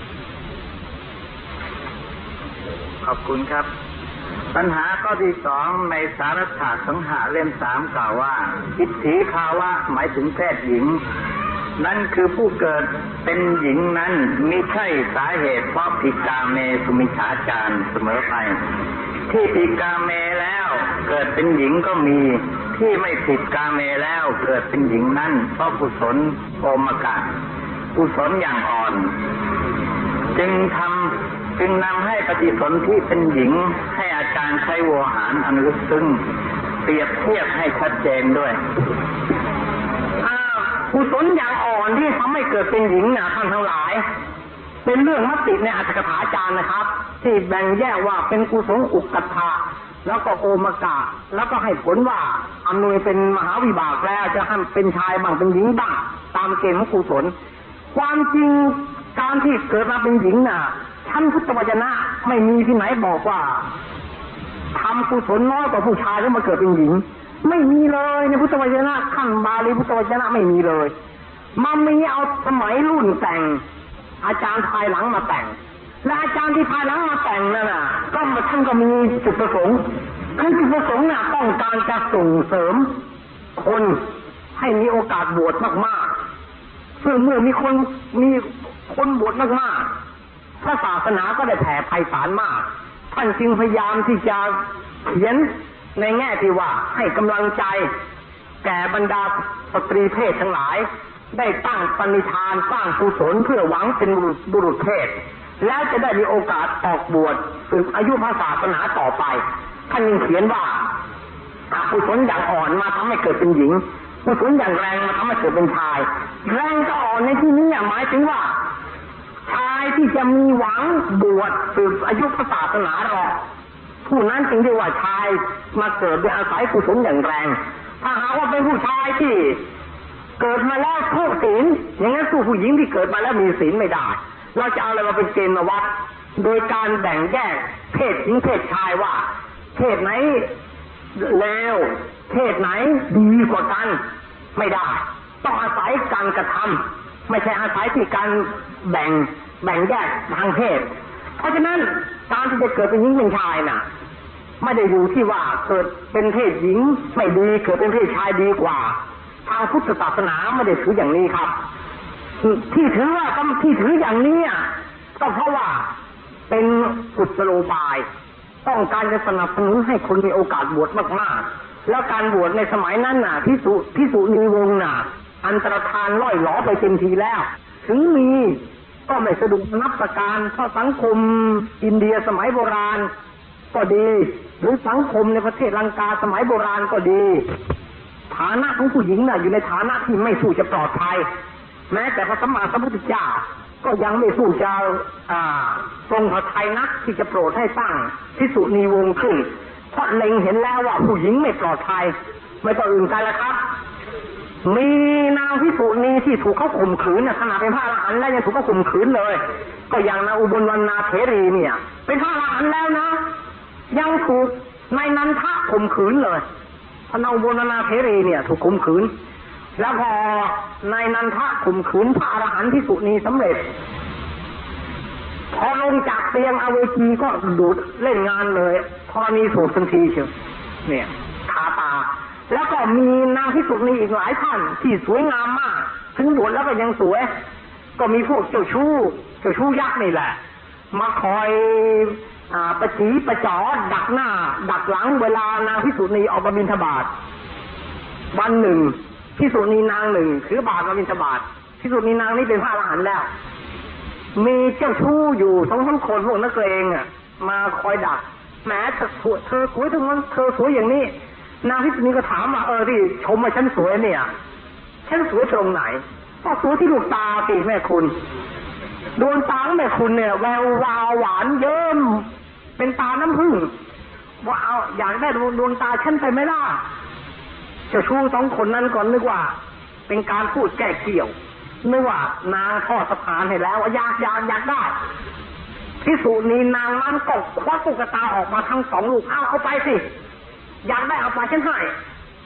ขอบคุณครับปัญหาข้อที่สองในสารถะสังหะเล่ม 3กล่าวว่าอิทธิภาวะหมายถึงเพศหญิงนั่นคือผู้เกิดเป็นหญิงนั้นมิใช่สาเหตุเพราะผิดกาเมสุมิจฉาจารเสมอไปที่ผิดกาเมแล้วเกิดเป็นหญิงก็มีที่ไม่ผิดกาเมแล้วเกิดเป็นหญิงนั้นเพราะกุศลโอมกะกุศลอย่างอ่อนจึงนำให้ปฏิสนธิเป็นหญิงให้อาจารย์ใช้โวหารอันลึกซึ้งเปรียบเทียบให้ชัดเจนด้วยกุศลอย่างอ่อนที่ทำให้เกิดเป็นหญิงนะท่านทั้งหลายเป็นเรื่องมติในอัตถกถาจารย์นะครับที่แบ่งแยกว่าเป็นกุศลอุกกัฏฐะแล้วก็โอมกะแล้วก็ให้ผลว่าอำนวยเป็นมหาวิบากแล้วจะให้เป็นชายบ้างเป็นหญิงบ้างตามเกณฑ์ของกุศลความจริงการที่เกิดมาเป็นหญิงน่ะท่านพุทธวจนะไม่มีที่ไหนบอกว่าทำกุศลน้อยกว่าผู้ชายแล้วมาเกิดเป็นหญิงไม่มีเลยในพุทธวจนะขั้นบาลีพุทธวจนะไม่มีเลยมันมีเอาสมัยรุ่นแต่งอาจารย์ภายหลังมาแต่งและอาจารย์ที่ภายหลังมาแต่งนั่นน่ะก็ท่านก็มีจุดประสงค์คือจุดประสงค์น่ะต้องการจะส่งเสริมคนให้มีโอกาสบวชมากๆซึ่งเมื่อมีคนบวชมากๆพระศาสนาก็ได้แผ่ไพศาลมากท่านจึงพยายามที่จะเขียนในแง่ที่ว่าให้กำลังใจแก่บรรดาสตรีเพศทั้งหลายได้ตั้งปณิธานสร้างกุศลเพื่อหวังเป็นบุรุษเพศแล้วจะได้มีโอกาสออกบวชสืบอายุพระศาสนาต่อไปท่านยังเขียนว่ากุศลอย่างอ่อนมาทำให้เกิดเป็นหญิงกุศลอย่างแรงมาทำให้เกิดเป็นชายแรงก็อ่อนในที่นี้หมายถึงว่าชายที่จะมีหวังบวชสืบอายุพระศาสนาหรอกผู้นั้นจึงเรียกว่าชายมาเกิดโดยอาศัยกุศลอย่างแรงถ้าหากว่าเป็นผู้ชายที่เกิดมาแล้วทุศีลอย่างนั้นสู้ผู้หญิงที่เกิดมาแล้วมีศีลไม่ได้เราจะเอาอะไรมาเป็นเกณฑ์มาวัดโดยการแบ่งแยกเพศหญิงเพศชายว่าเพศไหนเลวเพศไหนดีกว่ากันไม่ได้ต้องอาศัยการกระทำไม่ใช่อาศัยที่การแบ่งแยกทางเพศเพราะฉะนั้นการที่จะเกิดเป็นหญิงเป็นชายน่ะไม่ได้อยู่ที่ว่าเกิดเป็นเพศหญิงไม่ดีเกิดเป็นเพศชายดีกว่าทางพุทธศาสนาไม่ได้ถืออย่างนี้ครับที่ถืออย่างนี้ก็เพราะว่าเป็นกุศโลบายต้องการจะสนับสนุนให้คนมีโอกาสบวชมากๆแล้วการบวชในสมัยนั้นน่ะภิกษุณีวงศ์น่ะอันตรธานล่อยหลอไปเต็มทีแล้วถึงมีก็ไม่สะดวกนับประการเพราะสังคมอินเดียสมัยโบราณก็ดีหรือสังคมในประเทศลังกาสมัยโบราณก็ดีฐานะของผู้หญิงน่ะอยู่ในฐานะที่ไม่สู้จะปลอดภัยแม้แต่พระสัมมาสัมพุทธเจ้าก็ยังไม่สู้จะทรงพระทัยนักที่จะโปรดให้ตั้งภิกษุณีวงศ์ขึ้นเพราะเล็งเห็นแล้วว่าผู้หญิงไม่ปลอดภัยไม่ต้องอื่นกันแล้วครับมีนางภิกษุณีที่ถูกเขาข่มขืนขณะเป็นพระอรหันต์แล้วยังถูกเขาข่มขืนเลยก็อย่างนางอุบลวรรณาเถรีเนี่ยเป็นพระอรหันต์แล้วนะยังถูกนายนันทะข่มขืนเลยพระนางอุบลวรรณาเถรีเนี่ยถูกข่มขืนแล้วพอนายนันทะข่มขืนพระอรหันต์ภิกษุณีสำเร็จพอลงจากเตียงอเวจีก็ดูดเล่นงานเลยธรณีสูบทันทีเชียวเนี่ยคาตาแล้วก็มีนางภิกษุณีอีกหลายท่านที่สวยงามมากถึงบวชแล้วก็ยังสวยก็มีพวกเจ้าชู้ยักษ์นี่แหละมาคอยประจีประจอดักหน้าดักหลังเวลานางภิกษุณีออกมาบิณฑบาตวันหนึ่งภิกษุณีนางหนึ่งถือบาตรมาบิณฑบาตภิกษุณีนางนี้เป็นพระอรหันต์แล้วมีเจ้าชู้อยู่2-3 คนพวกนักเลงมาคอยดักแม้เธอสวยทั้งนั้นเธอสวยอย่างนี้นางภิกษุณีก็ถามว่าที่ชมว่าฉันสวยเนี่ยฉันสวยตรงไหนก็สวยที่ลูกตาสิแม่คุณดวงตาแม่คุณเนี่ยแวววาวหวานเยิ้มเป็นตาน้ำผึ้งว่าเอาอยากได้ดวงตาฉันไปไหมล่ะเจ้าชู้2 คนนั้นก่อนนึกว่าเป็นการพูดแก้เกี่ยวนึกว่านางทอดสะพานให้แล้วอยากได้ภิกษุณีนางนั้นก็ควักตุ๊กตาออกมาทั้ง2 ลูกเอาไปสิอยากได้เอาไปฉันให้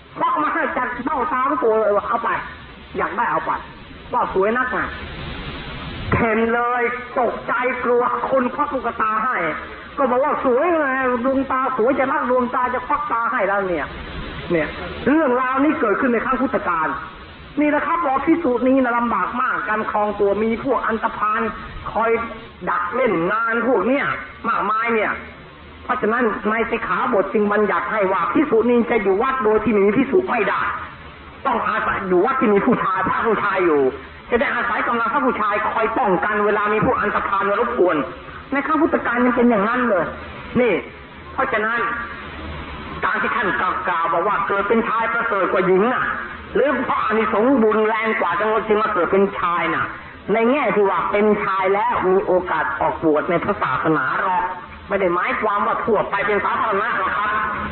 ควักมาให้จัดเบ้าตาตัวเลยว่าเอาไปอยากได้เอาไปว่าสวยนักไงเห็นเลยตกใจกลัวคนควักลูกตาให้ก็บอกว่าสวยไงดวงตาสวยจะรักดวงตาจะควักตาให้แล้วเนี่ยเรื่องราวนี้เกิดขึ้นในครั้งพุทธกาลนี่นะครับบอกพิสูจน์นี้นะลำบากมากการครองตัวมีพวกอันธพาลคอยดักเล่นงานพวกเนี้ยมากมายเนี่ยเพราะฉะนั้นในสิกขาบทจึงบัญญัติให้ว่าภิกษุนี้จะอยู่วัดโดยที่มีภิกษุไม่ได้ต้องอาศัยอยู่วัดที่มีผู้ชายพระผู้ชายอยู่จะได้อาศัยกำลังพระผู้ชายคอยป้องกันเวลามีพวกอันธพาลมารบกวนในครั้งพุทธกาลยังเป็นอย่างนั้นเลยนี่เพราะฉะนั้นการที่ท่านกล่าวบอกว่าเกิดเป็นชายประเสริฐกว่าหญิงน่ะหรือเพราะอานิสงส์บุญแรงกว่าจึงมาเกิดเป็นชายน่ะในแง่ที่ว่าเป็นชายแล้วมีโอกาสออกบวชในพระศาสนาหรอกไม่ได้หมายความว่าทั่วไปเป็นสาธารณะนะครับ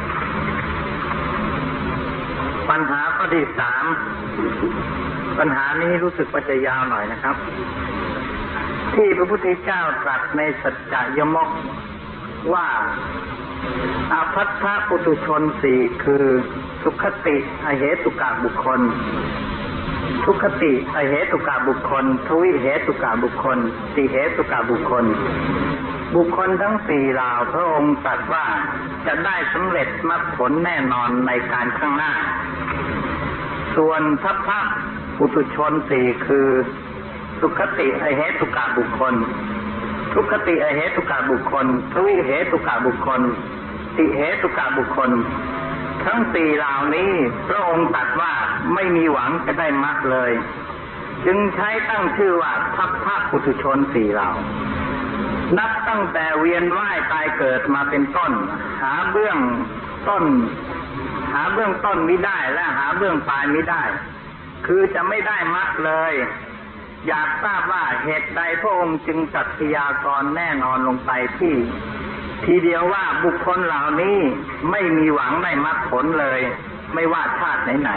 ปัญหาข้อที่3ปัญหานี้รู้สึกว่าจะยาวหน่อยนะครับที่พระพุทธเจ้าตรัสในสัจจะยมกว่าอาภัทธปุถุชน4คือสุขติอเหตุกะบุคคลทุคติอเหตุกะบุคคลทวิเหตุกะบุคคลติเหตุกะบุคคลบุคคลทั้ง4เหล่าพระองค์ตรัสว่าจะได้สำเร็จมรรคผลแน่นอนในการข้างหน้าส่วนทัพพะปุถุชน4คือสุขติอเหตุกะบุคคลทุคติอเหตุกะบุคคลทวิเหตุกะบุคคลติเหตุกะบุคคลทั้ง4เหล่านี้พระองค์ตรัสว่าไม่มีหวังจะได้มรรคเลยจึงใช้ตั้งชื่อว่าทัพพะปุถุชน4เหล่านับตั้งแต่เวียนว่ายตายเกิดมาเป็นต้นหาเบื้องต้นมิได้และหาเบื้องปลายมิได้คือจะไม่ได้มรรคเลยอยากทราบว่าเหตุใดพระองค์จึงจัดพยากรณ์แน่นอนลงไปที่ทีเดียวว่าบุคคลเหล่านี้ไม่มีหวังได้มรรคผลเลยไม่ว่าชาติไหน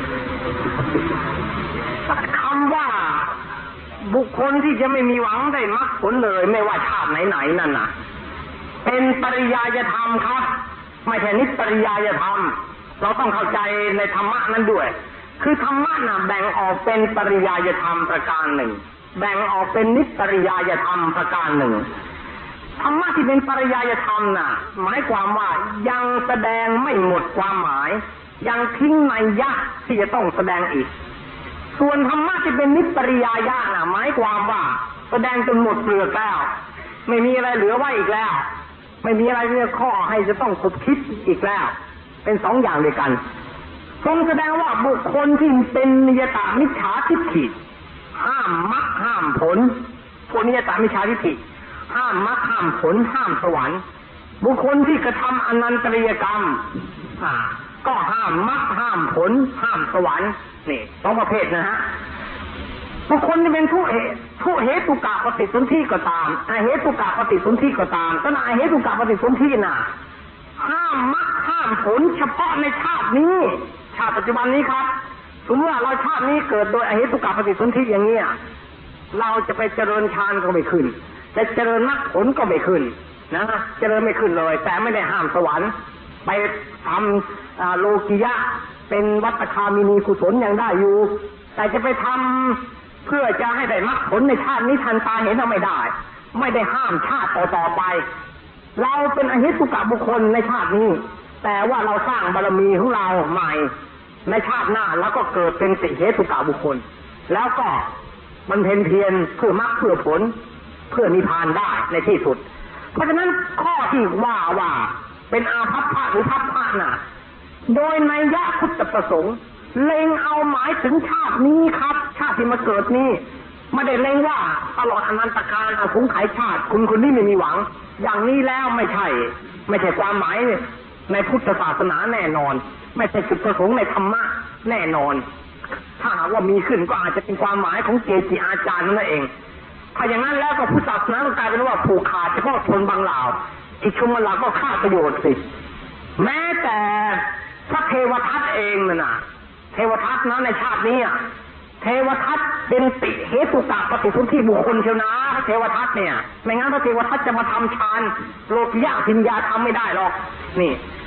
คำว่าบุคคลที่จะไม่มีหวังได้มรรคผลเลยไม่ว่าชาติไหนนั่นน่ะเป็นปริยายธรรมครับไม่ใช่นิปริยายธรรมเราต้องเข้าใจในธรรมะนั้นด้วยคือธรรมะน่ะแบ่งออกเป็นปริยายธรรมประการหนึ่งแบ่งออกเป็นนิปริยายธรรมประการหนึ่งธรรมะที่เป็นปริยายธรรมน่ะหมายความว่ายังแสดงไม่หมดความหมายยังทิ้งนัยยะที่จะต้องแสดงอีกส่วนธรรมะที่เป็นนิปริยายะน่ะหมายความว่าแสดงจนหมดเปลือกแล้วไม่มีอะไรเหลือไว้อีกแล้วไม่มีอะไรเรียกข้อให้จะต้องคบคิดอีกแล้วเป็น2อย่างด้วยกันทรงแสดงว่าบุคคลที่เป็นนิยตามิจฉาทิฏฐิห้ามมรรคห้ามผลพวกนิยตามิจฉาทิฏฐิห้ามมรรคห้ามผลห้ามสวรรค์บุคคลที่กระทำอนันตริยกรรมก็ห้ามมรรคห้ามผลห้ามสวรรค์นี่2ประเภทนะฮะบุคคลที่เป็นทุเหตุกะปฏิสนธิก็ตามอเหตุกะปฏิสนธิก็ตามก็อเหตุกะปฏิสนธิน่ะห้ามมรรคห้ามผลเฉพาะในชาตินี้ชาติปัจจุบันนี้ครับสมมติว่าเราชาตินี้เกิดโดยอเหตุกะปฏิสนธิอย่างนี้เราจะไปเจริญฌานก็ไม่ขึ้นจะเจริญมรรคผลก็ไม่ขึ้นนะเจริญไม่ขึ้นเลยแต่ไม่ได้ห้ามสวรรค์ไปทำโลกิยะเป็นวัฏคามินีกุศลยังได้อยู่แต่จะไปทำเพื่อจะให้ได้มรรคผลในชาตินี้ทันตาเห็นไม่ได้ห้ามชาติต่อไปเราเป็นอเหตุกะบุคคลในชาตินี้แต่ว่าเราสร้างบารมีของเราใหม่ในชาติหน้าแล้วก็เกิดเป็นติเหตุกะบุคคลแล้วก็มันเพียรเพื่อมรรคเพื่อผลเพื่อนิพพานได้ในที่สุดเพราะฉะนั้นข้อที่ว่าเป็นอาภัพพะหรือภัพพะน่ะโดยนัยยะพุทธประสงค์เล็งเอาหมายถึงชาตินี้ครับชาติที่มาเกิดนี้ไม่ได้เล็งว่าตลอดอนันตกาลอาสงไขยชาติคุณคนนี้ไม่มีหวังอย่างนี้แล้วไม่ใช่ความหมายในพุทธศาสนาแน่นอนไม่ใช่จุดประสงค์ในธรรมะแน่นอนถ้าหากว่ามีขึ้นก็อาจจะเป็นความหมายของเกจิอาจารย์นั่นเองถ้าอย่างนั้นแล้วก็พุทธศาสนาก็กลายเป็นว่าผูกขาดเฉพาะชนบางเหล่าอีกชนบางเหล่าก็ฆ่าประโยชน์สิแม้แต่พระเทวทัตเองน่ะเทวทัตนะในชาตินี้เทวทัตเป็นติเหตุกะปฏิสนธิบุคคลเชียวนะเทวทัตเนี่ยไม่งั้นพระเทวทัตจะมาทำฌานโลกิยะพิญญาทำไม่ได้หรอกนี่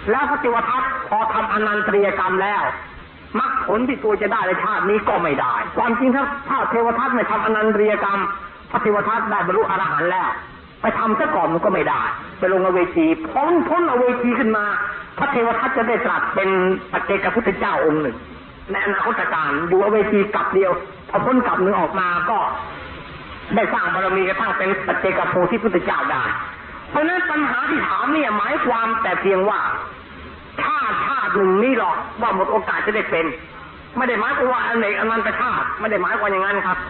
แล้วพระเทวทัตพอทำอนันตริยกรรมแล้วมรรคผลที่ตัวจะได้ในชาตินี้ก็ไม่ได้ความจริงถ้าเทวทัตไม่ทำอนันตริยกรรมพระเทวทัตได้บรรลุอรหันต์แล้วไปทำซะก่อนมันก็ไม่ได้ไปลงอเวจีพ้นอเวจีขึ้นมาพระเทวทัตจะได้ตรัสเป็นปัจเจกพุทธเจ้าองค์หนึ่งในอนาคตการอยู่อเวจีกลับเดียวพอพ้นกลับหนึ่งออกมาก็ได้สร้างบารมีกระทั่งเป็นปัจเจกโพธิพุทธเจ้าได้เพราะนั้นปัญหาที่ถามเนี่ยหมายความแต่เพียงว่าชาติหนึ่งนี่หรอกว่าหมดโอกาสจะได้เป็นไม่ได้หมายความว่าอันไหนอันนั้นเป็นชาติไม่ได้หมายความอย่างนั้นครับ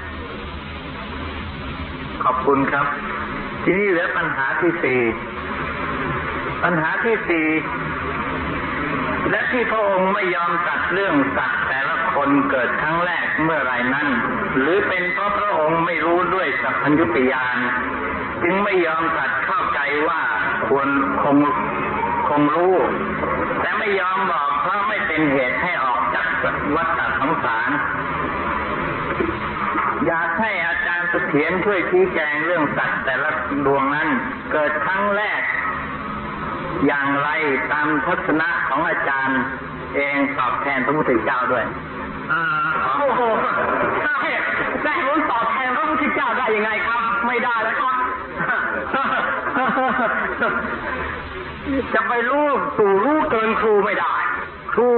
ขอบคุณครับทีนี้เหลือปัญหาที่สี่และที่พระองค์ไม่ยอมตรัสเรื่องสัตว์แต่ละคนเกิดครั้งแรกเมื่อไรนั้นหรือเป็นเพราะพระองค์ไม่รู้ด้วยสัพพัญญุตญาณจึงไม่ยอมตรัสเข้าใจว่าควรคงรู้แต่ไม่ยอมบอกเพราะไม่เป็นเหตุให้ออกจากวัฏฏะสงสารอยากให้อาจารย์เสถียรช่วยชี้แจงเรื่องสัตว์แต่ละดวงนั้นเกิดครั้งแรกอย่างไรตามทัศนะของอาจารย์เองตอบแทนพระพุทธเจ้าด้วยโอ้โหได้ผมตอบแทนพระพุทธเจ้าได้ยังไงครับไม่ได้แล้วครับจะไปรู้เกินครูไม่ได้ครู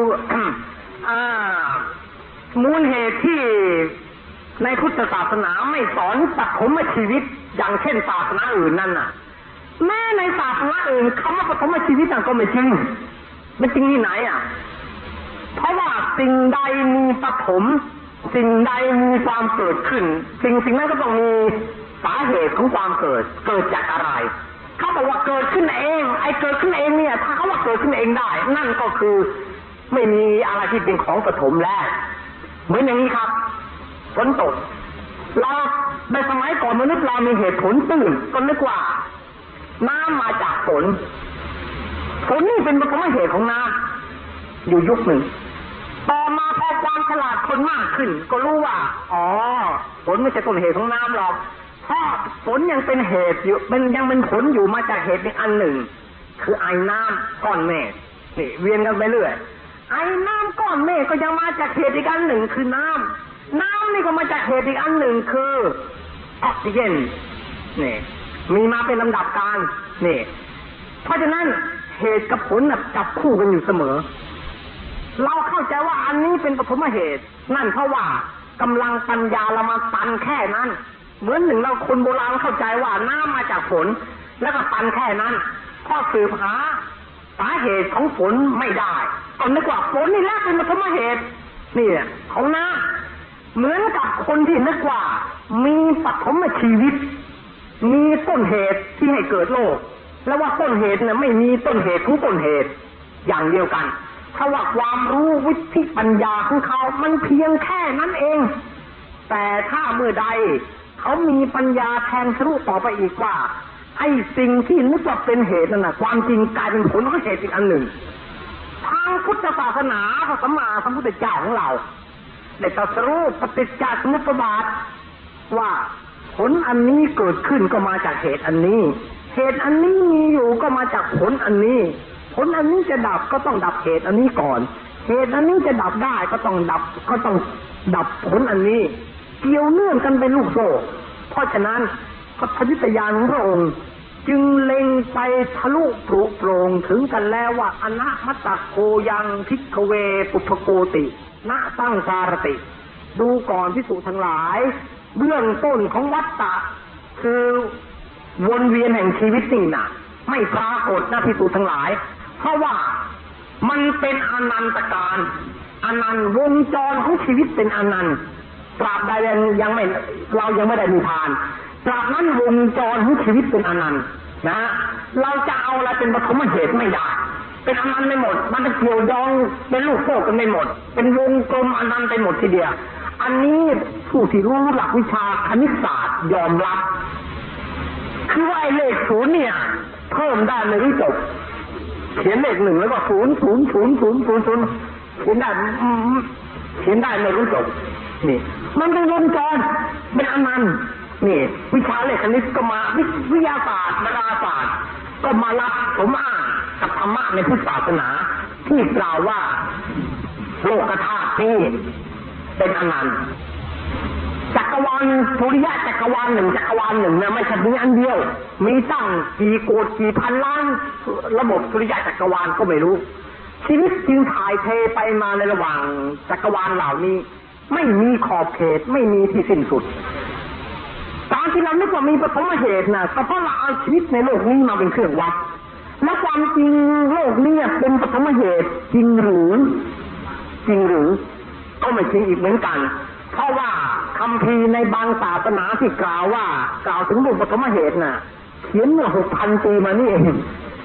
มูลเหตุที่ในพุทธศาสนาไม่สอนปฐมชีวิตอย่างเช่นศาสนาอื่นนั่นน่ะแม้ในศาสนาอื่นคำว่าปฐมชีวิตก็ไม่จริงมันจริงที่ไหนเพราะว่าสิ่งใดมีปฐมสิ่งใดมีความเกิดขึ้นสิ่งนั้นก็ต้องมีสาเหตุของความเกิดจากอะไรเขาบอกว่าเกิดขึ้นเองไอ้เกิดขึ้นเองเนี่ยถ้าเขาว่าเกิดขึ้นเองได้นั่นก็คือไม่มีอะไรที่เป็นของปฐมแล้วเหมือนอย่างนี้ครับฝนตกเราในสมัยก่อนมนุษย์เรามีเหตุผลตื่นก็นึกว่าน้ำมาจากฝนนี่เป็นปฐมเหตุของน้ำอยู่ยุคหนึ่งต่อมาพอความฉลาดคนมากขึ้นก็รู้ว่าฝนไม่ใช่ต้นเหตุของน้ำหรอกเพราะฝนยังเป็นเหตุอยู่มันยังเป็นผลอยู่มาจากเหตุอีกอันหนึ่งคือไอ้น้ำก้อนเมฆนี่เวียนกันไปเรื่อยไอ้น้ำก้อนเมฆก็ยังมาจากเหตุอีกอันหนึ่งคือน้ำนี่ก็มาจากเหตุอีกอันหนึ่งคือออกซิเจนนี่มีมาเป็นลำดับการนี่เพราะฉะนั้นเหตุกับผลจับคู่กันอยู่เสมอเราเข้าใจว่าอันนี้เป็นปฐมเหตุนั่นเพราะว่ากำลังปัญญาเรามาตันแค่นั้นเหมือนหนึ่งเราคนโบราณเข้าใจว่าน้ำมาจากฝนแล้วก็ตันแค่นั้นพอสืบหาสาเหตุของฝนไม่ได้ก็นึกว่าฝนนี่แหละเป็นปฐมเหตุนี่ของน้ำเหมือนกับคนที่นึกว่ามีปฐมชีวิตมีต้นเหตุที่ให้เกิดโลกแล้วว่าต้นเหตุเนี่ยไม่มีต้นเหตุของต้นเหตุอย่างเดียวกันถ้าว่าความรู้วิธีปัญญาของเขามันเพียงแค่นั้นเองแต่ถ้าเมื่อใดเขามีปัญญาแทงทะลุต่อไปอีกว่าไอ้สิ่งที่นึกว่าเป็นเหตุนั่นน่ะความจริงกลายเป็นผลของเหตุอีกอันหนึ่งทางพุทธศาสนาพระสัมมาสัมพุทธเจ้าของเราได้ตรัสรู้ปฏิจจสมุปบาทว่าผลอันนี้เกิดขึ้นก็มาจากเหตุอันนี้เหตุอันนี้มีอยู่ก็มาจากผลอันนี้ผลอันนี้จะดับก็ต้องดับเหตุอันนี้ก่อนเหตุอันนี้จะดับได้ก็ต้องดับผลอันนี้เกี่ยวเนื่องกันเป็นลูกโซ่เพราะฉะนั้นพัทธวิทยานของพระองค์จึงเล็งไปทะลุปรุโปร่งถึงกันแล้วว่าอนะมัตตโกยังภิกขเวปุพโกตินะตั้งสารติดูก่อนภิกษุทั้งหลายเบื้องต้นของวัฏฏะคือวนเวียนแห่งชีวิตนี่นะไม่ปรากฏนะภิกษุทั้งหลายเพราะว่ามันเป็นอนันตการอนันต์วงจรของชีวิตเป็นอนันต์ตราบใดเรายังไม่ได้มีทานตราบนั้นวงจรของชีวิตเป็นอนันต์นะเราจะเอาอะไรเป็นปฐมเหตุไม่ได้เป็นอนันต์ไม่หมดมันจะเกี่ยวโยงเป็นลูกโซ่กันไม่หมดเป็นวงกลมอนันต์ไปหมดทีเดียวอันนี้ผู้ที่รู้หลักวิชาคณิตศาสตร์ยอมรับคือว่าไอ้เลขศูนย์เนี่ยเพิ่มได้ไม่รู้จบเขียนเลขหนึ่งแล้วก็0 0 0 0 0 0 0เขียนได้ไม่รู้จบนี่มันเป็นวงจรเป็นอนันต์นี่วิชาเลขคณิตก็มาวิทยาศาสตร์ดาราศาสตร์ก็มารับสมอ้างกับธรรมะในพุทธศาสนาที่กล่าวว่าโลกธาตุนี้เป็นอนันต์จักรวาลสุริยะจักรวาลหนึ่งจักรวาลหนึ่งนะไม่ใช่มีอันเดียวมีตั้งกี่โกฏกี่พันล้านระบบสุริยะจักรวาลก็ไม่รู้ชีวิตจึงถ่ายเทไปมาในระหว่างจักรวาลเหล่านี้ไม่มีขอบเขตไม่มีที่สิ้นสุดการที่เรานึกว่ามีปฐมเหตุนะก็เพราะเราเอาชีวิตในโลกนี้มาเป็นเครื่องวัดและความจริงโลกนี้เป็นปฐมเหตุจริงหรือก็ไม่จริงอีกเหมือนกันเพราะว่าคัมภีร์ในบางศาสนาที่กล่าวถึงบุญปฐมเหตุน่ะเขียนเมื่อ 6,000 ปีมานี่เอง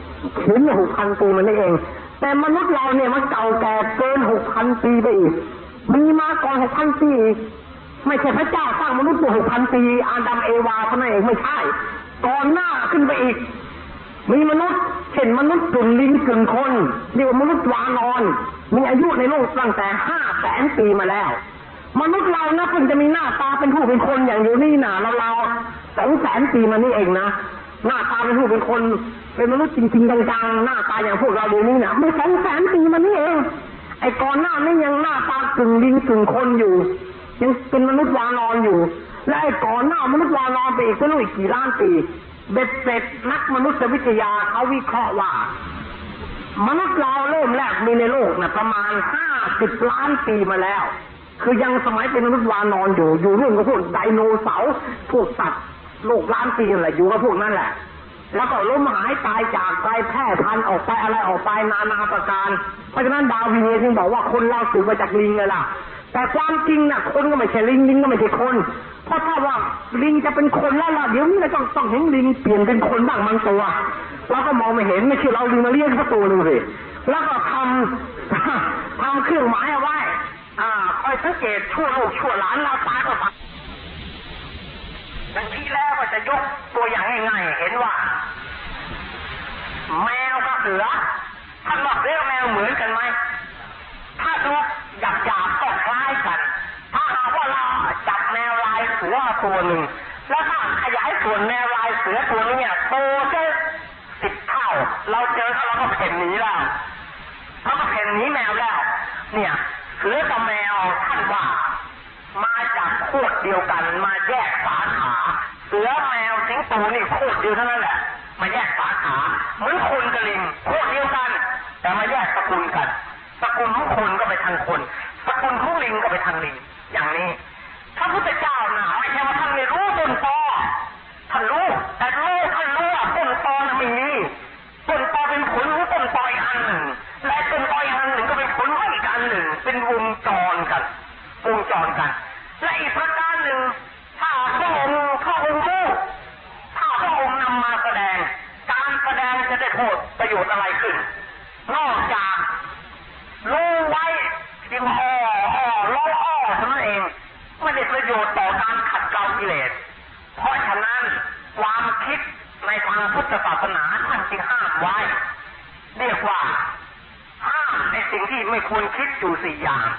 แต่มนุษย์เราเนี่ยมันเก่าแก่เกิน 6,000 ปีไปอีกมีมาก่อน 6,000 ปีไม่ใช่พระเจ้าสร้างมนุษย์เมื่อ 6,000 ปีอาดัมเอวาเท่านั้นเองไม่ใช่ก่อนหน้าขึ้นไปอีกมีมนุษย์เช่นมนุษย์กึ่งลิงกึ่งคนเรียกว่ามนุษย์วานอนมีอายุในโลกตั้งแต่ 500,000 ปีมาแล้วมนุษย์เรานะเพิ่งจะมีหน้าตาเป็นผู้เป็นคนอย่างอยู่นี่นะเรา200,000 ปีมานี่เองนะหน้าตาเป็นผู้เป็นคนเป็นมนุษย์จริงๆจังๆหน้าตาอย่างพวกเราเดี๋ยวนี้นะไม่200,000 ปีมานี่เองไอ้ก่อนหน้านี้ยังหน้าตากึ่งลิงกึ่งคนอยู่ยังเป็นมนุษย์วานอนอยู่และไอ้ก่อนหน้ามนุษย์วานอนไปอีกไม่รู้อีกกี่ล้านปีเบ็ดเสร็จนักมนุษยวิทยาเขาวิเคราะห์ว่ามนุษย์เราเริ่มแรกมีในโลกนะประมาณ50 ล้านปีมาแล้วคือยังสมัยเป็นมนุษย์วานอนอยู่ร่วมกับพวกไดโนเสาร์พวกสัตว์โลกล้านปีอะไรอยู่กับพวกนั้นแหละแล้วก็ล้มหายตายจากไปแพร่พันธุ์ออกไปอะไรออกไปนานาประการเพราะฉะนั้นดาร์วินจึงบอกว่าคนเราสืบมาจากลิงเลยล่ะแต่ความจริงน่ะคนก็ไม่ใช่ลิงก็ไม่ใช่คนเพราะถ้าว่าลิงจะเป็นคนแล้วล่ะเดี๋ยวนี้เราต้องเห็นลิงเปลี่ยนเป็นคนบ้างบางตัวเราก็มองไม่เห็นไม่ใช่เราลิงมาเลี้ยงสักตัวนึงสิแล้วก็ทำเครื่องหมายเอาไว้คอยสังเกตชั่วลูกชั่วหลานเราตายก็ตายดังที่แล้วก็จะยกตัวอย่างง่ายๆเห็นว่าแมวกับเสือท่านบอกเรื่องแมวเหมือนกันไหมถ้าดูหยาบๆก็คล้ายกันถ้าหากว่าเราจับแมวลายเสือตัวหนึ่งแล้วถ้าขยายส่วนแมวลายเสือตัวนี้เนี่ยโตแค่10 เท่าเราเจอเขาเราก็เพ่นหนีแล้วเขาก็เพ่นหนีแมวแล้วเนี่ยเสือกับแมวท่านว่ามาจากโคตรเดียวกันมาแยกสาขาเสือแมวสิงโตนี่โคตรเดียวเท่านั้นแหละมาแยกสาขาเหมือนคนกับลิงโคตรเดียวกันแต่มาแยกตระกูลกันตระกูลของคนก็ไปทางคนตระกูลของลิงก็ไปทางลิงอย่างนี้พระพุทธเจ้าน่ะไม่ใช่ว่าท่านไม่รู้ต้นตอท่านรู้แต่ท่านรู้ว่าต้นตอน่ะไม่มีต้นตอเป็นผลของต้นตออีกอันหนึ่งและต้นตออีกอันหนึ่งก็เป็นผลของอีกอันหนึ่งเป็นวงจรกันและอีกประการหนึ่งถ้าพระองค์รู้ถ้าพระองค์นำมาแสดงการแสดงจะได้ประโยชน์อะไรขึ้นนอกจากรู้ไว้เพียงล้อเท่านั้นเองไม่ได้ประโยชน์ต่อการขัดเกลากิเลสเพราะฉะนั้นความคิดในทางพุทธศาสนาท่านจึงห้ามไว้เรียกว่าห้ามในสิ่งที่ไม่ควรคิดอยู่4 อย่าง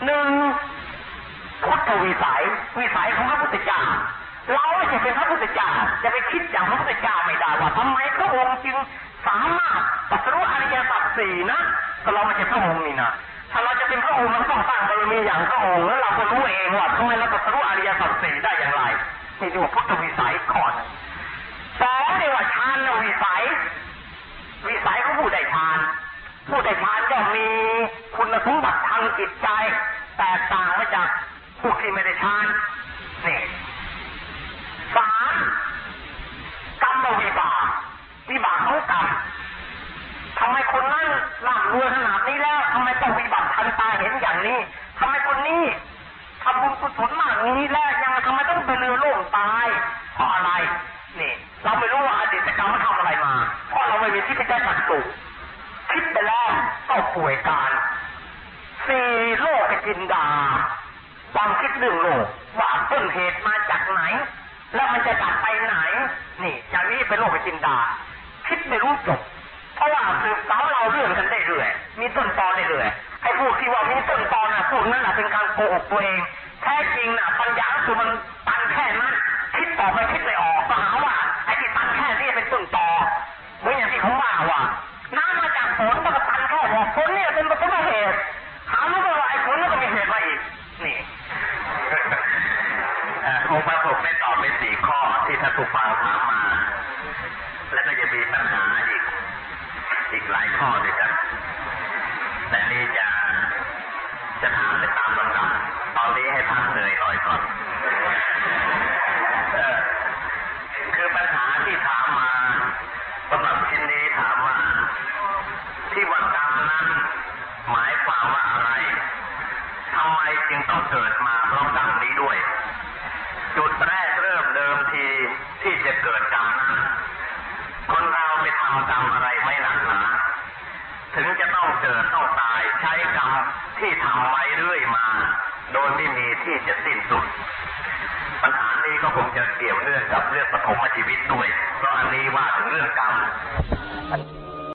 1พุทธวิสัยของพระพุทธเจ้าเราไม่ใช่เป็นพระพุทธเจ้าจะไปคิดอย่างพระพุทธเจ้าไม่ได้ว่าทำไมพระองค์จึงสามารถตรัสรู้อริยสัจ 4นะแต่เราไม่ใช่พระองค์นี่นะถ้าเราจะเป็นพระองค์เราต้องสร้างบารมีอย่างพระองค์แล้วเราก็รู้เองว่าทำไมเราตรัสรู้อริยสัจ 4ได้อย่างไรนี่เรียกว่าพุทธวิสัยก่อน2เรียกว่าฌานวิสัยของผู้ได้ฌานย่อมมีคุณสมบัติทางจิตใจแตกต่างมาจากผู้ที่ไม่ได้ฌานนี่3กรรมวิบากของกรรมทำไมคนนั้นร่ำรวยขนาดนี้แล้วทำไมต้องวิบัติทันตาเห็นอย่างนี้ทำไมคนนี้ทำบุญกุศลมากนี้แล้วยังทำไมต้องเป็นเรือล่มตายเพราะอะไรนี่เราไม่รู้ว่าอดีตกรรมมันทำอะไรมาเพราะเราไม่มีที่พิจารณาสุขคิดไปแล้วก็ป่วยการ4โลกจินดาความคิดเรื่องโลกว่าต้นเหตุมาจากไหนแล้วมันจะตัดไปไหนนี่อย่างนี้เป็นโลกจินดาคิดไม่รู้จบเพราะว่าสืบสาวเราเรื่องกันได้เรื่อยมีต้นตอได้เรื่อยไอ้พวกที่ว่ามีต้นตอน่ะพวกนั้นน่ะเป็นการโกหกตัวเองแท้จริงน่ะปัญญาคือมันตันแค่นั้นคิดต่อไปคิดไม่ออกก็หาว่าไอ้ที่ตันแค่นี้เป็นต้นตอเหมือนอย่างที่เขาว่าน้ำมาจากฝนก็ข้อด้วยกันแต่นี่จะถามไปตามลำดับตอนนี้ให้พักเหนื่อยหน่อยก่อนคือปัญหาที่ถามมาสำหรับชิ้นนี้ถามว่าที่ว่ากรรมนั้นหมายความว่าอะไรทำไมจึงต้องเกิดมาเพราะกรรมนี้ด้วยจุดแรกเริ่มเดิมทีที่จะเกิดกรรมนั้นคนเราไปทำกรรมอะไรไม่หนักหนาถึงจะต้องเกิดต้องตายใช้กรรมที่ทำไว้เรื่อยมาโดยไม่มีที่จะสิ้นสุดปัญหานี้ก็คงจะเกี่ยวเนื่องกับเรื่องปฐมชีวิตด้วยเพราะอันนี้ว่าถึงเรื่องกรรม